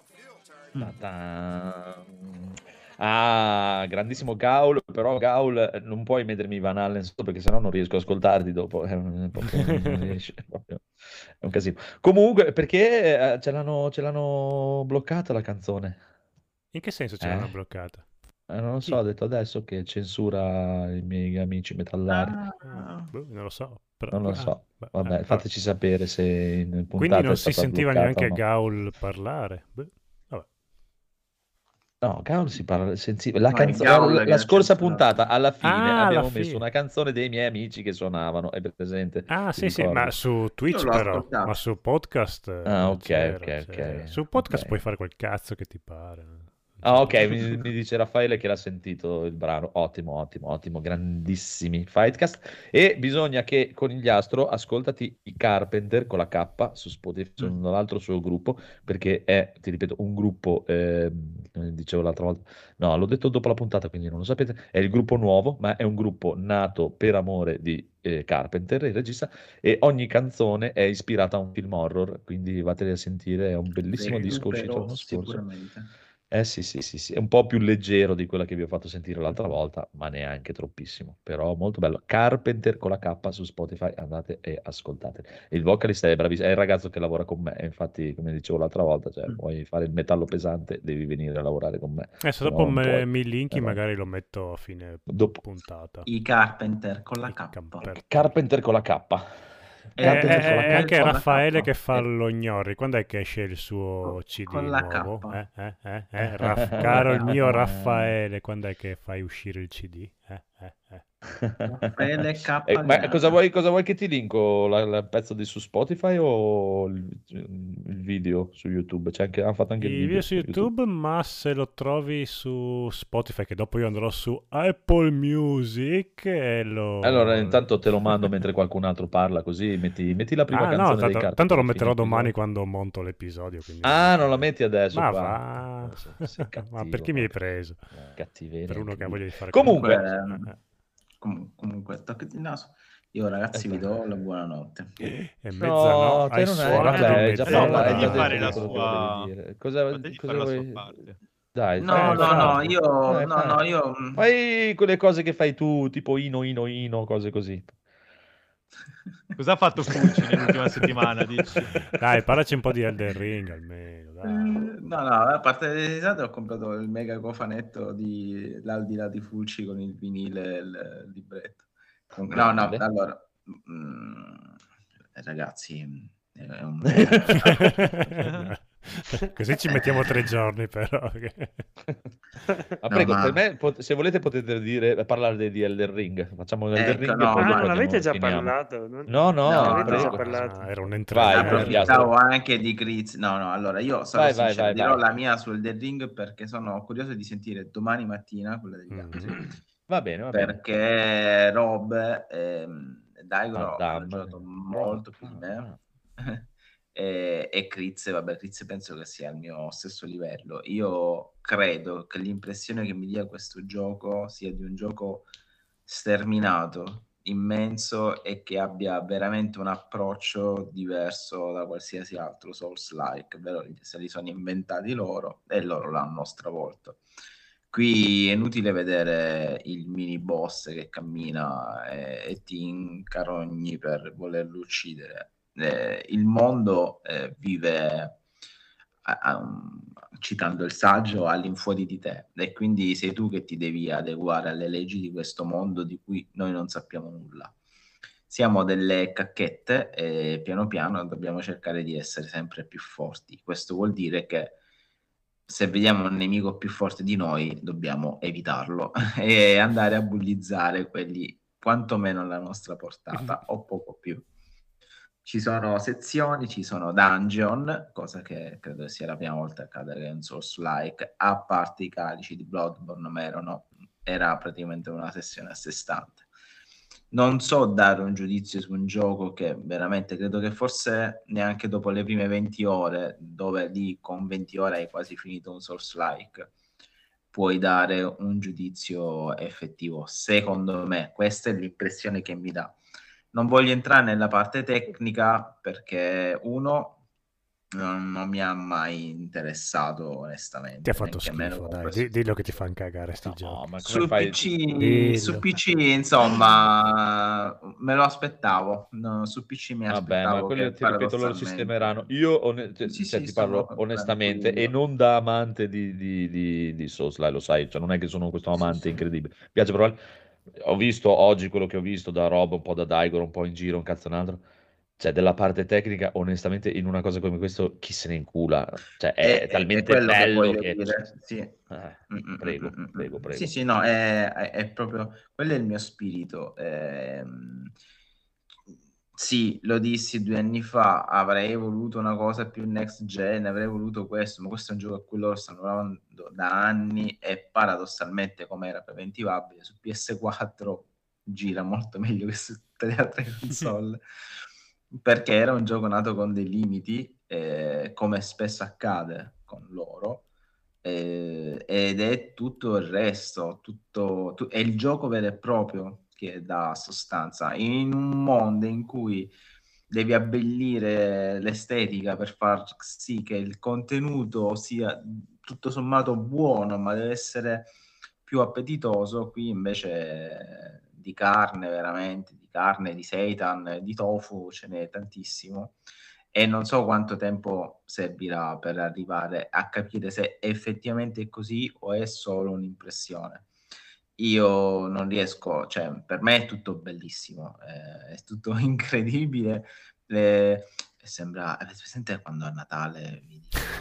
Grandissimo Gaul, però Gaul non puoi mettermi Van Allen sotto perché sennò non riesco a ascoltarti dopo, non riesce, proprio, è un casino. Comunque, perché ce l'hanno bloccata la canzone? In che senso ce l'hanno bloccata? Non lo so, ho detto adesso che censura i miei amici metallari. Non lo so. Però... Non lo so, vabbè, fateci sapere se in puntata quindi non è si stata sentiva bloccata neanche o no. Gaul parlare. No, No, Gaul si parla sensibile. La, No, è canzone, Gaul la che ha scorsa censurato. puntata, alla fine, Ah, abbiamo alla messo fine. una canzone dei miei amici che suonavano. È presente? Ah, Ti sì, ma ricordi? su Twitch l'ho però, ascoltato. ma su podcast Ah, ok, c'era. ok. Su podcast Ok. puoi fare quel cazzo che ti pare. Ah, ok, mi dice Raffaele che l'ha sentito il brano. Ottimo, grandissimi Fightcast. E bisogna che Conigliastro ascoltati i Carpenter con la K su Spotify, sono l'altro suo gruppo, perché è, ti ripeto, un gruppo, dicevo l'altra volta, no, l'ho detto dopo la puntata, quindi non lo sapete, è il gruppo nuovo, ma è un gruppo nato per amore di Carpenter, il regista, e ogni canzone è ispirata a un film horror, quindi vattene a sentire, è un bellissimo disco uscito Recupero l'anno scorso. sicuramente. Sì, è un po' più leggero di quella che vi ho fatto sentire l'altra volta, ma neanche troppissimo, però molto bello. Carpenter con la K su Spotify, andate e ascoltate. Il vocalist è bravissimo, è il ragazzo che lavora con me, e infatti, come dicevo l'altra volta, cioè, vuoi fare il metallo pesante, devi venire a lavorare con me. Se se no dopo non puoi. mi linki, Allora, magari lo metto a fine dopo. puntata. I Carpenter con la I K. Carpenter con la K. E Carpenter con la K. anche con la Raffaele K. che fa lo Gnorri. Quando è che esce il suo CD con la nuovo? K. Caro il mio Raffaele, quando è che fai uscire il CD? Raffaele K. Ma cosa vuoi che ti linko? Il pezzo di su Spotify o il video su YouTube? Hanno fatto anche il I video video su YouTube, ma se lo trovi su Spotify, che dopo io andrò su Apple Music e lo... Allora, intanto te lo mando mentre qualcun altro parla, così metti la prima canzone dei Carpenter. tanto lo a fine metterò domani episodio. quando monto l'episodio. Quindi non lo metti adesso ma qua. va. Sei cattivo, Ma perché mi hai preso? Cattiveria Per uno che ha incredibile. voglia di fare Comunque, qualcosa. Comunque, toccati il naso. Io ragazzi vi do la buonanotte. E no, mezzanotte, te hai non hai, suonato vabbè, hai già mezzanotte. parlato, hai già fare detto la quello che sua- volevi dire. Cosa Fategli fare la sua vuoi? parte. Dai, No, fai. io Fai quelle cose che fai tu, tipo Ino, cose così. Cosa ha fatto Fulci nell'ultima settimana, dici? Dai, parlaci un po' di Elden Ring almeno. Dai. No, a parte le risate ho comprato il mega cofanetto di L'Aldilà di Fulci con il vinile e il libretto. No, allora, ragazzi, è un... Così ci mettiamo 3 giorni però. Ma prego, per me, se volete potete parlare di Elden Ring. Facciamo Elden Ring. no, e poi ma dopo non avete già finiamo. parlato? No, avete già prego. parlato. Era un Vai, approfittavo anche di Griz. No, allora io sarò sincero, dirò vai. la mia sul Elden Ring perché sono curioso di sentire domani mattina quella degli altri. Va bene. Perché Rob Daigoro hanno giocato molto più di me. E Kriz, Kriz penso che sia al mio stesso livello. Io credo che l'impressione che mi dia questo gioco sia di un gioco sterminato, immenso, e che abbia veramente un approccio diverso da qualsiasi altro Souls-like, vero? Se li sono inventati loro e loro l'hanno stravolto. Qui è inutile vedere il mini boss che cammina e ti incarogni per volerlo uccidere. Il mondo vive, citando il saggio, all'infuori di te, e quindi sei tu che ti devi adeguare alle leggi di questo mondo di cui noi non sappiamo nulla. Siamo delle cacchette e piano piano dobbiamo cercare di essere sempre più forti. Questo vuol dire che se vediamo un nemico più forte di noi dobbiamo evitarlo e andare a bullizzare quelli quantomeno alla nostra portata o poco più. Ci sono sezioni, ci sono dungeon, cosa che credo sia la prima volta che accade in Souls-like, a parte i calici di Bloodborne, ma era praticamente una sessione a sé stante. Non so dare un giudizio su un gioco che veramente credo che forse neanche dopo le prime 20 ore, dove lì con 20 ore hai quasi finito un Souls-like, puoi dare un giudizio effettivo. Secondo me, questa è l'impressione che mi dà. Non voglio entrare nella parte tecnica perché non mi ha mai interessato onestamente. Ti ha fatto schifo, dai, dillo che ti fanno cagare sti giochi. Ma su PC insomma me lo aspettavo, su PC mi aspettavo. Vabbè, ma quello ti ripeto, loro sistemeranno. Io ti parlo onestamente e non da amante di Souls, lo sai, cioè non è che sono questo amante incredibile. Mi piace provare. Ho visto oggi quello che ho visto da Rob, un po' da Daigoro, un po' in giro, un cazzo un altro. cioè della parte tecnica, onestamente, in una cosa come questo, chi se ne incula? Cioè, è talmente quello che bello voglio che... dire, sì. Prego. Sì, sì, no, è proprio quello è il mio spirito. Sì, lo dissi 2 anni fa, avrei voluto una cosa più next gen, avrei voluto questo, ma questo è un gioco a cui loro stanno lavorando da anni e paradossalmente, come era preventivabile, su PS4 gira molto meglio che su tutte le altre console, perché era un gioco nato con dei limiti, come spesso accade con loro, ed è tutto il resto, è il gioco vero e proprio che dà sostanza in un mondo in cui devi abbellire l'estetica per far sì che il contenuto sia tutto sommato buono, ma deve essere più appetitoso. Qui invece di carne, veramente di carne, di seitan, di tofu ce n'è tantissimo e non so quanto tempo servirà per arrivare a capire se effettivamente è così o è solo un'impressione. Io non riesco, cioè per me è tutto bellissimo, è tutto incredibile, sembra, avete presente quando a Natale vi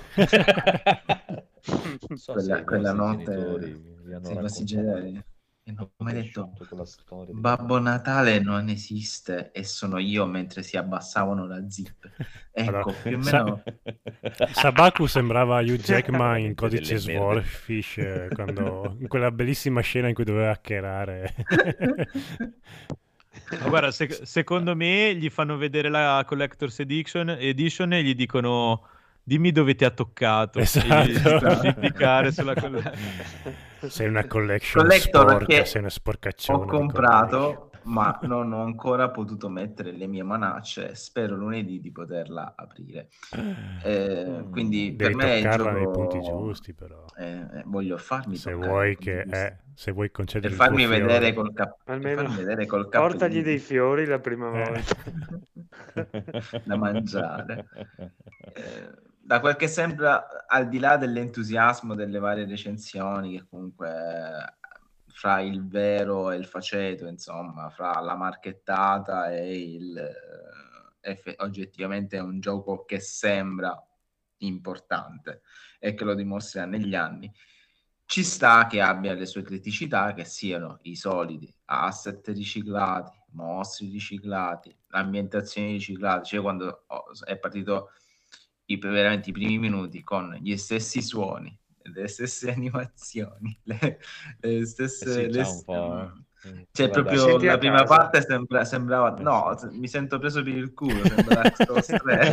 dico, quella notte i vostri genitori e non ho mai detto Babbo Natale non esiste e sono io mentre si abbassavano la zip. Ecco, Allora, più o meno Sabaku sembrava Hugh Jackman in Codice Swordfish, quando in quella bellissima scena in cui doveva hackerare. Ma guarda, secondo me gli fanno vedere la Collector's Edition e gli dicono dimmi dove ti ha toccato. Esatto. E gli fanno cliccare sulla Sei una collector sporca, che sei una sporcaccione. Ho comprato, ma non ho ancora potuto mettere le mie manacce. Spero lunedì di poterla aprire. Quindi devi per me toccarla nei punti giusti, però. Voglio farmi se toccare vuoi nei punti giusti. Se vuoi concedere per farmi il tuo vedere fiore. almeno portagli dei fiori la prima volta da mangiare. Da quel che sembra, al di là dell'entusiasmo delle varie recensioni, che comunque fra il vero e il faceto, insomma, fra la marchettata e oggettivamente è un gioco che sembra importante e che lo dimostrerà negli anni. Ci sta che abbia le sue criticità, che siano i soliti asset riciclati, mostri riciclati, ambientazioni riciclate. Cioè quando è partito veramente i primi minuti con gli stessi suoni, le stesse animazioni, le stesse... Cioè proprio la prima parte sembrava no, mi sento preso per il culo, sembra Dark Souls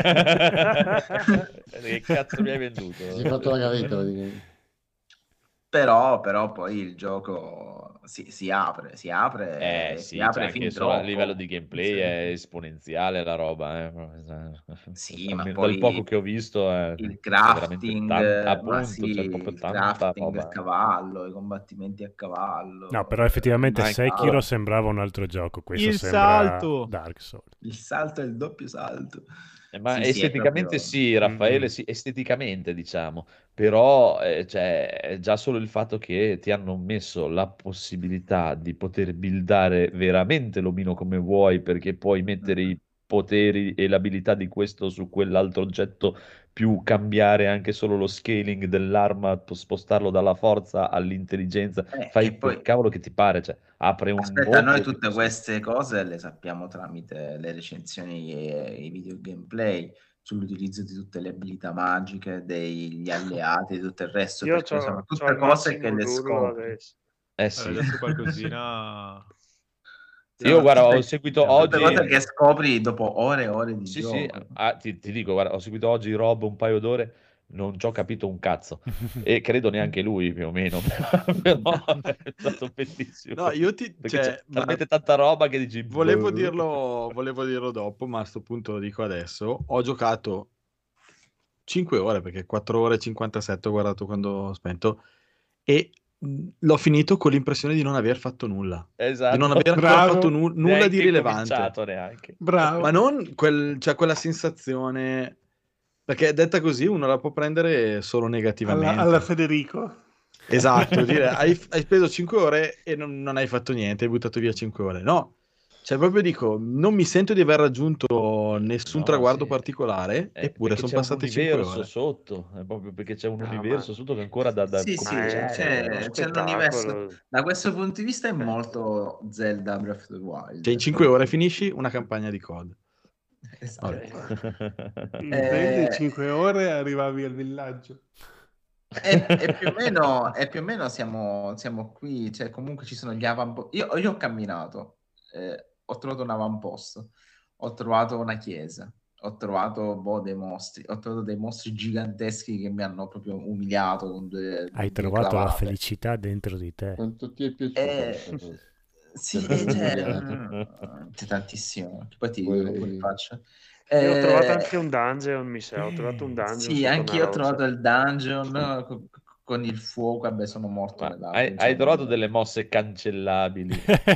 3. Che cazzo mi hai venduto? Si è fatto la gavetta praticamente. Però poi il gioco si apre sì, apre anche fin solo a troppo. livello di gameplay è esponenziale la roba, Sì, ma dal poi poco che ho visto il crafting, c'è proprio tanta roba. a cavallo, i combattimenti a cavallo. No, però effettivamente Sekiro sembrava un altro gioco, questo il sembra salto. Dark Souls. Il salto è il doppio salto. Ma Sì, esteticamente sì, Raffaele, sì, esteticamente diciamo, però cioè, già solo il fatto che ti hanno messo la possibilità di poter buildare veramente l'omino come vuoi, perché puoi mettere i poteri e l'abilità di questo su quell'altro oggetto, più cambiare anche solo lo scaling dell'arma, spostarlo dalla forza all'intelligenza, fai quel cavolo che ti pare, cioè apre un Aspetta, mondo noi tutte queste cose le sappiamo tramite le recensioni e i video gameplay sull'utilizzo di tutte le abilità magiche, degli alleati e tutto il resto, perché sono tutte cose che le scopri. Sì. Adesso qualcosina... Io guarda, ho seguito oggi cose che scopri dopo ore e ore di gioco. Sì, ti dico, guarda, ho seguito oggi Rob un paio d'ore, non ci ho capito un cazzo e credo neanche lui più o meno, però è stato bellissimo. No, io c'è talmente tanta roba che dici volevo dirlo dopo, ma a sto punto lo dico adesso. Ho giocato 5 ore, perché 4 ore e 57 ho guardato quando ho spento, e l'ho finito con l'impressione di non aver fatto nulla, esatto. Di non aver ancora fatto nulla di rilevante. Neanche. Bravo. Ma non quella sensazione, perché detta così uno la può prendere solo negativamente. Alla Federico. Esatto, dire hai speso 5 ore e non hai fatto niente, hai buttato via 5 ore. No, Cioè, proprio dico, non mi sento di aver raggiunto nessun No, traguardo sì. particolare, eppure perché sono c'è un passate 5 universo ore. sotto, è proprio perché c'è un No, universo ma sotto che ancora da Sì, sì, cominciare. uno c'è l'universo. spettacolo. Da questo punto di vista è molto Zelda Breath of the Wild. Cioè, in 5 ore finisci una campagna di COD. Esatto. Vabbè. In prendi 5 ore e arrivavi al villaggio. E più o meno siamo qui, cioè comunque ci sono gli avamposti. Io ho camminato, ho trovato un avamposto, ho trovato una chiesa, ho trovato dei mostri, ho trovato dei mostri giganteschi che mi hanno proprio umiliato con Hai due trovato la clavate. felicità dentro di te. Quanto ti è piaciuta questa cosa? Sì, Ti ha c'è umiliato. tantissimo. Poi ti dico pure in faccia. Io ho trovato anche un dungeon, mi sa, ho trovato un dungeon Sì, sotto anche una io ho roccia. trovato il dungeon con il fuoco, vabbè, sono morto Ma nell'acqua, hai insomma. trovato delle mosse cancellabili?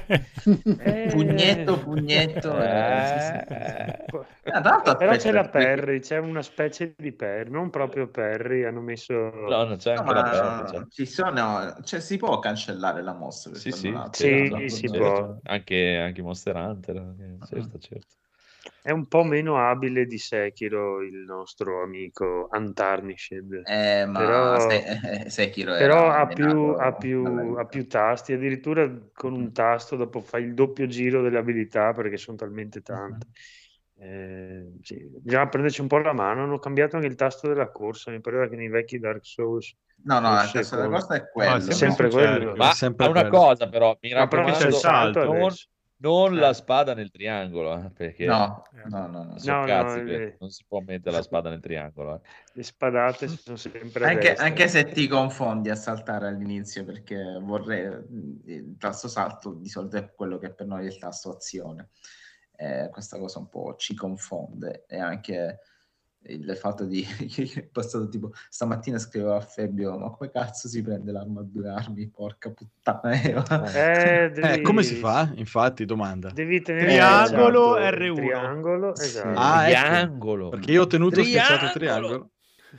Pugnetto, sì, sì. Tra l'altro, Però c'è la aspetta, parry, c'è una specie di parry, non proprio parry, hanno messo... No, non c'è no, anche la ma pelle, cioè. ci sono, cioè, si può cancellare la mossa per Sì, tornare sì, un Sì, attimo. si certo. può. Anche Monster Hunter, certo. È un po' meno abile di Sekiro il nostro amico Untarnished. Ma Però, Sekiro però era ha più, allenato ha più tasti, addirittura con un tasto dopo fai il doppio giro delle abilità perché sono talmente tante. Sì, bisogna prenderci un po' la mano. Hanno cambiato anche il tasto della corsa. Mi pareva che nei vecchi Dark Souls No, la fosse terza della cosa è No, quello. è sempre sempre sul quello. cerchio. Ma sempre ha una quello. cosa però, mi Ma però c'è raccomando, il salto adesso. non la spada nel triangolo, perché No. sono No, cazzi, non si può mettere la spada nel triangolo. le spadate sono sempre a Anche, destra. anche se ti confondi a saltare all'inizio, perché il tasto salto di solito è quello che per noi è il tasto azione. Questa cosa un po' ci confonde, e anche il fatto di è passato tipo stamattina scrivevo a Fabio: ma come cazzo si prende l'arma a 2 armi, porca puttana. Come si fa? Infatti, domanda. Devi tenere Triangolo schiacciato il R1. triangolo, Sì. esatto. Ah, Triangolo. Perché io ho tenuto schiacciato triangolo.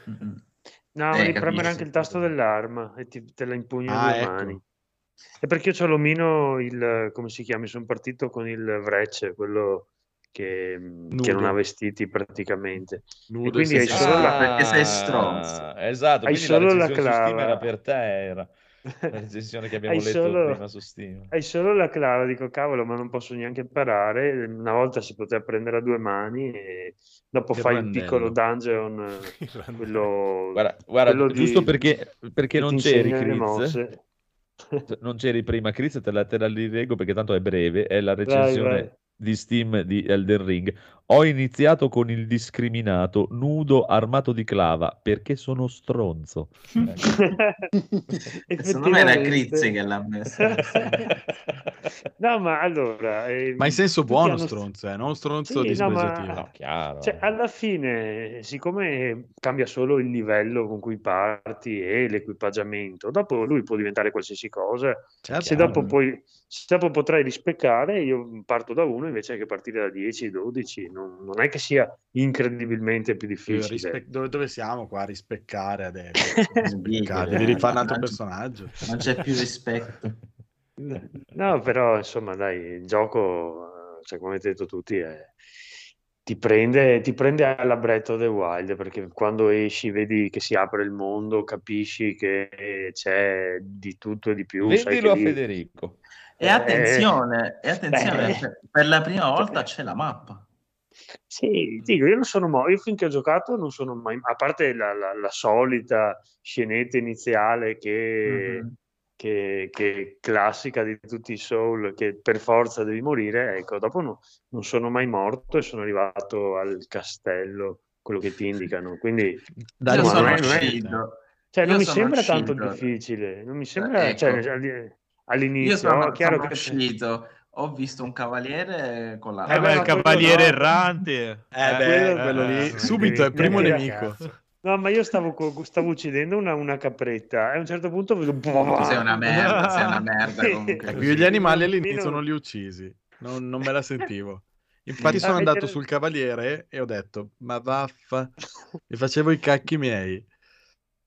No, devi capisci. premere anche il tasto dell'arma e te la impugni a due ecco. mani. E perché io c'ho l'omino, come si chiama? Mi sono partito con il Wretch, quello che non ha vestiti praticamente. Nudo e quindi e hai senza solo scarpe. perché sei stronzo. Esatto, Hai quindi la solo la recensione su Steam clava. era per te, era la recensione che abbiamo Hai letto solo- prima su Steam. Hai solo la clava, dico cavolo, ma non posso neanche imparare. Una volta si poteva prendere a 2 mani e dopo Il fai il randello. piccolo dungeon, quello Guarda, quello giusto di- perché che non ti c'eri, insegna le Chris, mosse. non c'eri prima, Chris, te la rilego perché tanto è breve, è la recensione vai. di Steam di Elden Ring. Ho iniziato con il discriminato, nudo, armato di clava, perché sono stronzo. Secondo me era Effettivamente. Crizzi che l'ha messo. No, ma allora... Ma in senso tutti buono hanno- stronzo, non stronzo Sì, no, ma- dispregiativo. No, chiaro. Cioè, alla fine, siccome cambia solo il livello con cui parti e l'equipaggiamento, dopo lui può diventare qualsiasi cosa. Certo. Se dopo potrai rispeccare, io parto da 1 invece che partire da 10, 12. Non è che sia incredibilmente più difficile. Dove siamo qua a rispeccare adesso? Rispeccare, devi rifare un altro personaggio. Non c'è più rispetto. No, però insomma, dai, il gioco, cioè, come avete detto tutti, ti prende alla Breath of the Wild, perché quando esci vedi che si apre il mondo, capisci che c'è di tutto e di più. sai Vendilo a che lì- Federico. E attenzione, beh. per la prima volta c'è la mappa. Sì, dico, io non sono io finché ho giocato non sono mai, a parte la solita scenetta iniziale che è classica di tutti i Soul, che per forza devi morire, ecco, dopo non sono mai morto e sono arrivato al castello, quello che ti indicano, quindi Io Dai, insomma, sono non è- uscito. cioè, non Io mi sono sembra tanto uscito. difficile, non mi sembra, Ecco. cioè, all'inizio, Io sono chiaro che uscito, ho visto un cavaliere con la Eh beh, ma il ma quello cavaliere no. errante. Quello lì, subito è primo devi- nemico. No, ma io stavo uccidendo una capretta e a un certo punto vedo... Tu sei una merda, comunque. Ecco, io gli animali Un all'inizio attimino- non li ho uccisi, non me la sentivo. Infatti sono andato sul cavaliere e ho detto, ma vaffa, mi facevo i cacchi miei.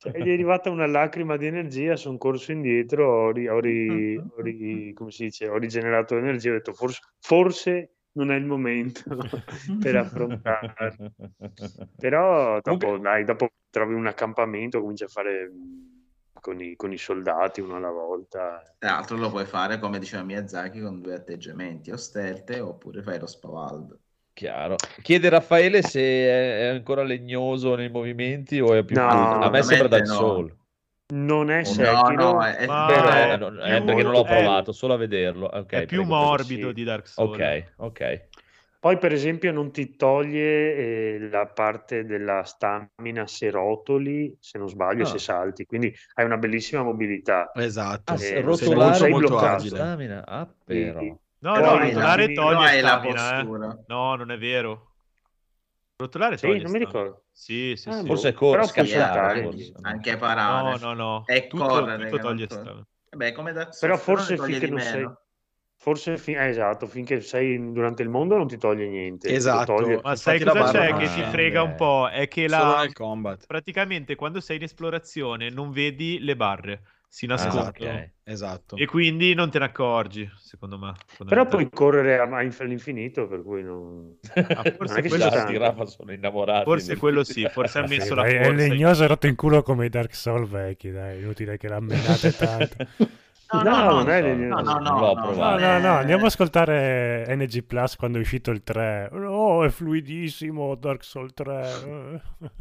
Cioè, gli è arrivata una lacrima di energia, sono corso indietro, come si dice, ho rigenerato l'energia, ho detto forse non è il momento per affrontare. Però dopo trovi un accampamento, cominci a fare con i soldati uno alla volta. Tra l'altro lo puoi fare, come diceva Miyazaki, con 2 atteggiamenti, o stealth oppure fai lo spavaldo. Chiaro. Chiede Raffaele se è ancora legnoso nei movimenti o è più No, fluido. A me sembra Dark no. Soul. Non è No, Sekiro, no, È però perché non l'ho provato, solo a vederlo. Ok, è più prego. morbido sì. di Dark Souls. Ok. Poi, per esempio, non ti toglie la parte della stamina se rotoli, se non sbaglio, se salti. Quindi hai una bellissima mobilità. Esatto. Sei Rotolare molto bloccato. agile. stamina. Ah, però. No, Però no, hai rotolare la- toglie hai la stamina, postura. No, non è vero. Rotolare Sì, toglie non mi stamina. ricordo. Sì. Forse è Però puoi scattare, saltare. forse. Anche parare. No. E Tutto correre. tutto che toglie non to- stamina. Beh, come Dark Souls, Però però forse ne toglie finché di non sei... meno. Forse esatto, finché sei durante il mondo non ti toglie niente. Esatto. Ti toglie- Ma Infatti sai la cosa barra c'è non che c'è. ti frega un po'? È che Solo nel combat. praticamente quando sei in esplorazione non vedi le barre, si nascondono. ok. Esatto. E quindi non te ne accorgi, secondo me. Però puoi correre all'infinito, per cui non... Ah, non forse è che quello sia sì. tanto. Rafa sono innamorati. Forse quello sì, forse ha Sì, messo la dai, è forza. legnoso e rotto in culo come i Dark Souls vecchi, dai, inutile che la menate tanto. No, non è no, non l'ho provato. No, andiamo a ascoltare NG Plus quando è uscito il 3. Oh, è fluidissimo Dark Souls 3.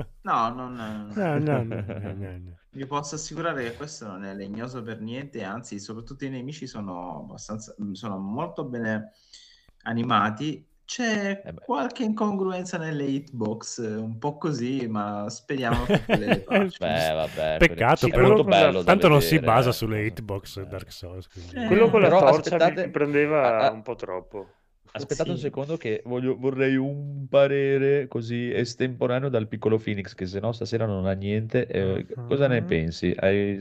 No. Vi posso assicurare che questo non è legnoso per niente, anzi, soprattutto i nemici sono molto bene animati. C'è qualche incongruenza nelle hitbox, un po' così, ma speriamo che le faccia. Beh, vabbè. Peccato, è però molto bello da tanto non vedere, si basa sulle hitbox Dark Souls. Quindi. Quello con la Però torcia aspettate- mi prendeva un po' troppo. Aspettate un Sì. secondo che vorrei un parere così estemporaneo dal piccolo Phoenix, che se no stasera non ha niente. Cosa ne pensi?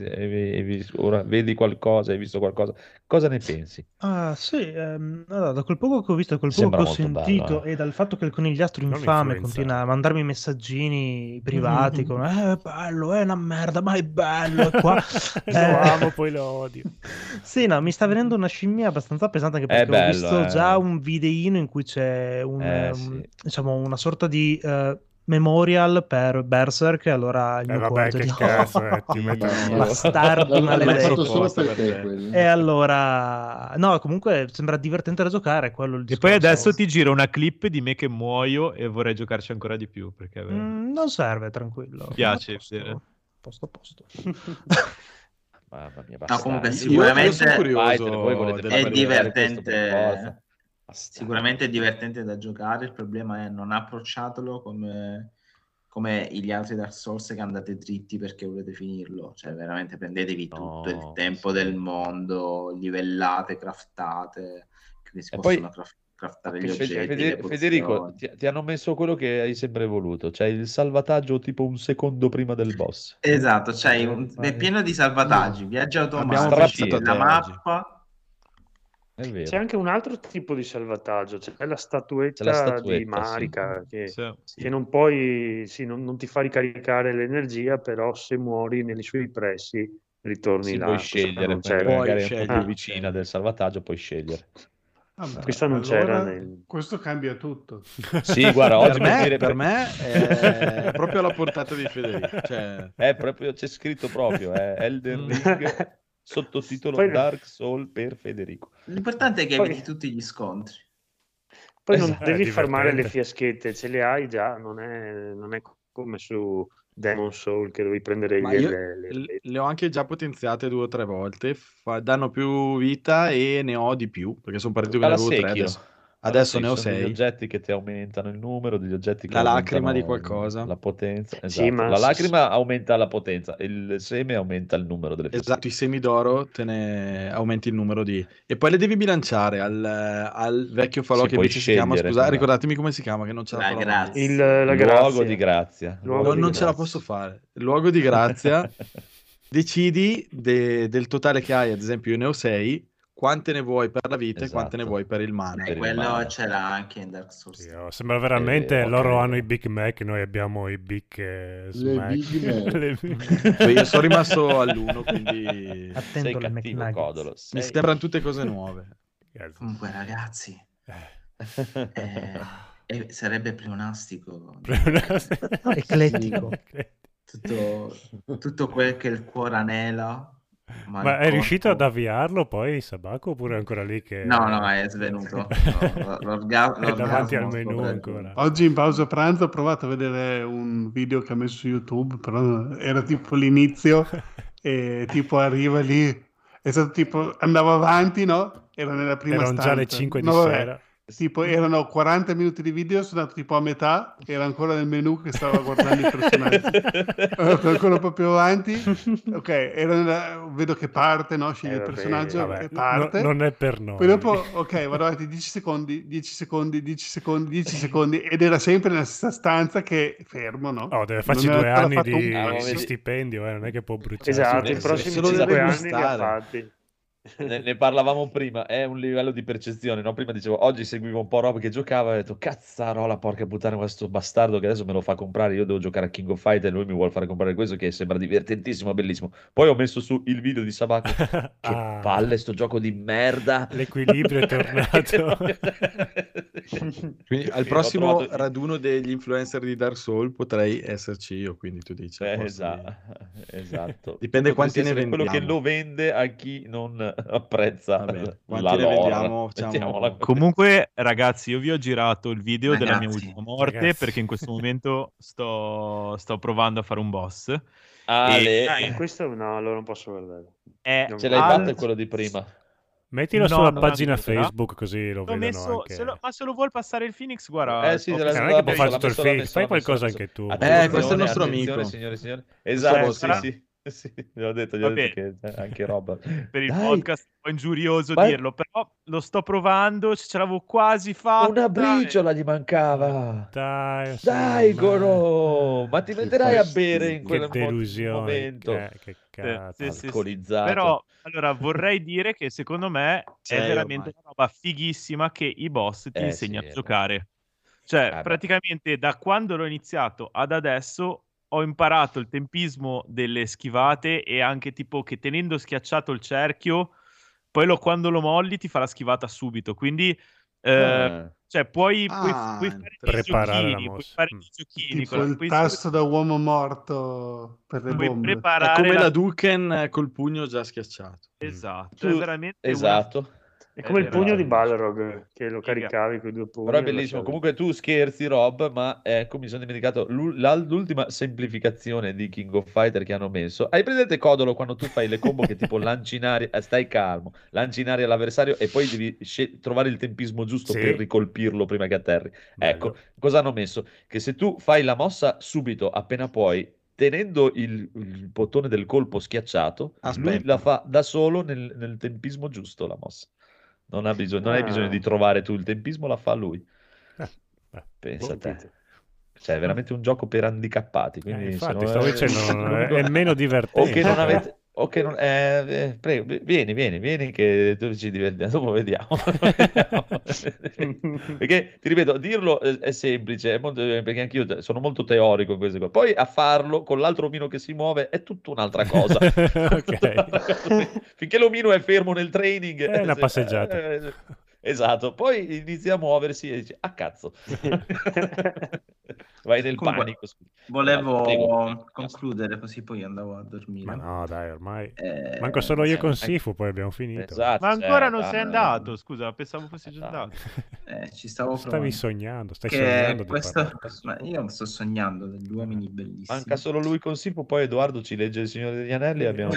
Ora vedi qualcosa, hai visto qualcosa? Cosa ne pensi? Ah, sì, allora, da quel poco che ho visto, da quel poco Sembra che ho molto sentito bello, e dal fatto che il conigliastro Non infame influenzare. continua a mandarmi messaggini privati con è bello, è una merda, ma è bello, è qua. Lo amo, poi lo odio. Sì, no, mi sta venendo una scimmia abbastanza pesante anche È perché ho bello, visto già un videino in cui c'è sì. diciamo, una sorta di memorial per Berserk, allora il mio cuore Vabbè, già che di- cazzo, ti mettono... bastardi L'hanno maledetti. fatto solo Apposta per per te te. quello. E allora, no, comunque sembra divertente da giocare, è quello il E poi discorso. adesso ti giro una clip di me che muoio e vorrei giocarci ancora di più, perché Non serve, tranquillo. Mi piace A posto, vedere. posto a posto. Mamma mia, No, comunque bastardi. sicuramente Io sono curioso Vai, voi volete della è farmi giocare questo divertente. per forza. Bastardi. Sicuramente è divertente da giocare, il problema è non approcciatelo come gli altri Dark Souls che andate dritti perché volete finirlo, cioè veramente prendetevi tutto il No, tempo sì. del mondo, livellate, craftate, quindi si E possono poi- craftare gli oggetti, le Federico, pozioni. ti hanno messo quello che hai sempre voluto, cioè il salvataggio tipo un secondo prima del boss. Esatto, è pieno di salvataggi, viaggi Abbiamo automatici, pensato la a te oggi. mappa. È vero. C'è anche un altro tipo di salvataggio, c'è la statuetta, C'è la statuetta, di Marika Sì. che non puoi, non ti fa ricaricare l'energia, però se muori nei suoi pressi ritorni Si là. puoi Questa scegliere, non c'era. Puoi magari è un po' scegliere. più vicina del salvataggio, puoi scegliere. Vabbè, Questa non c'era nel- Questo cambia tutto. Sì, guarda, oggi Per me è proprio alla portata di Federico. Cioè, è proprio, c'è scritto proprio, Elden Ring, sottotitolo Poi- Dark Soul per Federico. L'importante è che Poi- eviti tutti gli scontri. Poi non Esatto. devi È fermare le divertente. fiaschette, ce le hai già, non è come su Demon Soul che devi prendere ma le- io le- le ho anche già potenziate 2 o 3 volte. Danno più vita e ne ho di più perché sono partito che ne Alla avevo 3. secchia. Adesso ne ho Ci sono degli 6. oggetti che ti aumentano il numero, degli oggetti che La lacrima aumentano di qualcosa. la potenza. Sì, Esatto. ma La lacrima aumenta la potenza, il seme aumenta il numero delle Esatto, i semi d'oro te ne aumenti il numero di... E poi le devi bilanciare al vecchio falò Sì, che puoi invece si chiama, scegliere, scusate, però. ricordatemi come si chiama, che non ce la La farò mai. grazia. la luogo grazia. di grazia. Luogo No, di non ce la grazia. posso fare. Il luogo di grazia, decidi del totale che hai, ad esempio io ne ho 6, quante ne vuoi per la vita e quante ne Esatto. vuoi per il mana. Per il quello mana. ce l'ha anche in Dark Souls. Sì, sembra veramente ok. loro hanno i Big Mac, noi abbiamo i Big Smack. Big Mac. Io sono rimasto all'1, quindi Sei Attento alle cattivo, McNuggets. Codolo. mi sei- sembrano tutte cose nuove. Comunque, ragazzi, sarebbe pleonastico Eclettico. tutto quel che il cuore anela. Ma il è riuscito ad corpo- avviarlo poi Sabako oppure è ancora lì che... No, è svenuto. È davanti al l'orgasmo menu sopra- ancora. Oggi in pausa pranzo ho provato a vedere un video che ha messo su YouTube, però era tipo l'inizio e tipo arriva lì, è stato tipo, andavo avanti, no? Era nella prima Erano già le stanza. 5 di No, vabbè. sera. Tipo erano 40 minuti di video, sono andato tipo a metà, era ancora nel menu che stava guardando i personaggi. Allora, sono ancora proprio avanti. Ok, vedo che parte, no? Sceglie il vabbè, personaggio Vabbè, e parte. non è per noi. Poi dopo, ok, vado avanti 10 secondi, 10 secondi, 10 secondi, 10 secondi, ed era sempre nella stessa stanza che fermo, no? Oh, deve farci Non 2 era ancora anni fatto un di cazzo. stipendio, non è che può bruciarsi. Esatto, sì, i sì, prossimi se lo 5 deve anni li ha gustare. fatti. Ne parlavamo prima, è un livello di percezione, no? Prima dicevo, oggi seguivo un po' Rob che giocava e ho detto, cazzarola, porca puttana, questo bastardo che adesso me lo fa comprare, io devo giocare a King of Fight e lui mi vuole fare comprare questo che sembra divertentissimo, bellissimo. Poi ho messo su il video di Sabako, che Ah. palle sto gioco di merda. L'equilibrio è tornato. Quindi al Ho prossimo trovato- raduno degli influencer di Dark Souls potrei esserci io, quindi tu dici. al posto di- Esatto. Dipende Tu quanti potresti ne essere quello che vendiamo. lo vende a chi non apprezza Vabbè, quanti la ne lore. vendiamo, facciamo- Mettiamola così. Comunque, ragazzi, io vi ho girato il video della mia Ragazzi, ultima morte ragazzi. perché in questo momento sto provando a fare un boss. Ale, Questo no, allora non posso guardare. È Non ce l'hai al- fatto quello di prima? Mettilo No, sulla non pagina ancora. Facebook così lo L'ho vedono messo, anche. ma se lo vuol passare il Phoenix, guarda. Sì, ho se preso- non è che può messo, fare l'ha tutto il messo, l'ha fake, messo, fai l'ha messo, qualcosa l'ha messo. anche tu. questo è il nostro Attenzione, amico. signore e signori. Esatto, Sarà? sì. Gli ho detto Vabbè. che anche roba. Per il Dai, podcast è un po' ingiurioso Vai. dirlo, però lo sto provando, ce l'avevo quasi fatta. una briciola gli mancava. Dai, Dai, ma- Goro, ma ti Che metterai a fastidio. bere in Che quel delusione. momento. Che cazzo. Sì. Alcolizzato. Però, allora, vorrei dire che secondo me è Sei veramente ormai. una roba fighissima che i boss ti insegna sì, a giocare. Cioè, beh. praticamente da quando l'ho iniziato ad adesso ho imparato il tempismo delle schivate e anche tipo che tenendo schiacciato il cerchio, poi quando lo molli ti fa la schivata subito. Quindi, cioè, puoi fare dei Preparare la giochini, puoi mossa. fare dei giochini. Tipo il tasto da uomo morto per le puoi bombe. È preparare come la- la Duken col pugno già schiacciato. Esatto, Tu- è veramente Esatto. È come il vero. pugno di Balrog, che lo Figa. caricavi con i due pugni. Però è e bellissimo. lasciavi. Comunque tu scherzi, Rob, ma ecco, mi sono dimenticato l'ultima semplificazione di King of Fighter che hanno messo. Hai presente, Codolo, quando tu fai le combo che tipo lanci in aria, stai calmo, lanci in aria l'avversario e poi devi trovare il tempismo giusto Sì. per ricolpirlo prima che atterri. Bello. Ecco, cosa hanno messo? Che se tu fai la mossa subito, appena puoi, tenendo il bottone del colpo schiacciato, lui Aspetta. la fa da solo nel tempismo giusto la mossa. Non hai bisogno di trovare tu il tempismo, la fa lui. Pensa a te. Cioè, è veramente un gioco per handicappati. Quindi, infatti, se stavo non- dicendo, è meno divertente. O che non avete... O che non, prego, vieni che tu ci divertiamo, dopo vediamo. Perché ti ripeto, dirlo è semplice, perché anch'io sono molto teorico in queste cose. Poi a farlo con l'altro omino che si muove è tutta un'altra cosa. Finché l'omino è fermo nel training È una passeggiata. Esatto, poi inizia a muoversi e dici, ah cazzo. Vai nel Comunque, panico. volevo Prego. concludere così poi andavo a dormire. Ma no, dai, ormai. Eh, Manco solo io con anche- Sifu, poi abbiamo finito. Esatto, Ma ancora cioè, non sei andato, scusa, pensavo fossi già andato. ci stavo Stavi provando. sognando, stai Che sognando di questo... parlare. Ma io sto sognando degli uomini bellissimi. Manca solo lui con Sifu, poi Edoardo ci legge Il Signore degli Anelli e abbiamo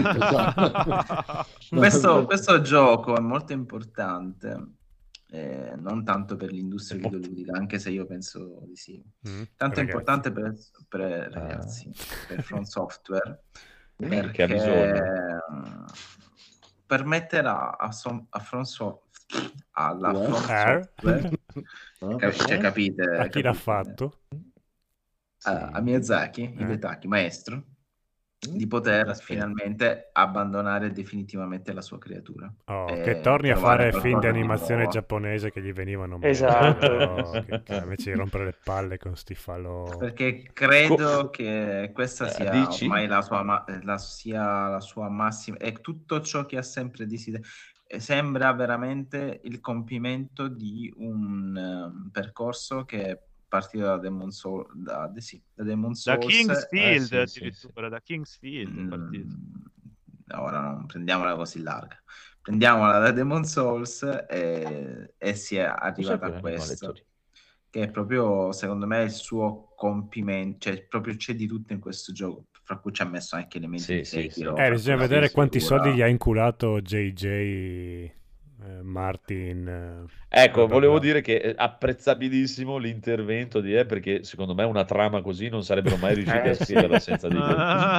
Questo gioco è molto importante, non tanto per l'industria videoludica, anche se io penso di sì. Tanto è ragazzi. importante per ragazzi, per From Software, Perché ha bisogno. permetterà alla From Eh? Software, cioè, capite? A chi l'ha capite? fatto? A Miyazaki, Hidetaki, maestro, di poter finalmente abbandonare definitivamente la sua creatura. Che torni a trovare fare film di qualcosa di animazione nuovo. giapponese che gli venivano Esatto. che invece di rompere le palle con sti falò. Perché credo che questa sia dici? ormai la sua massima, e tutto ciò che ha sempre desiderato. Sembra veramente il compimento di un percorso che è partito da Demon Souls, da Demon Da Souls. Kingsfield, sì, sì, addirittura, da Kingsfield è partito. Ora non prendiamola così larga, prendiamola da Demon Souls e si è arrivata a questo, che è proprio, secondo me, il suo compimento, cioè proprio c'è di tutto in questo gioco, fra cui ci ha messo anche elementi di Sekiro. Bisogna vedere quanti soldi gli ha inculato JJ Martin. Ecco, volevo dire che è apprezzabilissimo l'intervento di perché secondo me una trama così non sarebbero mai riusciti a scriverla senza di lui.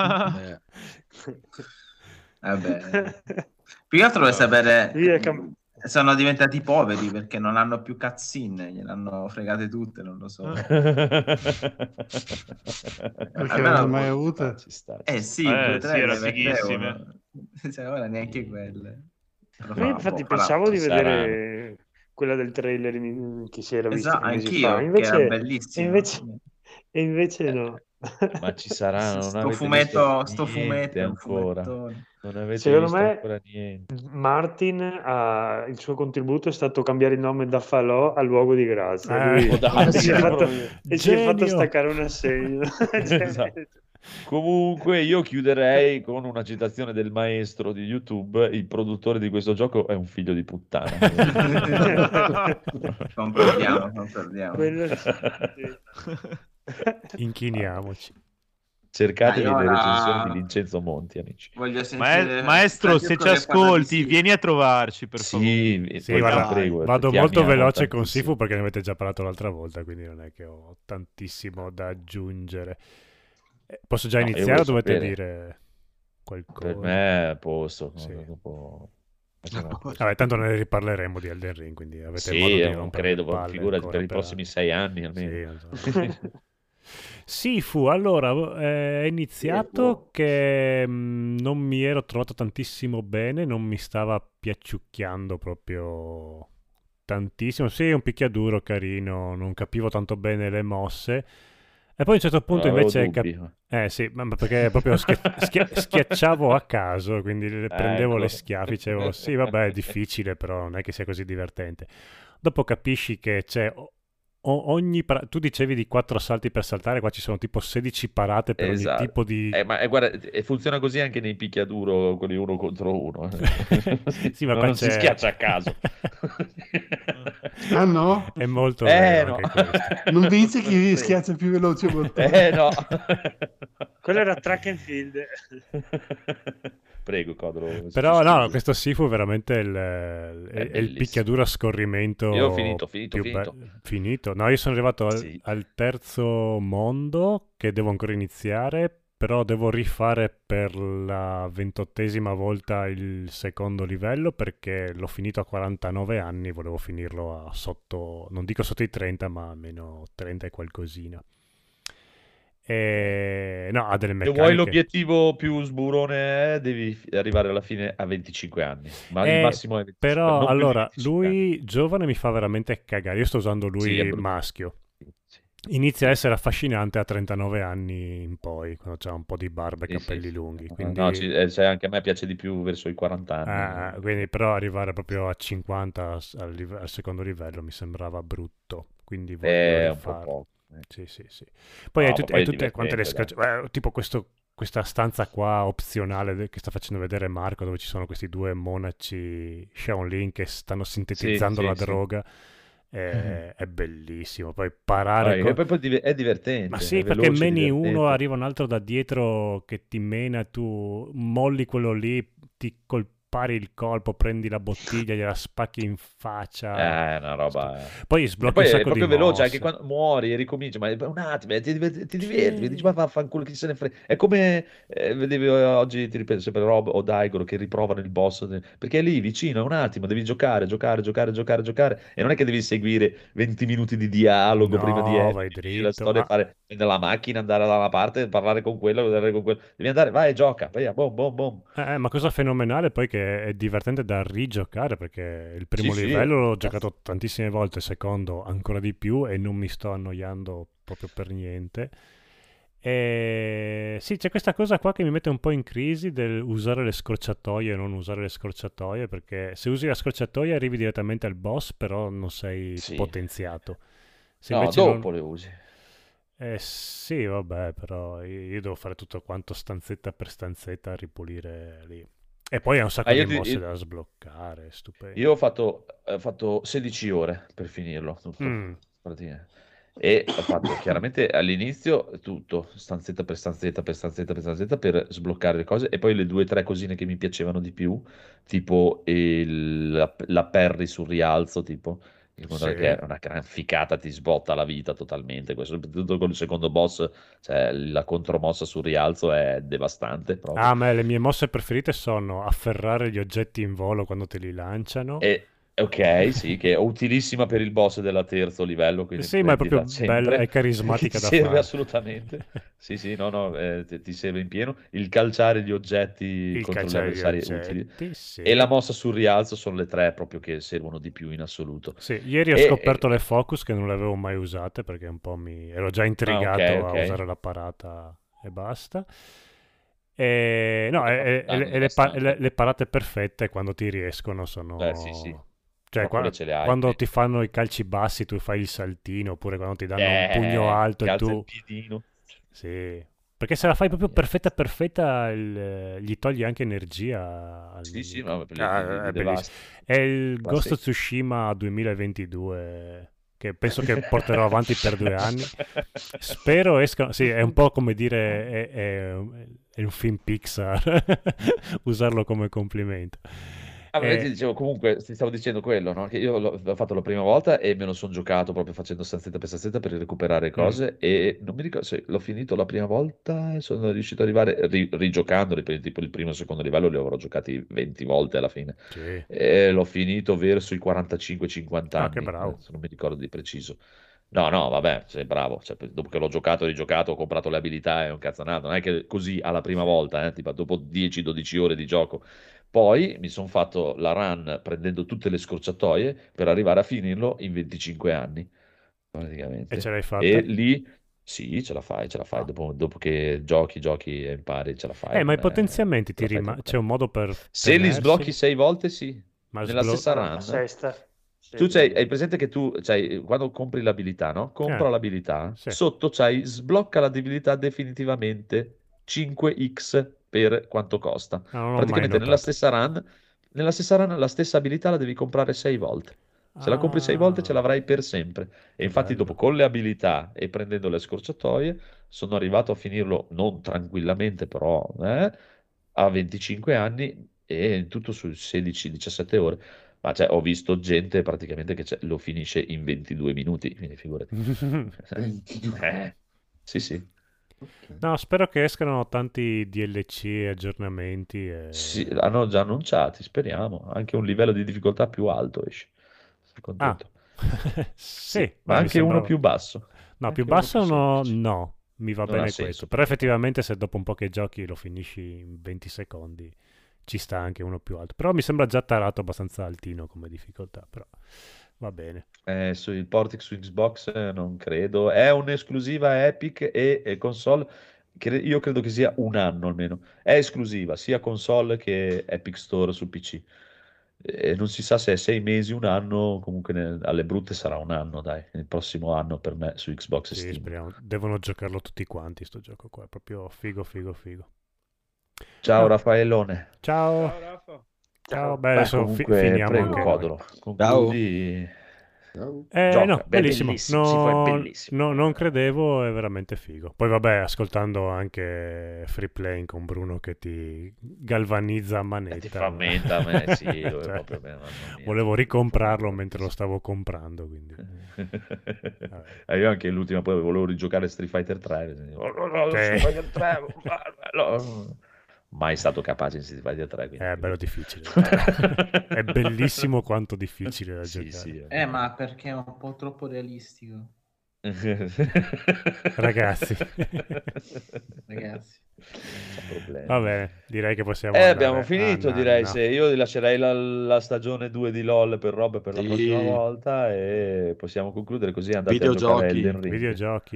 Vabbè. Più che altro vuoi sapere, sono diventati poveri perché non hanno più cutscene, gliel'hanno fregate tutte, non lo so. Perché non l'ho mai avuta? Sì, era fighissime. Ora neanche quelle. Io infatti pensavo di vedere quella del trailer che si era vista anch'io, invece, che era bellissimo. E invece no. Ma ci saranno sto fumetto ancora. Non avete Secondo visto me ancora niente. Martin il suo contributo è stato cambiare il nome da Falò a Luogo di Grazia. Lui si è fatto staccare un assegno. Esatto. Comunque io chiuderei con una citazione del maestro di YouTube: il produttore di questo gioco è un figlio di puttana. Concordiamo. Inchiniamoci. Cercatevi le recensioni di Vincenzo Monti, amici. Voglio sentire Maestro, se ci ascolti, vieni a trovarci, per favore. Sì, vado molto veloce con Sifu perché ne avete già parlato l'altra volta, quindi non è che ho tantissimo da aggiungere. Posso già iniziare o dovete dire qualcosa? Per me è a posto. Sì. Dopo... Vabbè, tanto ne riparleremo di Elden Ring, quindi avete modo di non credo, figurati per i prossimi 6 anni almeno. Sifu, allora, è iniziato che non mi ero trovato tantissimo bene, non mi stava piacciucchiando proprio tantissimo. Sì, un picchiaduro carino, non capivo tanto bene le mosse. E poi a un certo punto invece sì, ma perché proprio schiacciavo a caso, quindi prendevo le schiaffi, dicevo sì, vabbè, è difficile, però non è che sia così divertente. Dopo capisci che c'è tu dicevi di 4 salti per saltare, qua ci sono tipo 16 parate per ogni tipo di... ma guarda, funziona così anche nei picchiaduro, quelli 1 contro 1. Sì, ma non si schiaccia a caso. Ah no? È molto vero no. Non dice chi schiaccia più veloce il bottone. No. Quello era track and field. Prego, Codolo. Però no, questo Sifu veramente è il picchiaduro a scorrimento. Io ho finito. No, io sono arrivato al terzo mondo che devo ancora iniziare, però devo rifare per la 28esima volta il secondo livello perché l'ho finito a 49 anni, volevo finirlo non dico sotto i 30, ma almeno 30 e qualcosina. No, ha delle meccaniche. Se vuoi l'obiettivo più sburone devi arrivare alla fine a 25 anni, ma il massimo è 25. Però allora lui giovane mi fa veramente cagare. Io sto usando lui maschio. Inizia a essere affascinante a 39 anni in poi, quando c'ha un po' di barba e capelli lunghi. Quindi... No, anche a me piace di più verso i 40 anni. Quindi però arrivare proprio a 50 al secondo livello mi sembrava brutto. Quindi voglio un po' poco. Sì. Poi hai tutte quante le tipo questa stanza qua opzionale che sta facendo vedere Marco, dove ci sono questi 2 monaci Shaolin che stanno sintetizzando la droga. È bellissimo. Poi parare poi è divertente. Ma sì, perché meni uno, arriva un altro da dietro che ti mena, tu molli quello lì, ti pari il colpo, prendi la bottiglia, gliela spacchi in faccia. È una roba. Poi sblocchi un sacco di mosse. È proprio veloce, anche quando muori e ricominci, ma un attimo, ti diverti, dici, ma vaffanculo, chi se ne frega. È come vedevi oggi, ti ripeto, sempre Rob o Daigoro che riprovano il boss, perché è lì vicino, un attimo, devi giocare, e non è che devi seguire 20 minuti di dialogo prima di vai dritto, la storia, fare nella macchina, andare da una parte, parlare con quello, andare con quello. Devi andare, vai, gioca, vai, bom, bom, bom. Ma cosa fenomenale poi che è divertente da rigiocare, perché il primo Sì, sì, livello l'ho cazzo. giocato tantissime volte, il secondo ancora di più e non mi sto annoiando proprio per niente. E sì, c'è questa cosa qua che mi mette un po' in crisi del usare le scorciatoie e non usare le scorciatoie, perché se usi la scorciatoia arrivi direttamente al boss, però non sei Sì. potenziato. Se No, invece dopo le usi. sì, vabbè, però io devo fare tutto quanto stanzetta per stanzetta, ripulire lì. E poi ha un sacco Ma di io, ti- mosse io- da sbloccare, stupendo. io ho fatto 16 ore per finirlo tutto, Mm, praticamente. E ho fatto chiaramente all'inizio tutto, stanzetta per stanzetta per stanzetta per stanzetta per sbloccare le cose e poi le 2 o 3 cosine che mi piacevano di più, tipo la parry sul rialzo, tipo, sì. che è una gran ficata, ti sbotta la vita totalmente, soprattutto con il secondo boss, cioè la contromossa sul rialzo è devastante proprio. Ah, ma le mie mosse preferite sono afferrare gli oggetti in volo quando te li lanciano. Ok, sì, che è utilissima per il boss della terzo livello, quindi Sì, ma è proprio splendida bella e sempre, che ti carismatica da serve fare. assolutamente. Sì, sì, no, no, ti serve in pieno. Il calciare gli oggetti Il contro gli calciare gli avversari è utile. oggetti, sì. E la mossa sul rialzo sono le 3 proprio che servono di più in assoluto. Sì, ieri ho E- scoperto e- le focus che non le avevo mai usate perché un po' mi ero già Ah, intrigato ok, a ok. usare la parata e basta. No, Danno le devastante. le parate perfette quando ti riescono Sì, sì. sono... Cioè, Ma quelle ce le hai. quando ti fanno i calci bassi tu fai il saltino, oppure quando ti danno un pugno alto Che e alza il tu... piedino. Sì, perché se la fai proprio perfetta perfetta gli togli anche energia al Sì, sì, nemico. no, li È bellissimo. devasti. È il Ma Ghost sì. of Tsushima 2022 che penso che porterò avanti per 2 anni. Spero escano... Sì, è un po' come dire è un film Pixar, usarlo come complimento. Ah, ma ti dicevo, comunque, ti stavo dicendo quello, no? Che io l'ho fatto la prima volta e me lo sono giocato proprio facendo stanzetta per stanzetta per recuperare cose e non mi ricordo se l'ho finito la prima volta e sono riuscito ad arrivare rigiocando, tipo il primo e il secondo livello li avrò giocati 20 volte alla fine. Sì. E l'ho finito verso i 45-50 Ah, anni, che bravo. se non mi ricordo di preciso. No, no, vabbè, sei bravo. Cioè, dopo che l'ho giocato, rigiocato, ho comprato le abilità e un cazzanato. Non è che così alla prima volta, tipo dopo 10-12 ore di gioco. Poi mi sono fatto la run prendendo tutte le scorciatoie per arrivare a finirlo in 25 anni, E ce praticamente. l'hai fatta? E lì, sì, ce la fai. Ah. Dopo che giochi e impari, ce la fai. Ma i potenziamenti ce la fai c'è un modo per Se li tenerseli? sblocchi 6 volte, sì. Ma Nella stessa La run. sesta. Sì, Tu hai presente che quando compri l'abilità, no? Compra l'abilità, sì. sotto c'hai sblocca l'abilità definitivamente 5x per quanto costa. Ah, non ho mai Praticamente notato. nella stessa run la stessa abilità la devi comprare 6 volte. Se la compri 6 volte ce l'avrai per sempre. E Che infatti bello. dopo con le abilità e prendendo le scorciatoie sono arrivato a finirlo non tranquillamente, però a 25 anni e tutto su 16-17 ore. Ma ho visto gente praticamente che lo finisce in 22 minuti, quindi figurati. 22. Sì, sì. Ok. No, spero che escano tanti DLC e aggiornamenti. Sì, hanno già annunciati, speriamo. Anche un livello di difficoltà più alto esce. Sono contento. Sì, Ma mi anche uno sembrava... più basso. No, Anche più uno basso semplice. no, mi va Non ha bene senso, questo. Però effettivamente se dopo un po' che giochi lo finisci in 20 secondi, ci sta anche uno più alto. Però mi sembra già tarato abbastanza altino come difficoltà, però va bene. Il Portix su Xbox non credo. È un'esclusiva Epic e console. Io credo che sia un anno almeno. È esclusiva sia console che Epic Store su PC. Non si sa se è 6 mesi, un anno. Comunque alle brutte sarà un anno, dai. Il prossimo anno per me su Xbox e Sì, Steam. speriamo. Devono giocarlo tutti quanti sto gioco qua, è proprio figo. Ciao Ah. Raffaellone. Ciao. Ciao Raffa. Ciao, beh, adesso Comunque, finiamo prego, anche noi. Codolo. Concludi. Ciao. Gioca. No, bellissimo. Bellissimo, sì, poi bellissimo. Non credevo, è veramente figo. Poi vabbè, ascoltando anche Free Playing con Bruno che ti galvanizza a manetta. Ti frammenta a me, sì. Cioè, Proprio bene, mamma mia. volevo ricomprarlo mentre lo stavo comprando, quindi... Io anche l'ultima, poi volevo rigiocare Street Fighter 3. Street Fighter 3. Mai stato capace in Street Fighter 3. È bello difficile. È bellissimo quanto difficile da giocare. Sì, Ma perché è un po' troppo realistico. Ragazzi. Ragazzi. Va bene, direi che possiamo andare. Abbiamo finito, direi. no. Se io lascerei la stagione 2 di LOL per Rob per la Sì. prossima volta e possiamo concludere così. Andate a giocare a Videogiochi. Elden Ring. Videogiochi.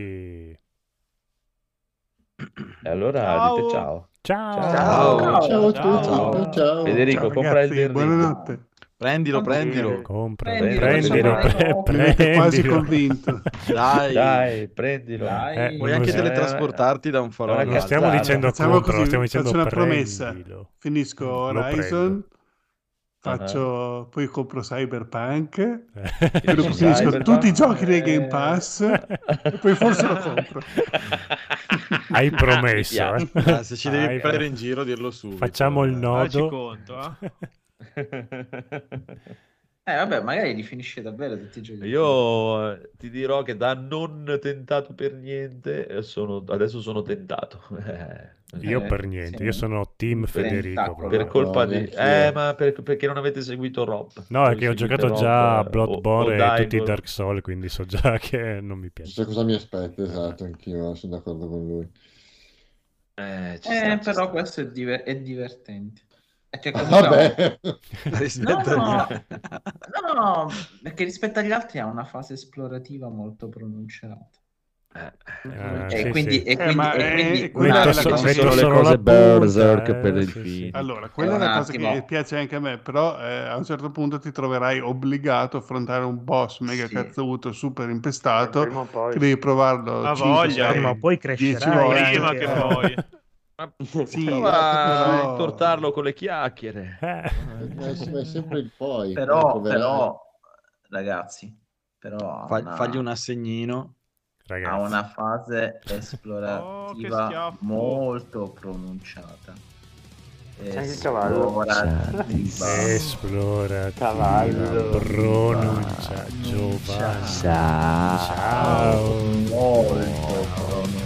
E allora Ciao. dite ciao. Ciao. Ciao a tutti. Ciao. Ciao. Federico, Ciao, compra ragazzi, Elden Ring. buonanotte. Prendilo. Compra, Prendilo, prendilo, Mi avete quasi prendilo. convinto. Dai, prendilo. Dai. Puoi anche non teletrasportarti da un faro non è Non all'altro. stiamo Cazzata. dicendo Facciamo compra, così, stiamo dicendo faccio una promessa. prendilo. Finisco Lo Horizon, prendo. poi compro Cyberpunk, Eh. poi Sì, finisco Cyberpunk. tutti i giochi del Game Pass e poi forse lo compro. Hai promesso, Mi eh? Se ci devi Hai- prendere in giro, dirlo subito. Facciamo il Facci nodo. conto, Vabbè, magari li finisce davvero tutti i giochi. Io ti dirò che da non tentato per niente, adesso sono tentato. Io per niente, sì. io sono team Federico. Tentacolo. Per proprio. colpa di... anch'io. ma perché non avete seguito Rob? No, è Voi che ho seguite giocato Rob, già a o Bloodborne e tutti i Daigoro. Dark Souls, quindi so già che non mi piace. Sai cosa mi aspetta? Esatto, anch'io sono d'accordo con lui. Ci sta, ci Però sta. questo è divertente. Cioè, cosa Vabbè, Rispetto agli No, altri. no, perché rispetto agli altri ha una fase esplorativa molto pronunciata. Sì, E quindi, sì. e quindi, ma e quindi è- quella una- è la cosa- Ci sono le solo cose la punta, berserk per il sì, film. sì. Allora, quella è Un la cosa attimo. che piace anche a me, però a un certo punto ti troverai obbligato a affrontare un boss mega Sì. cazzuto, super impestato, Prima o poi. che devi provarlo Ha 5, voglia. 6, Prima o poi 10 crescerai. volte. Prima che poi. Sì, Prova a però- intortarlo con le chiacchiere. è sempre il poi. però, ragazzi, però Fagli un assegnino. ha Ragazzi, una fase Oh, che esplorativa schiaffo. molto pronunciata. C'è anche il cavallo. Esplorativa. esplorativa, pronuncia, Giovanni. Ciao. Molto pronunciata.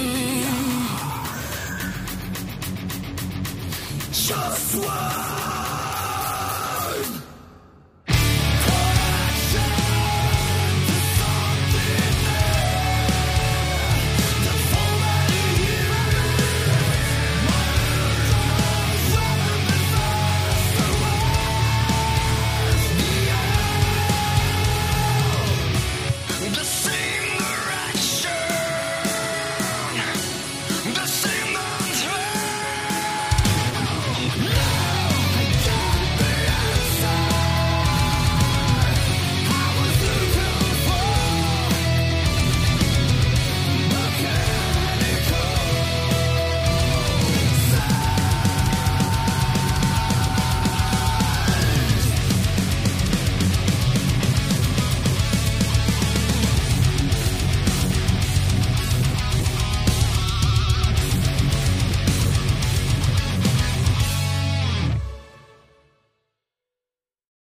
Just one.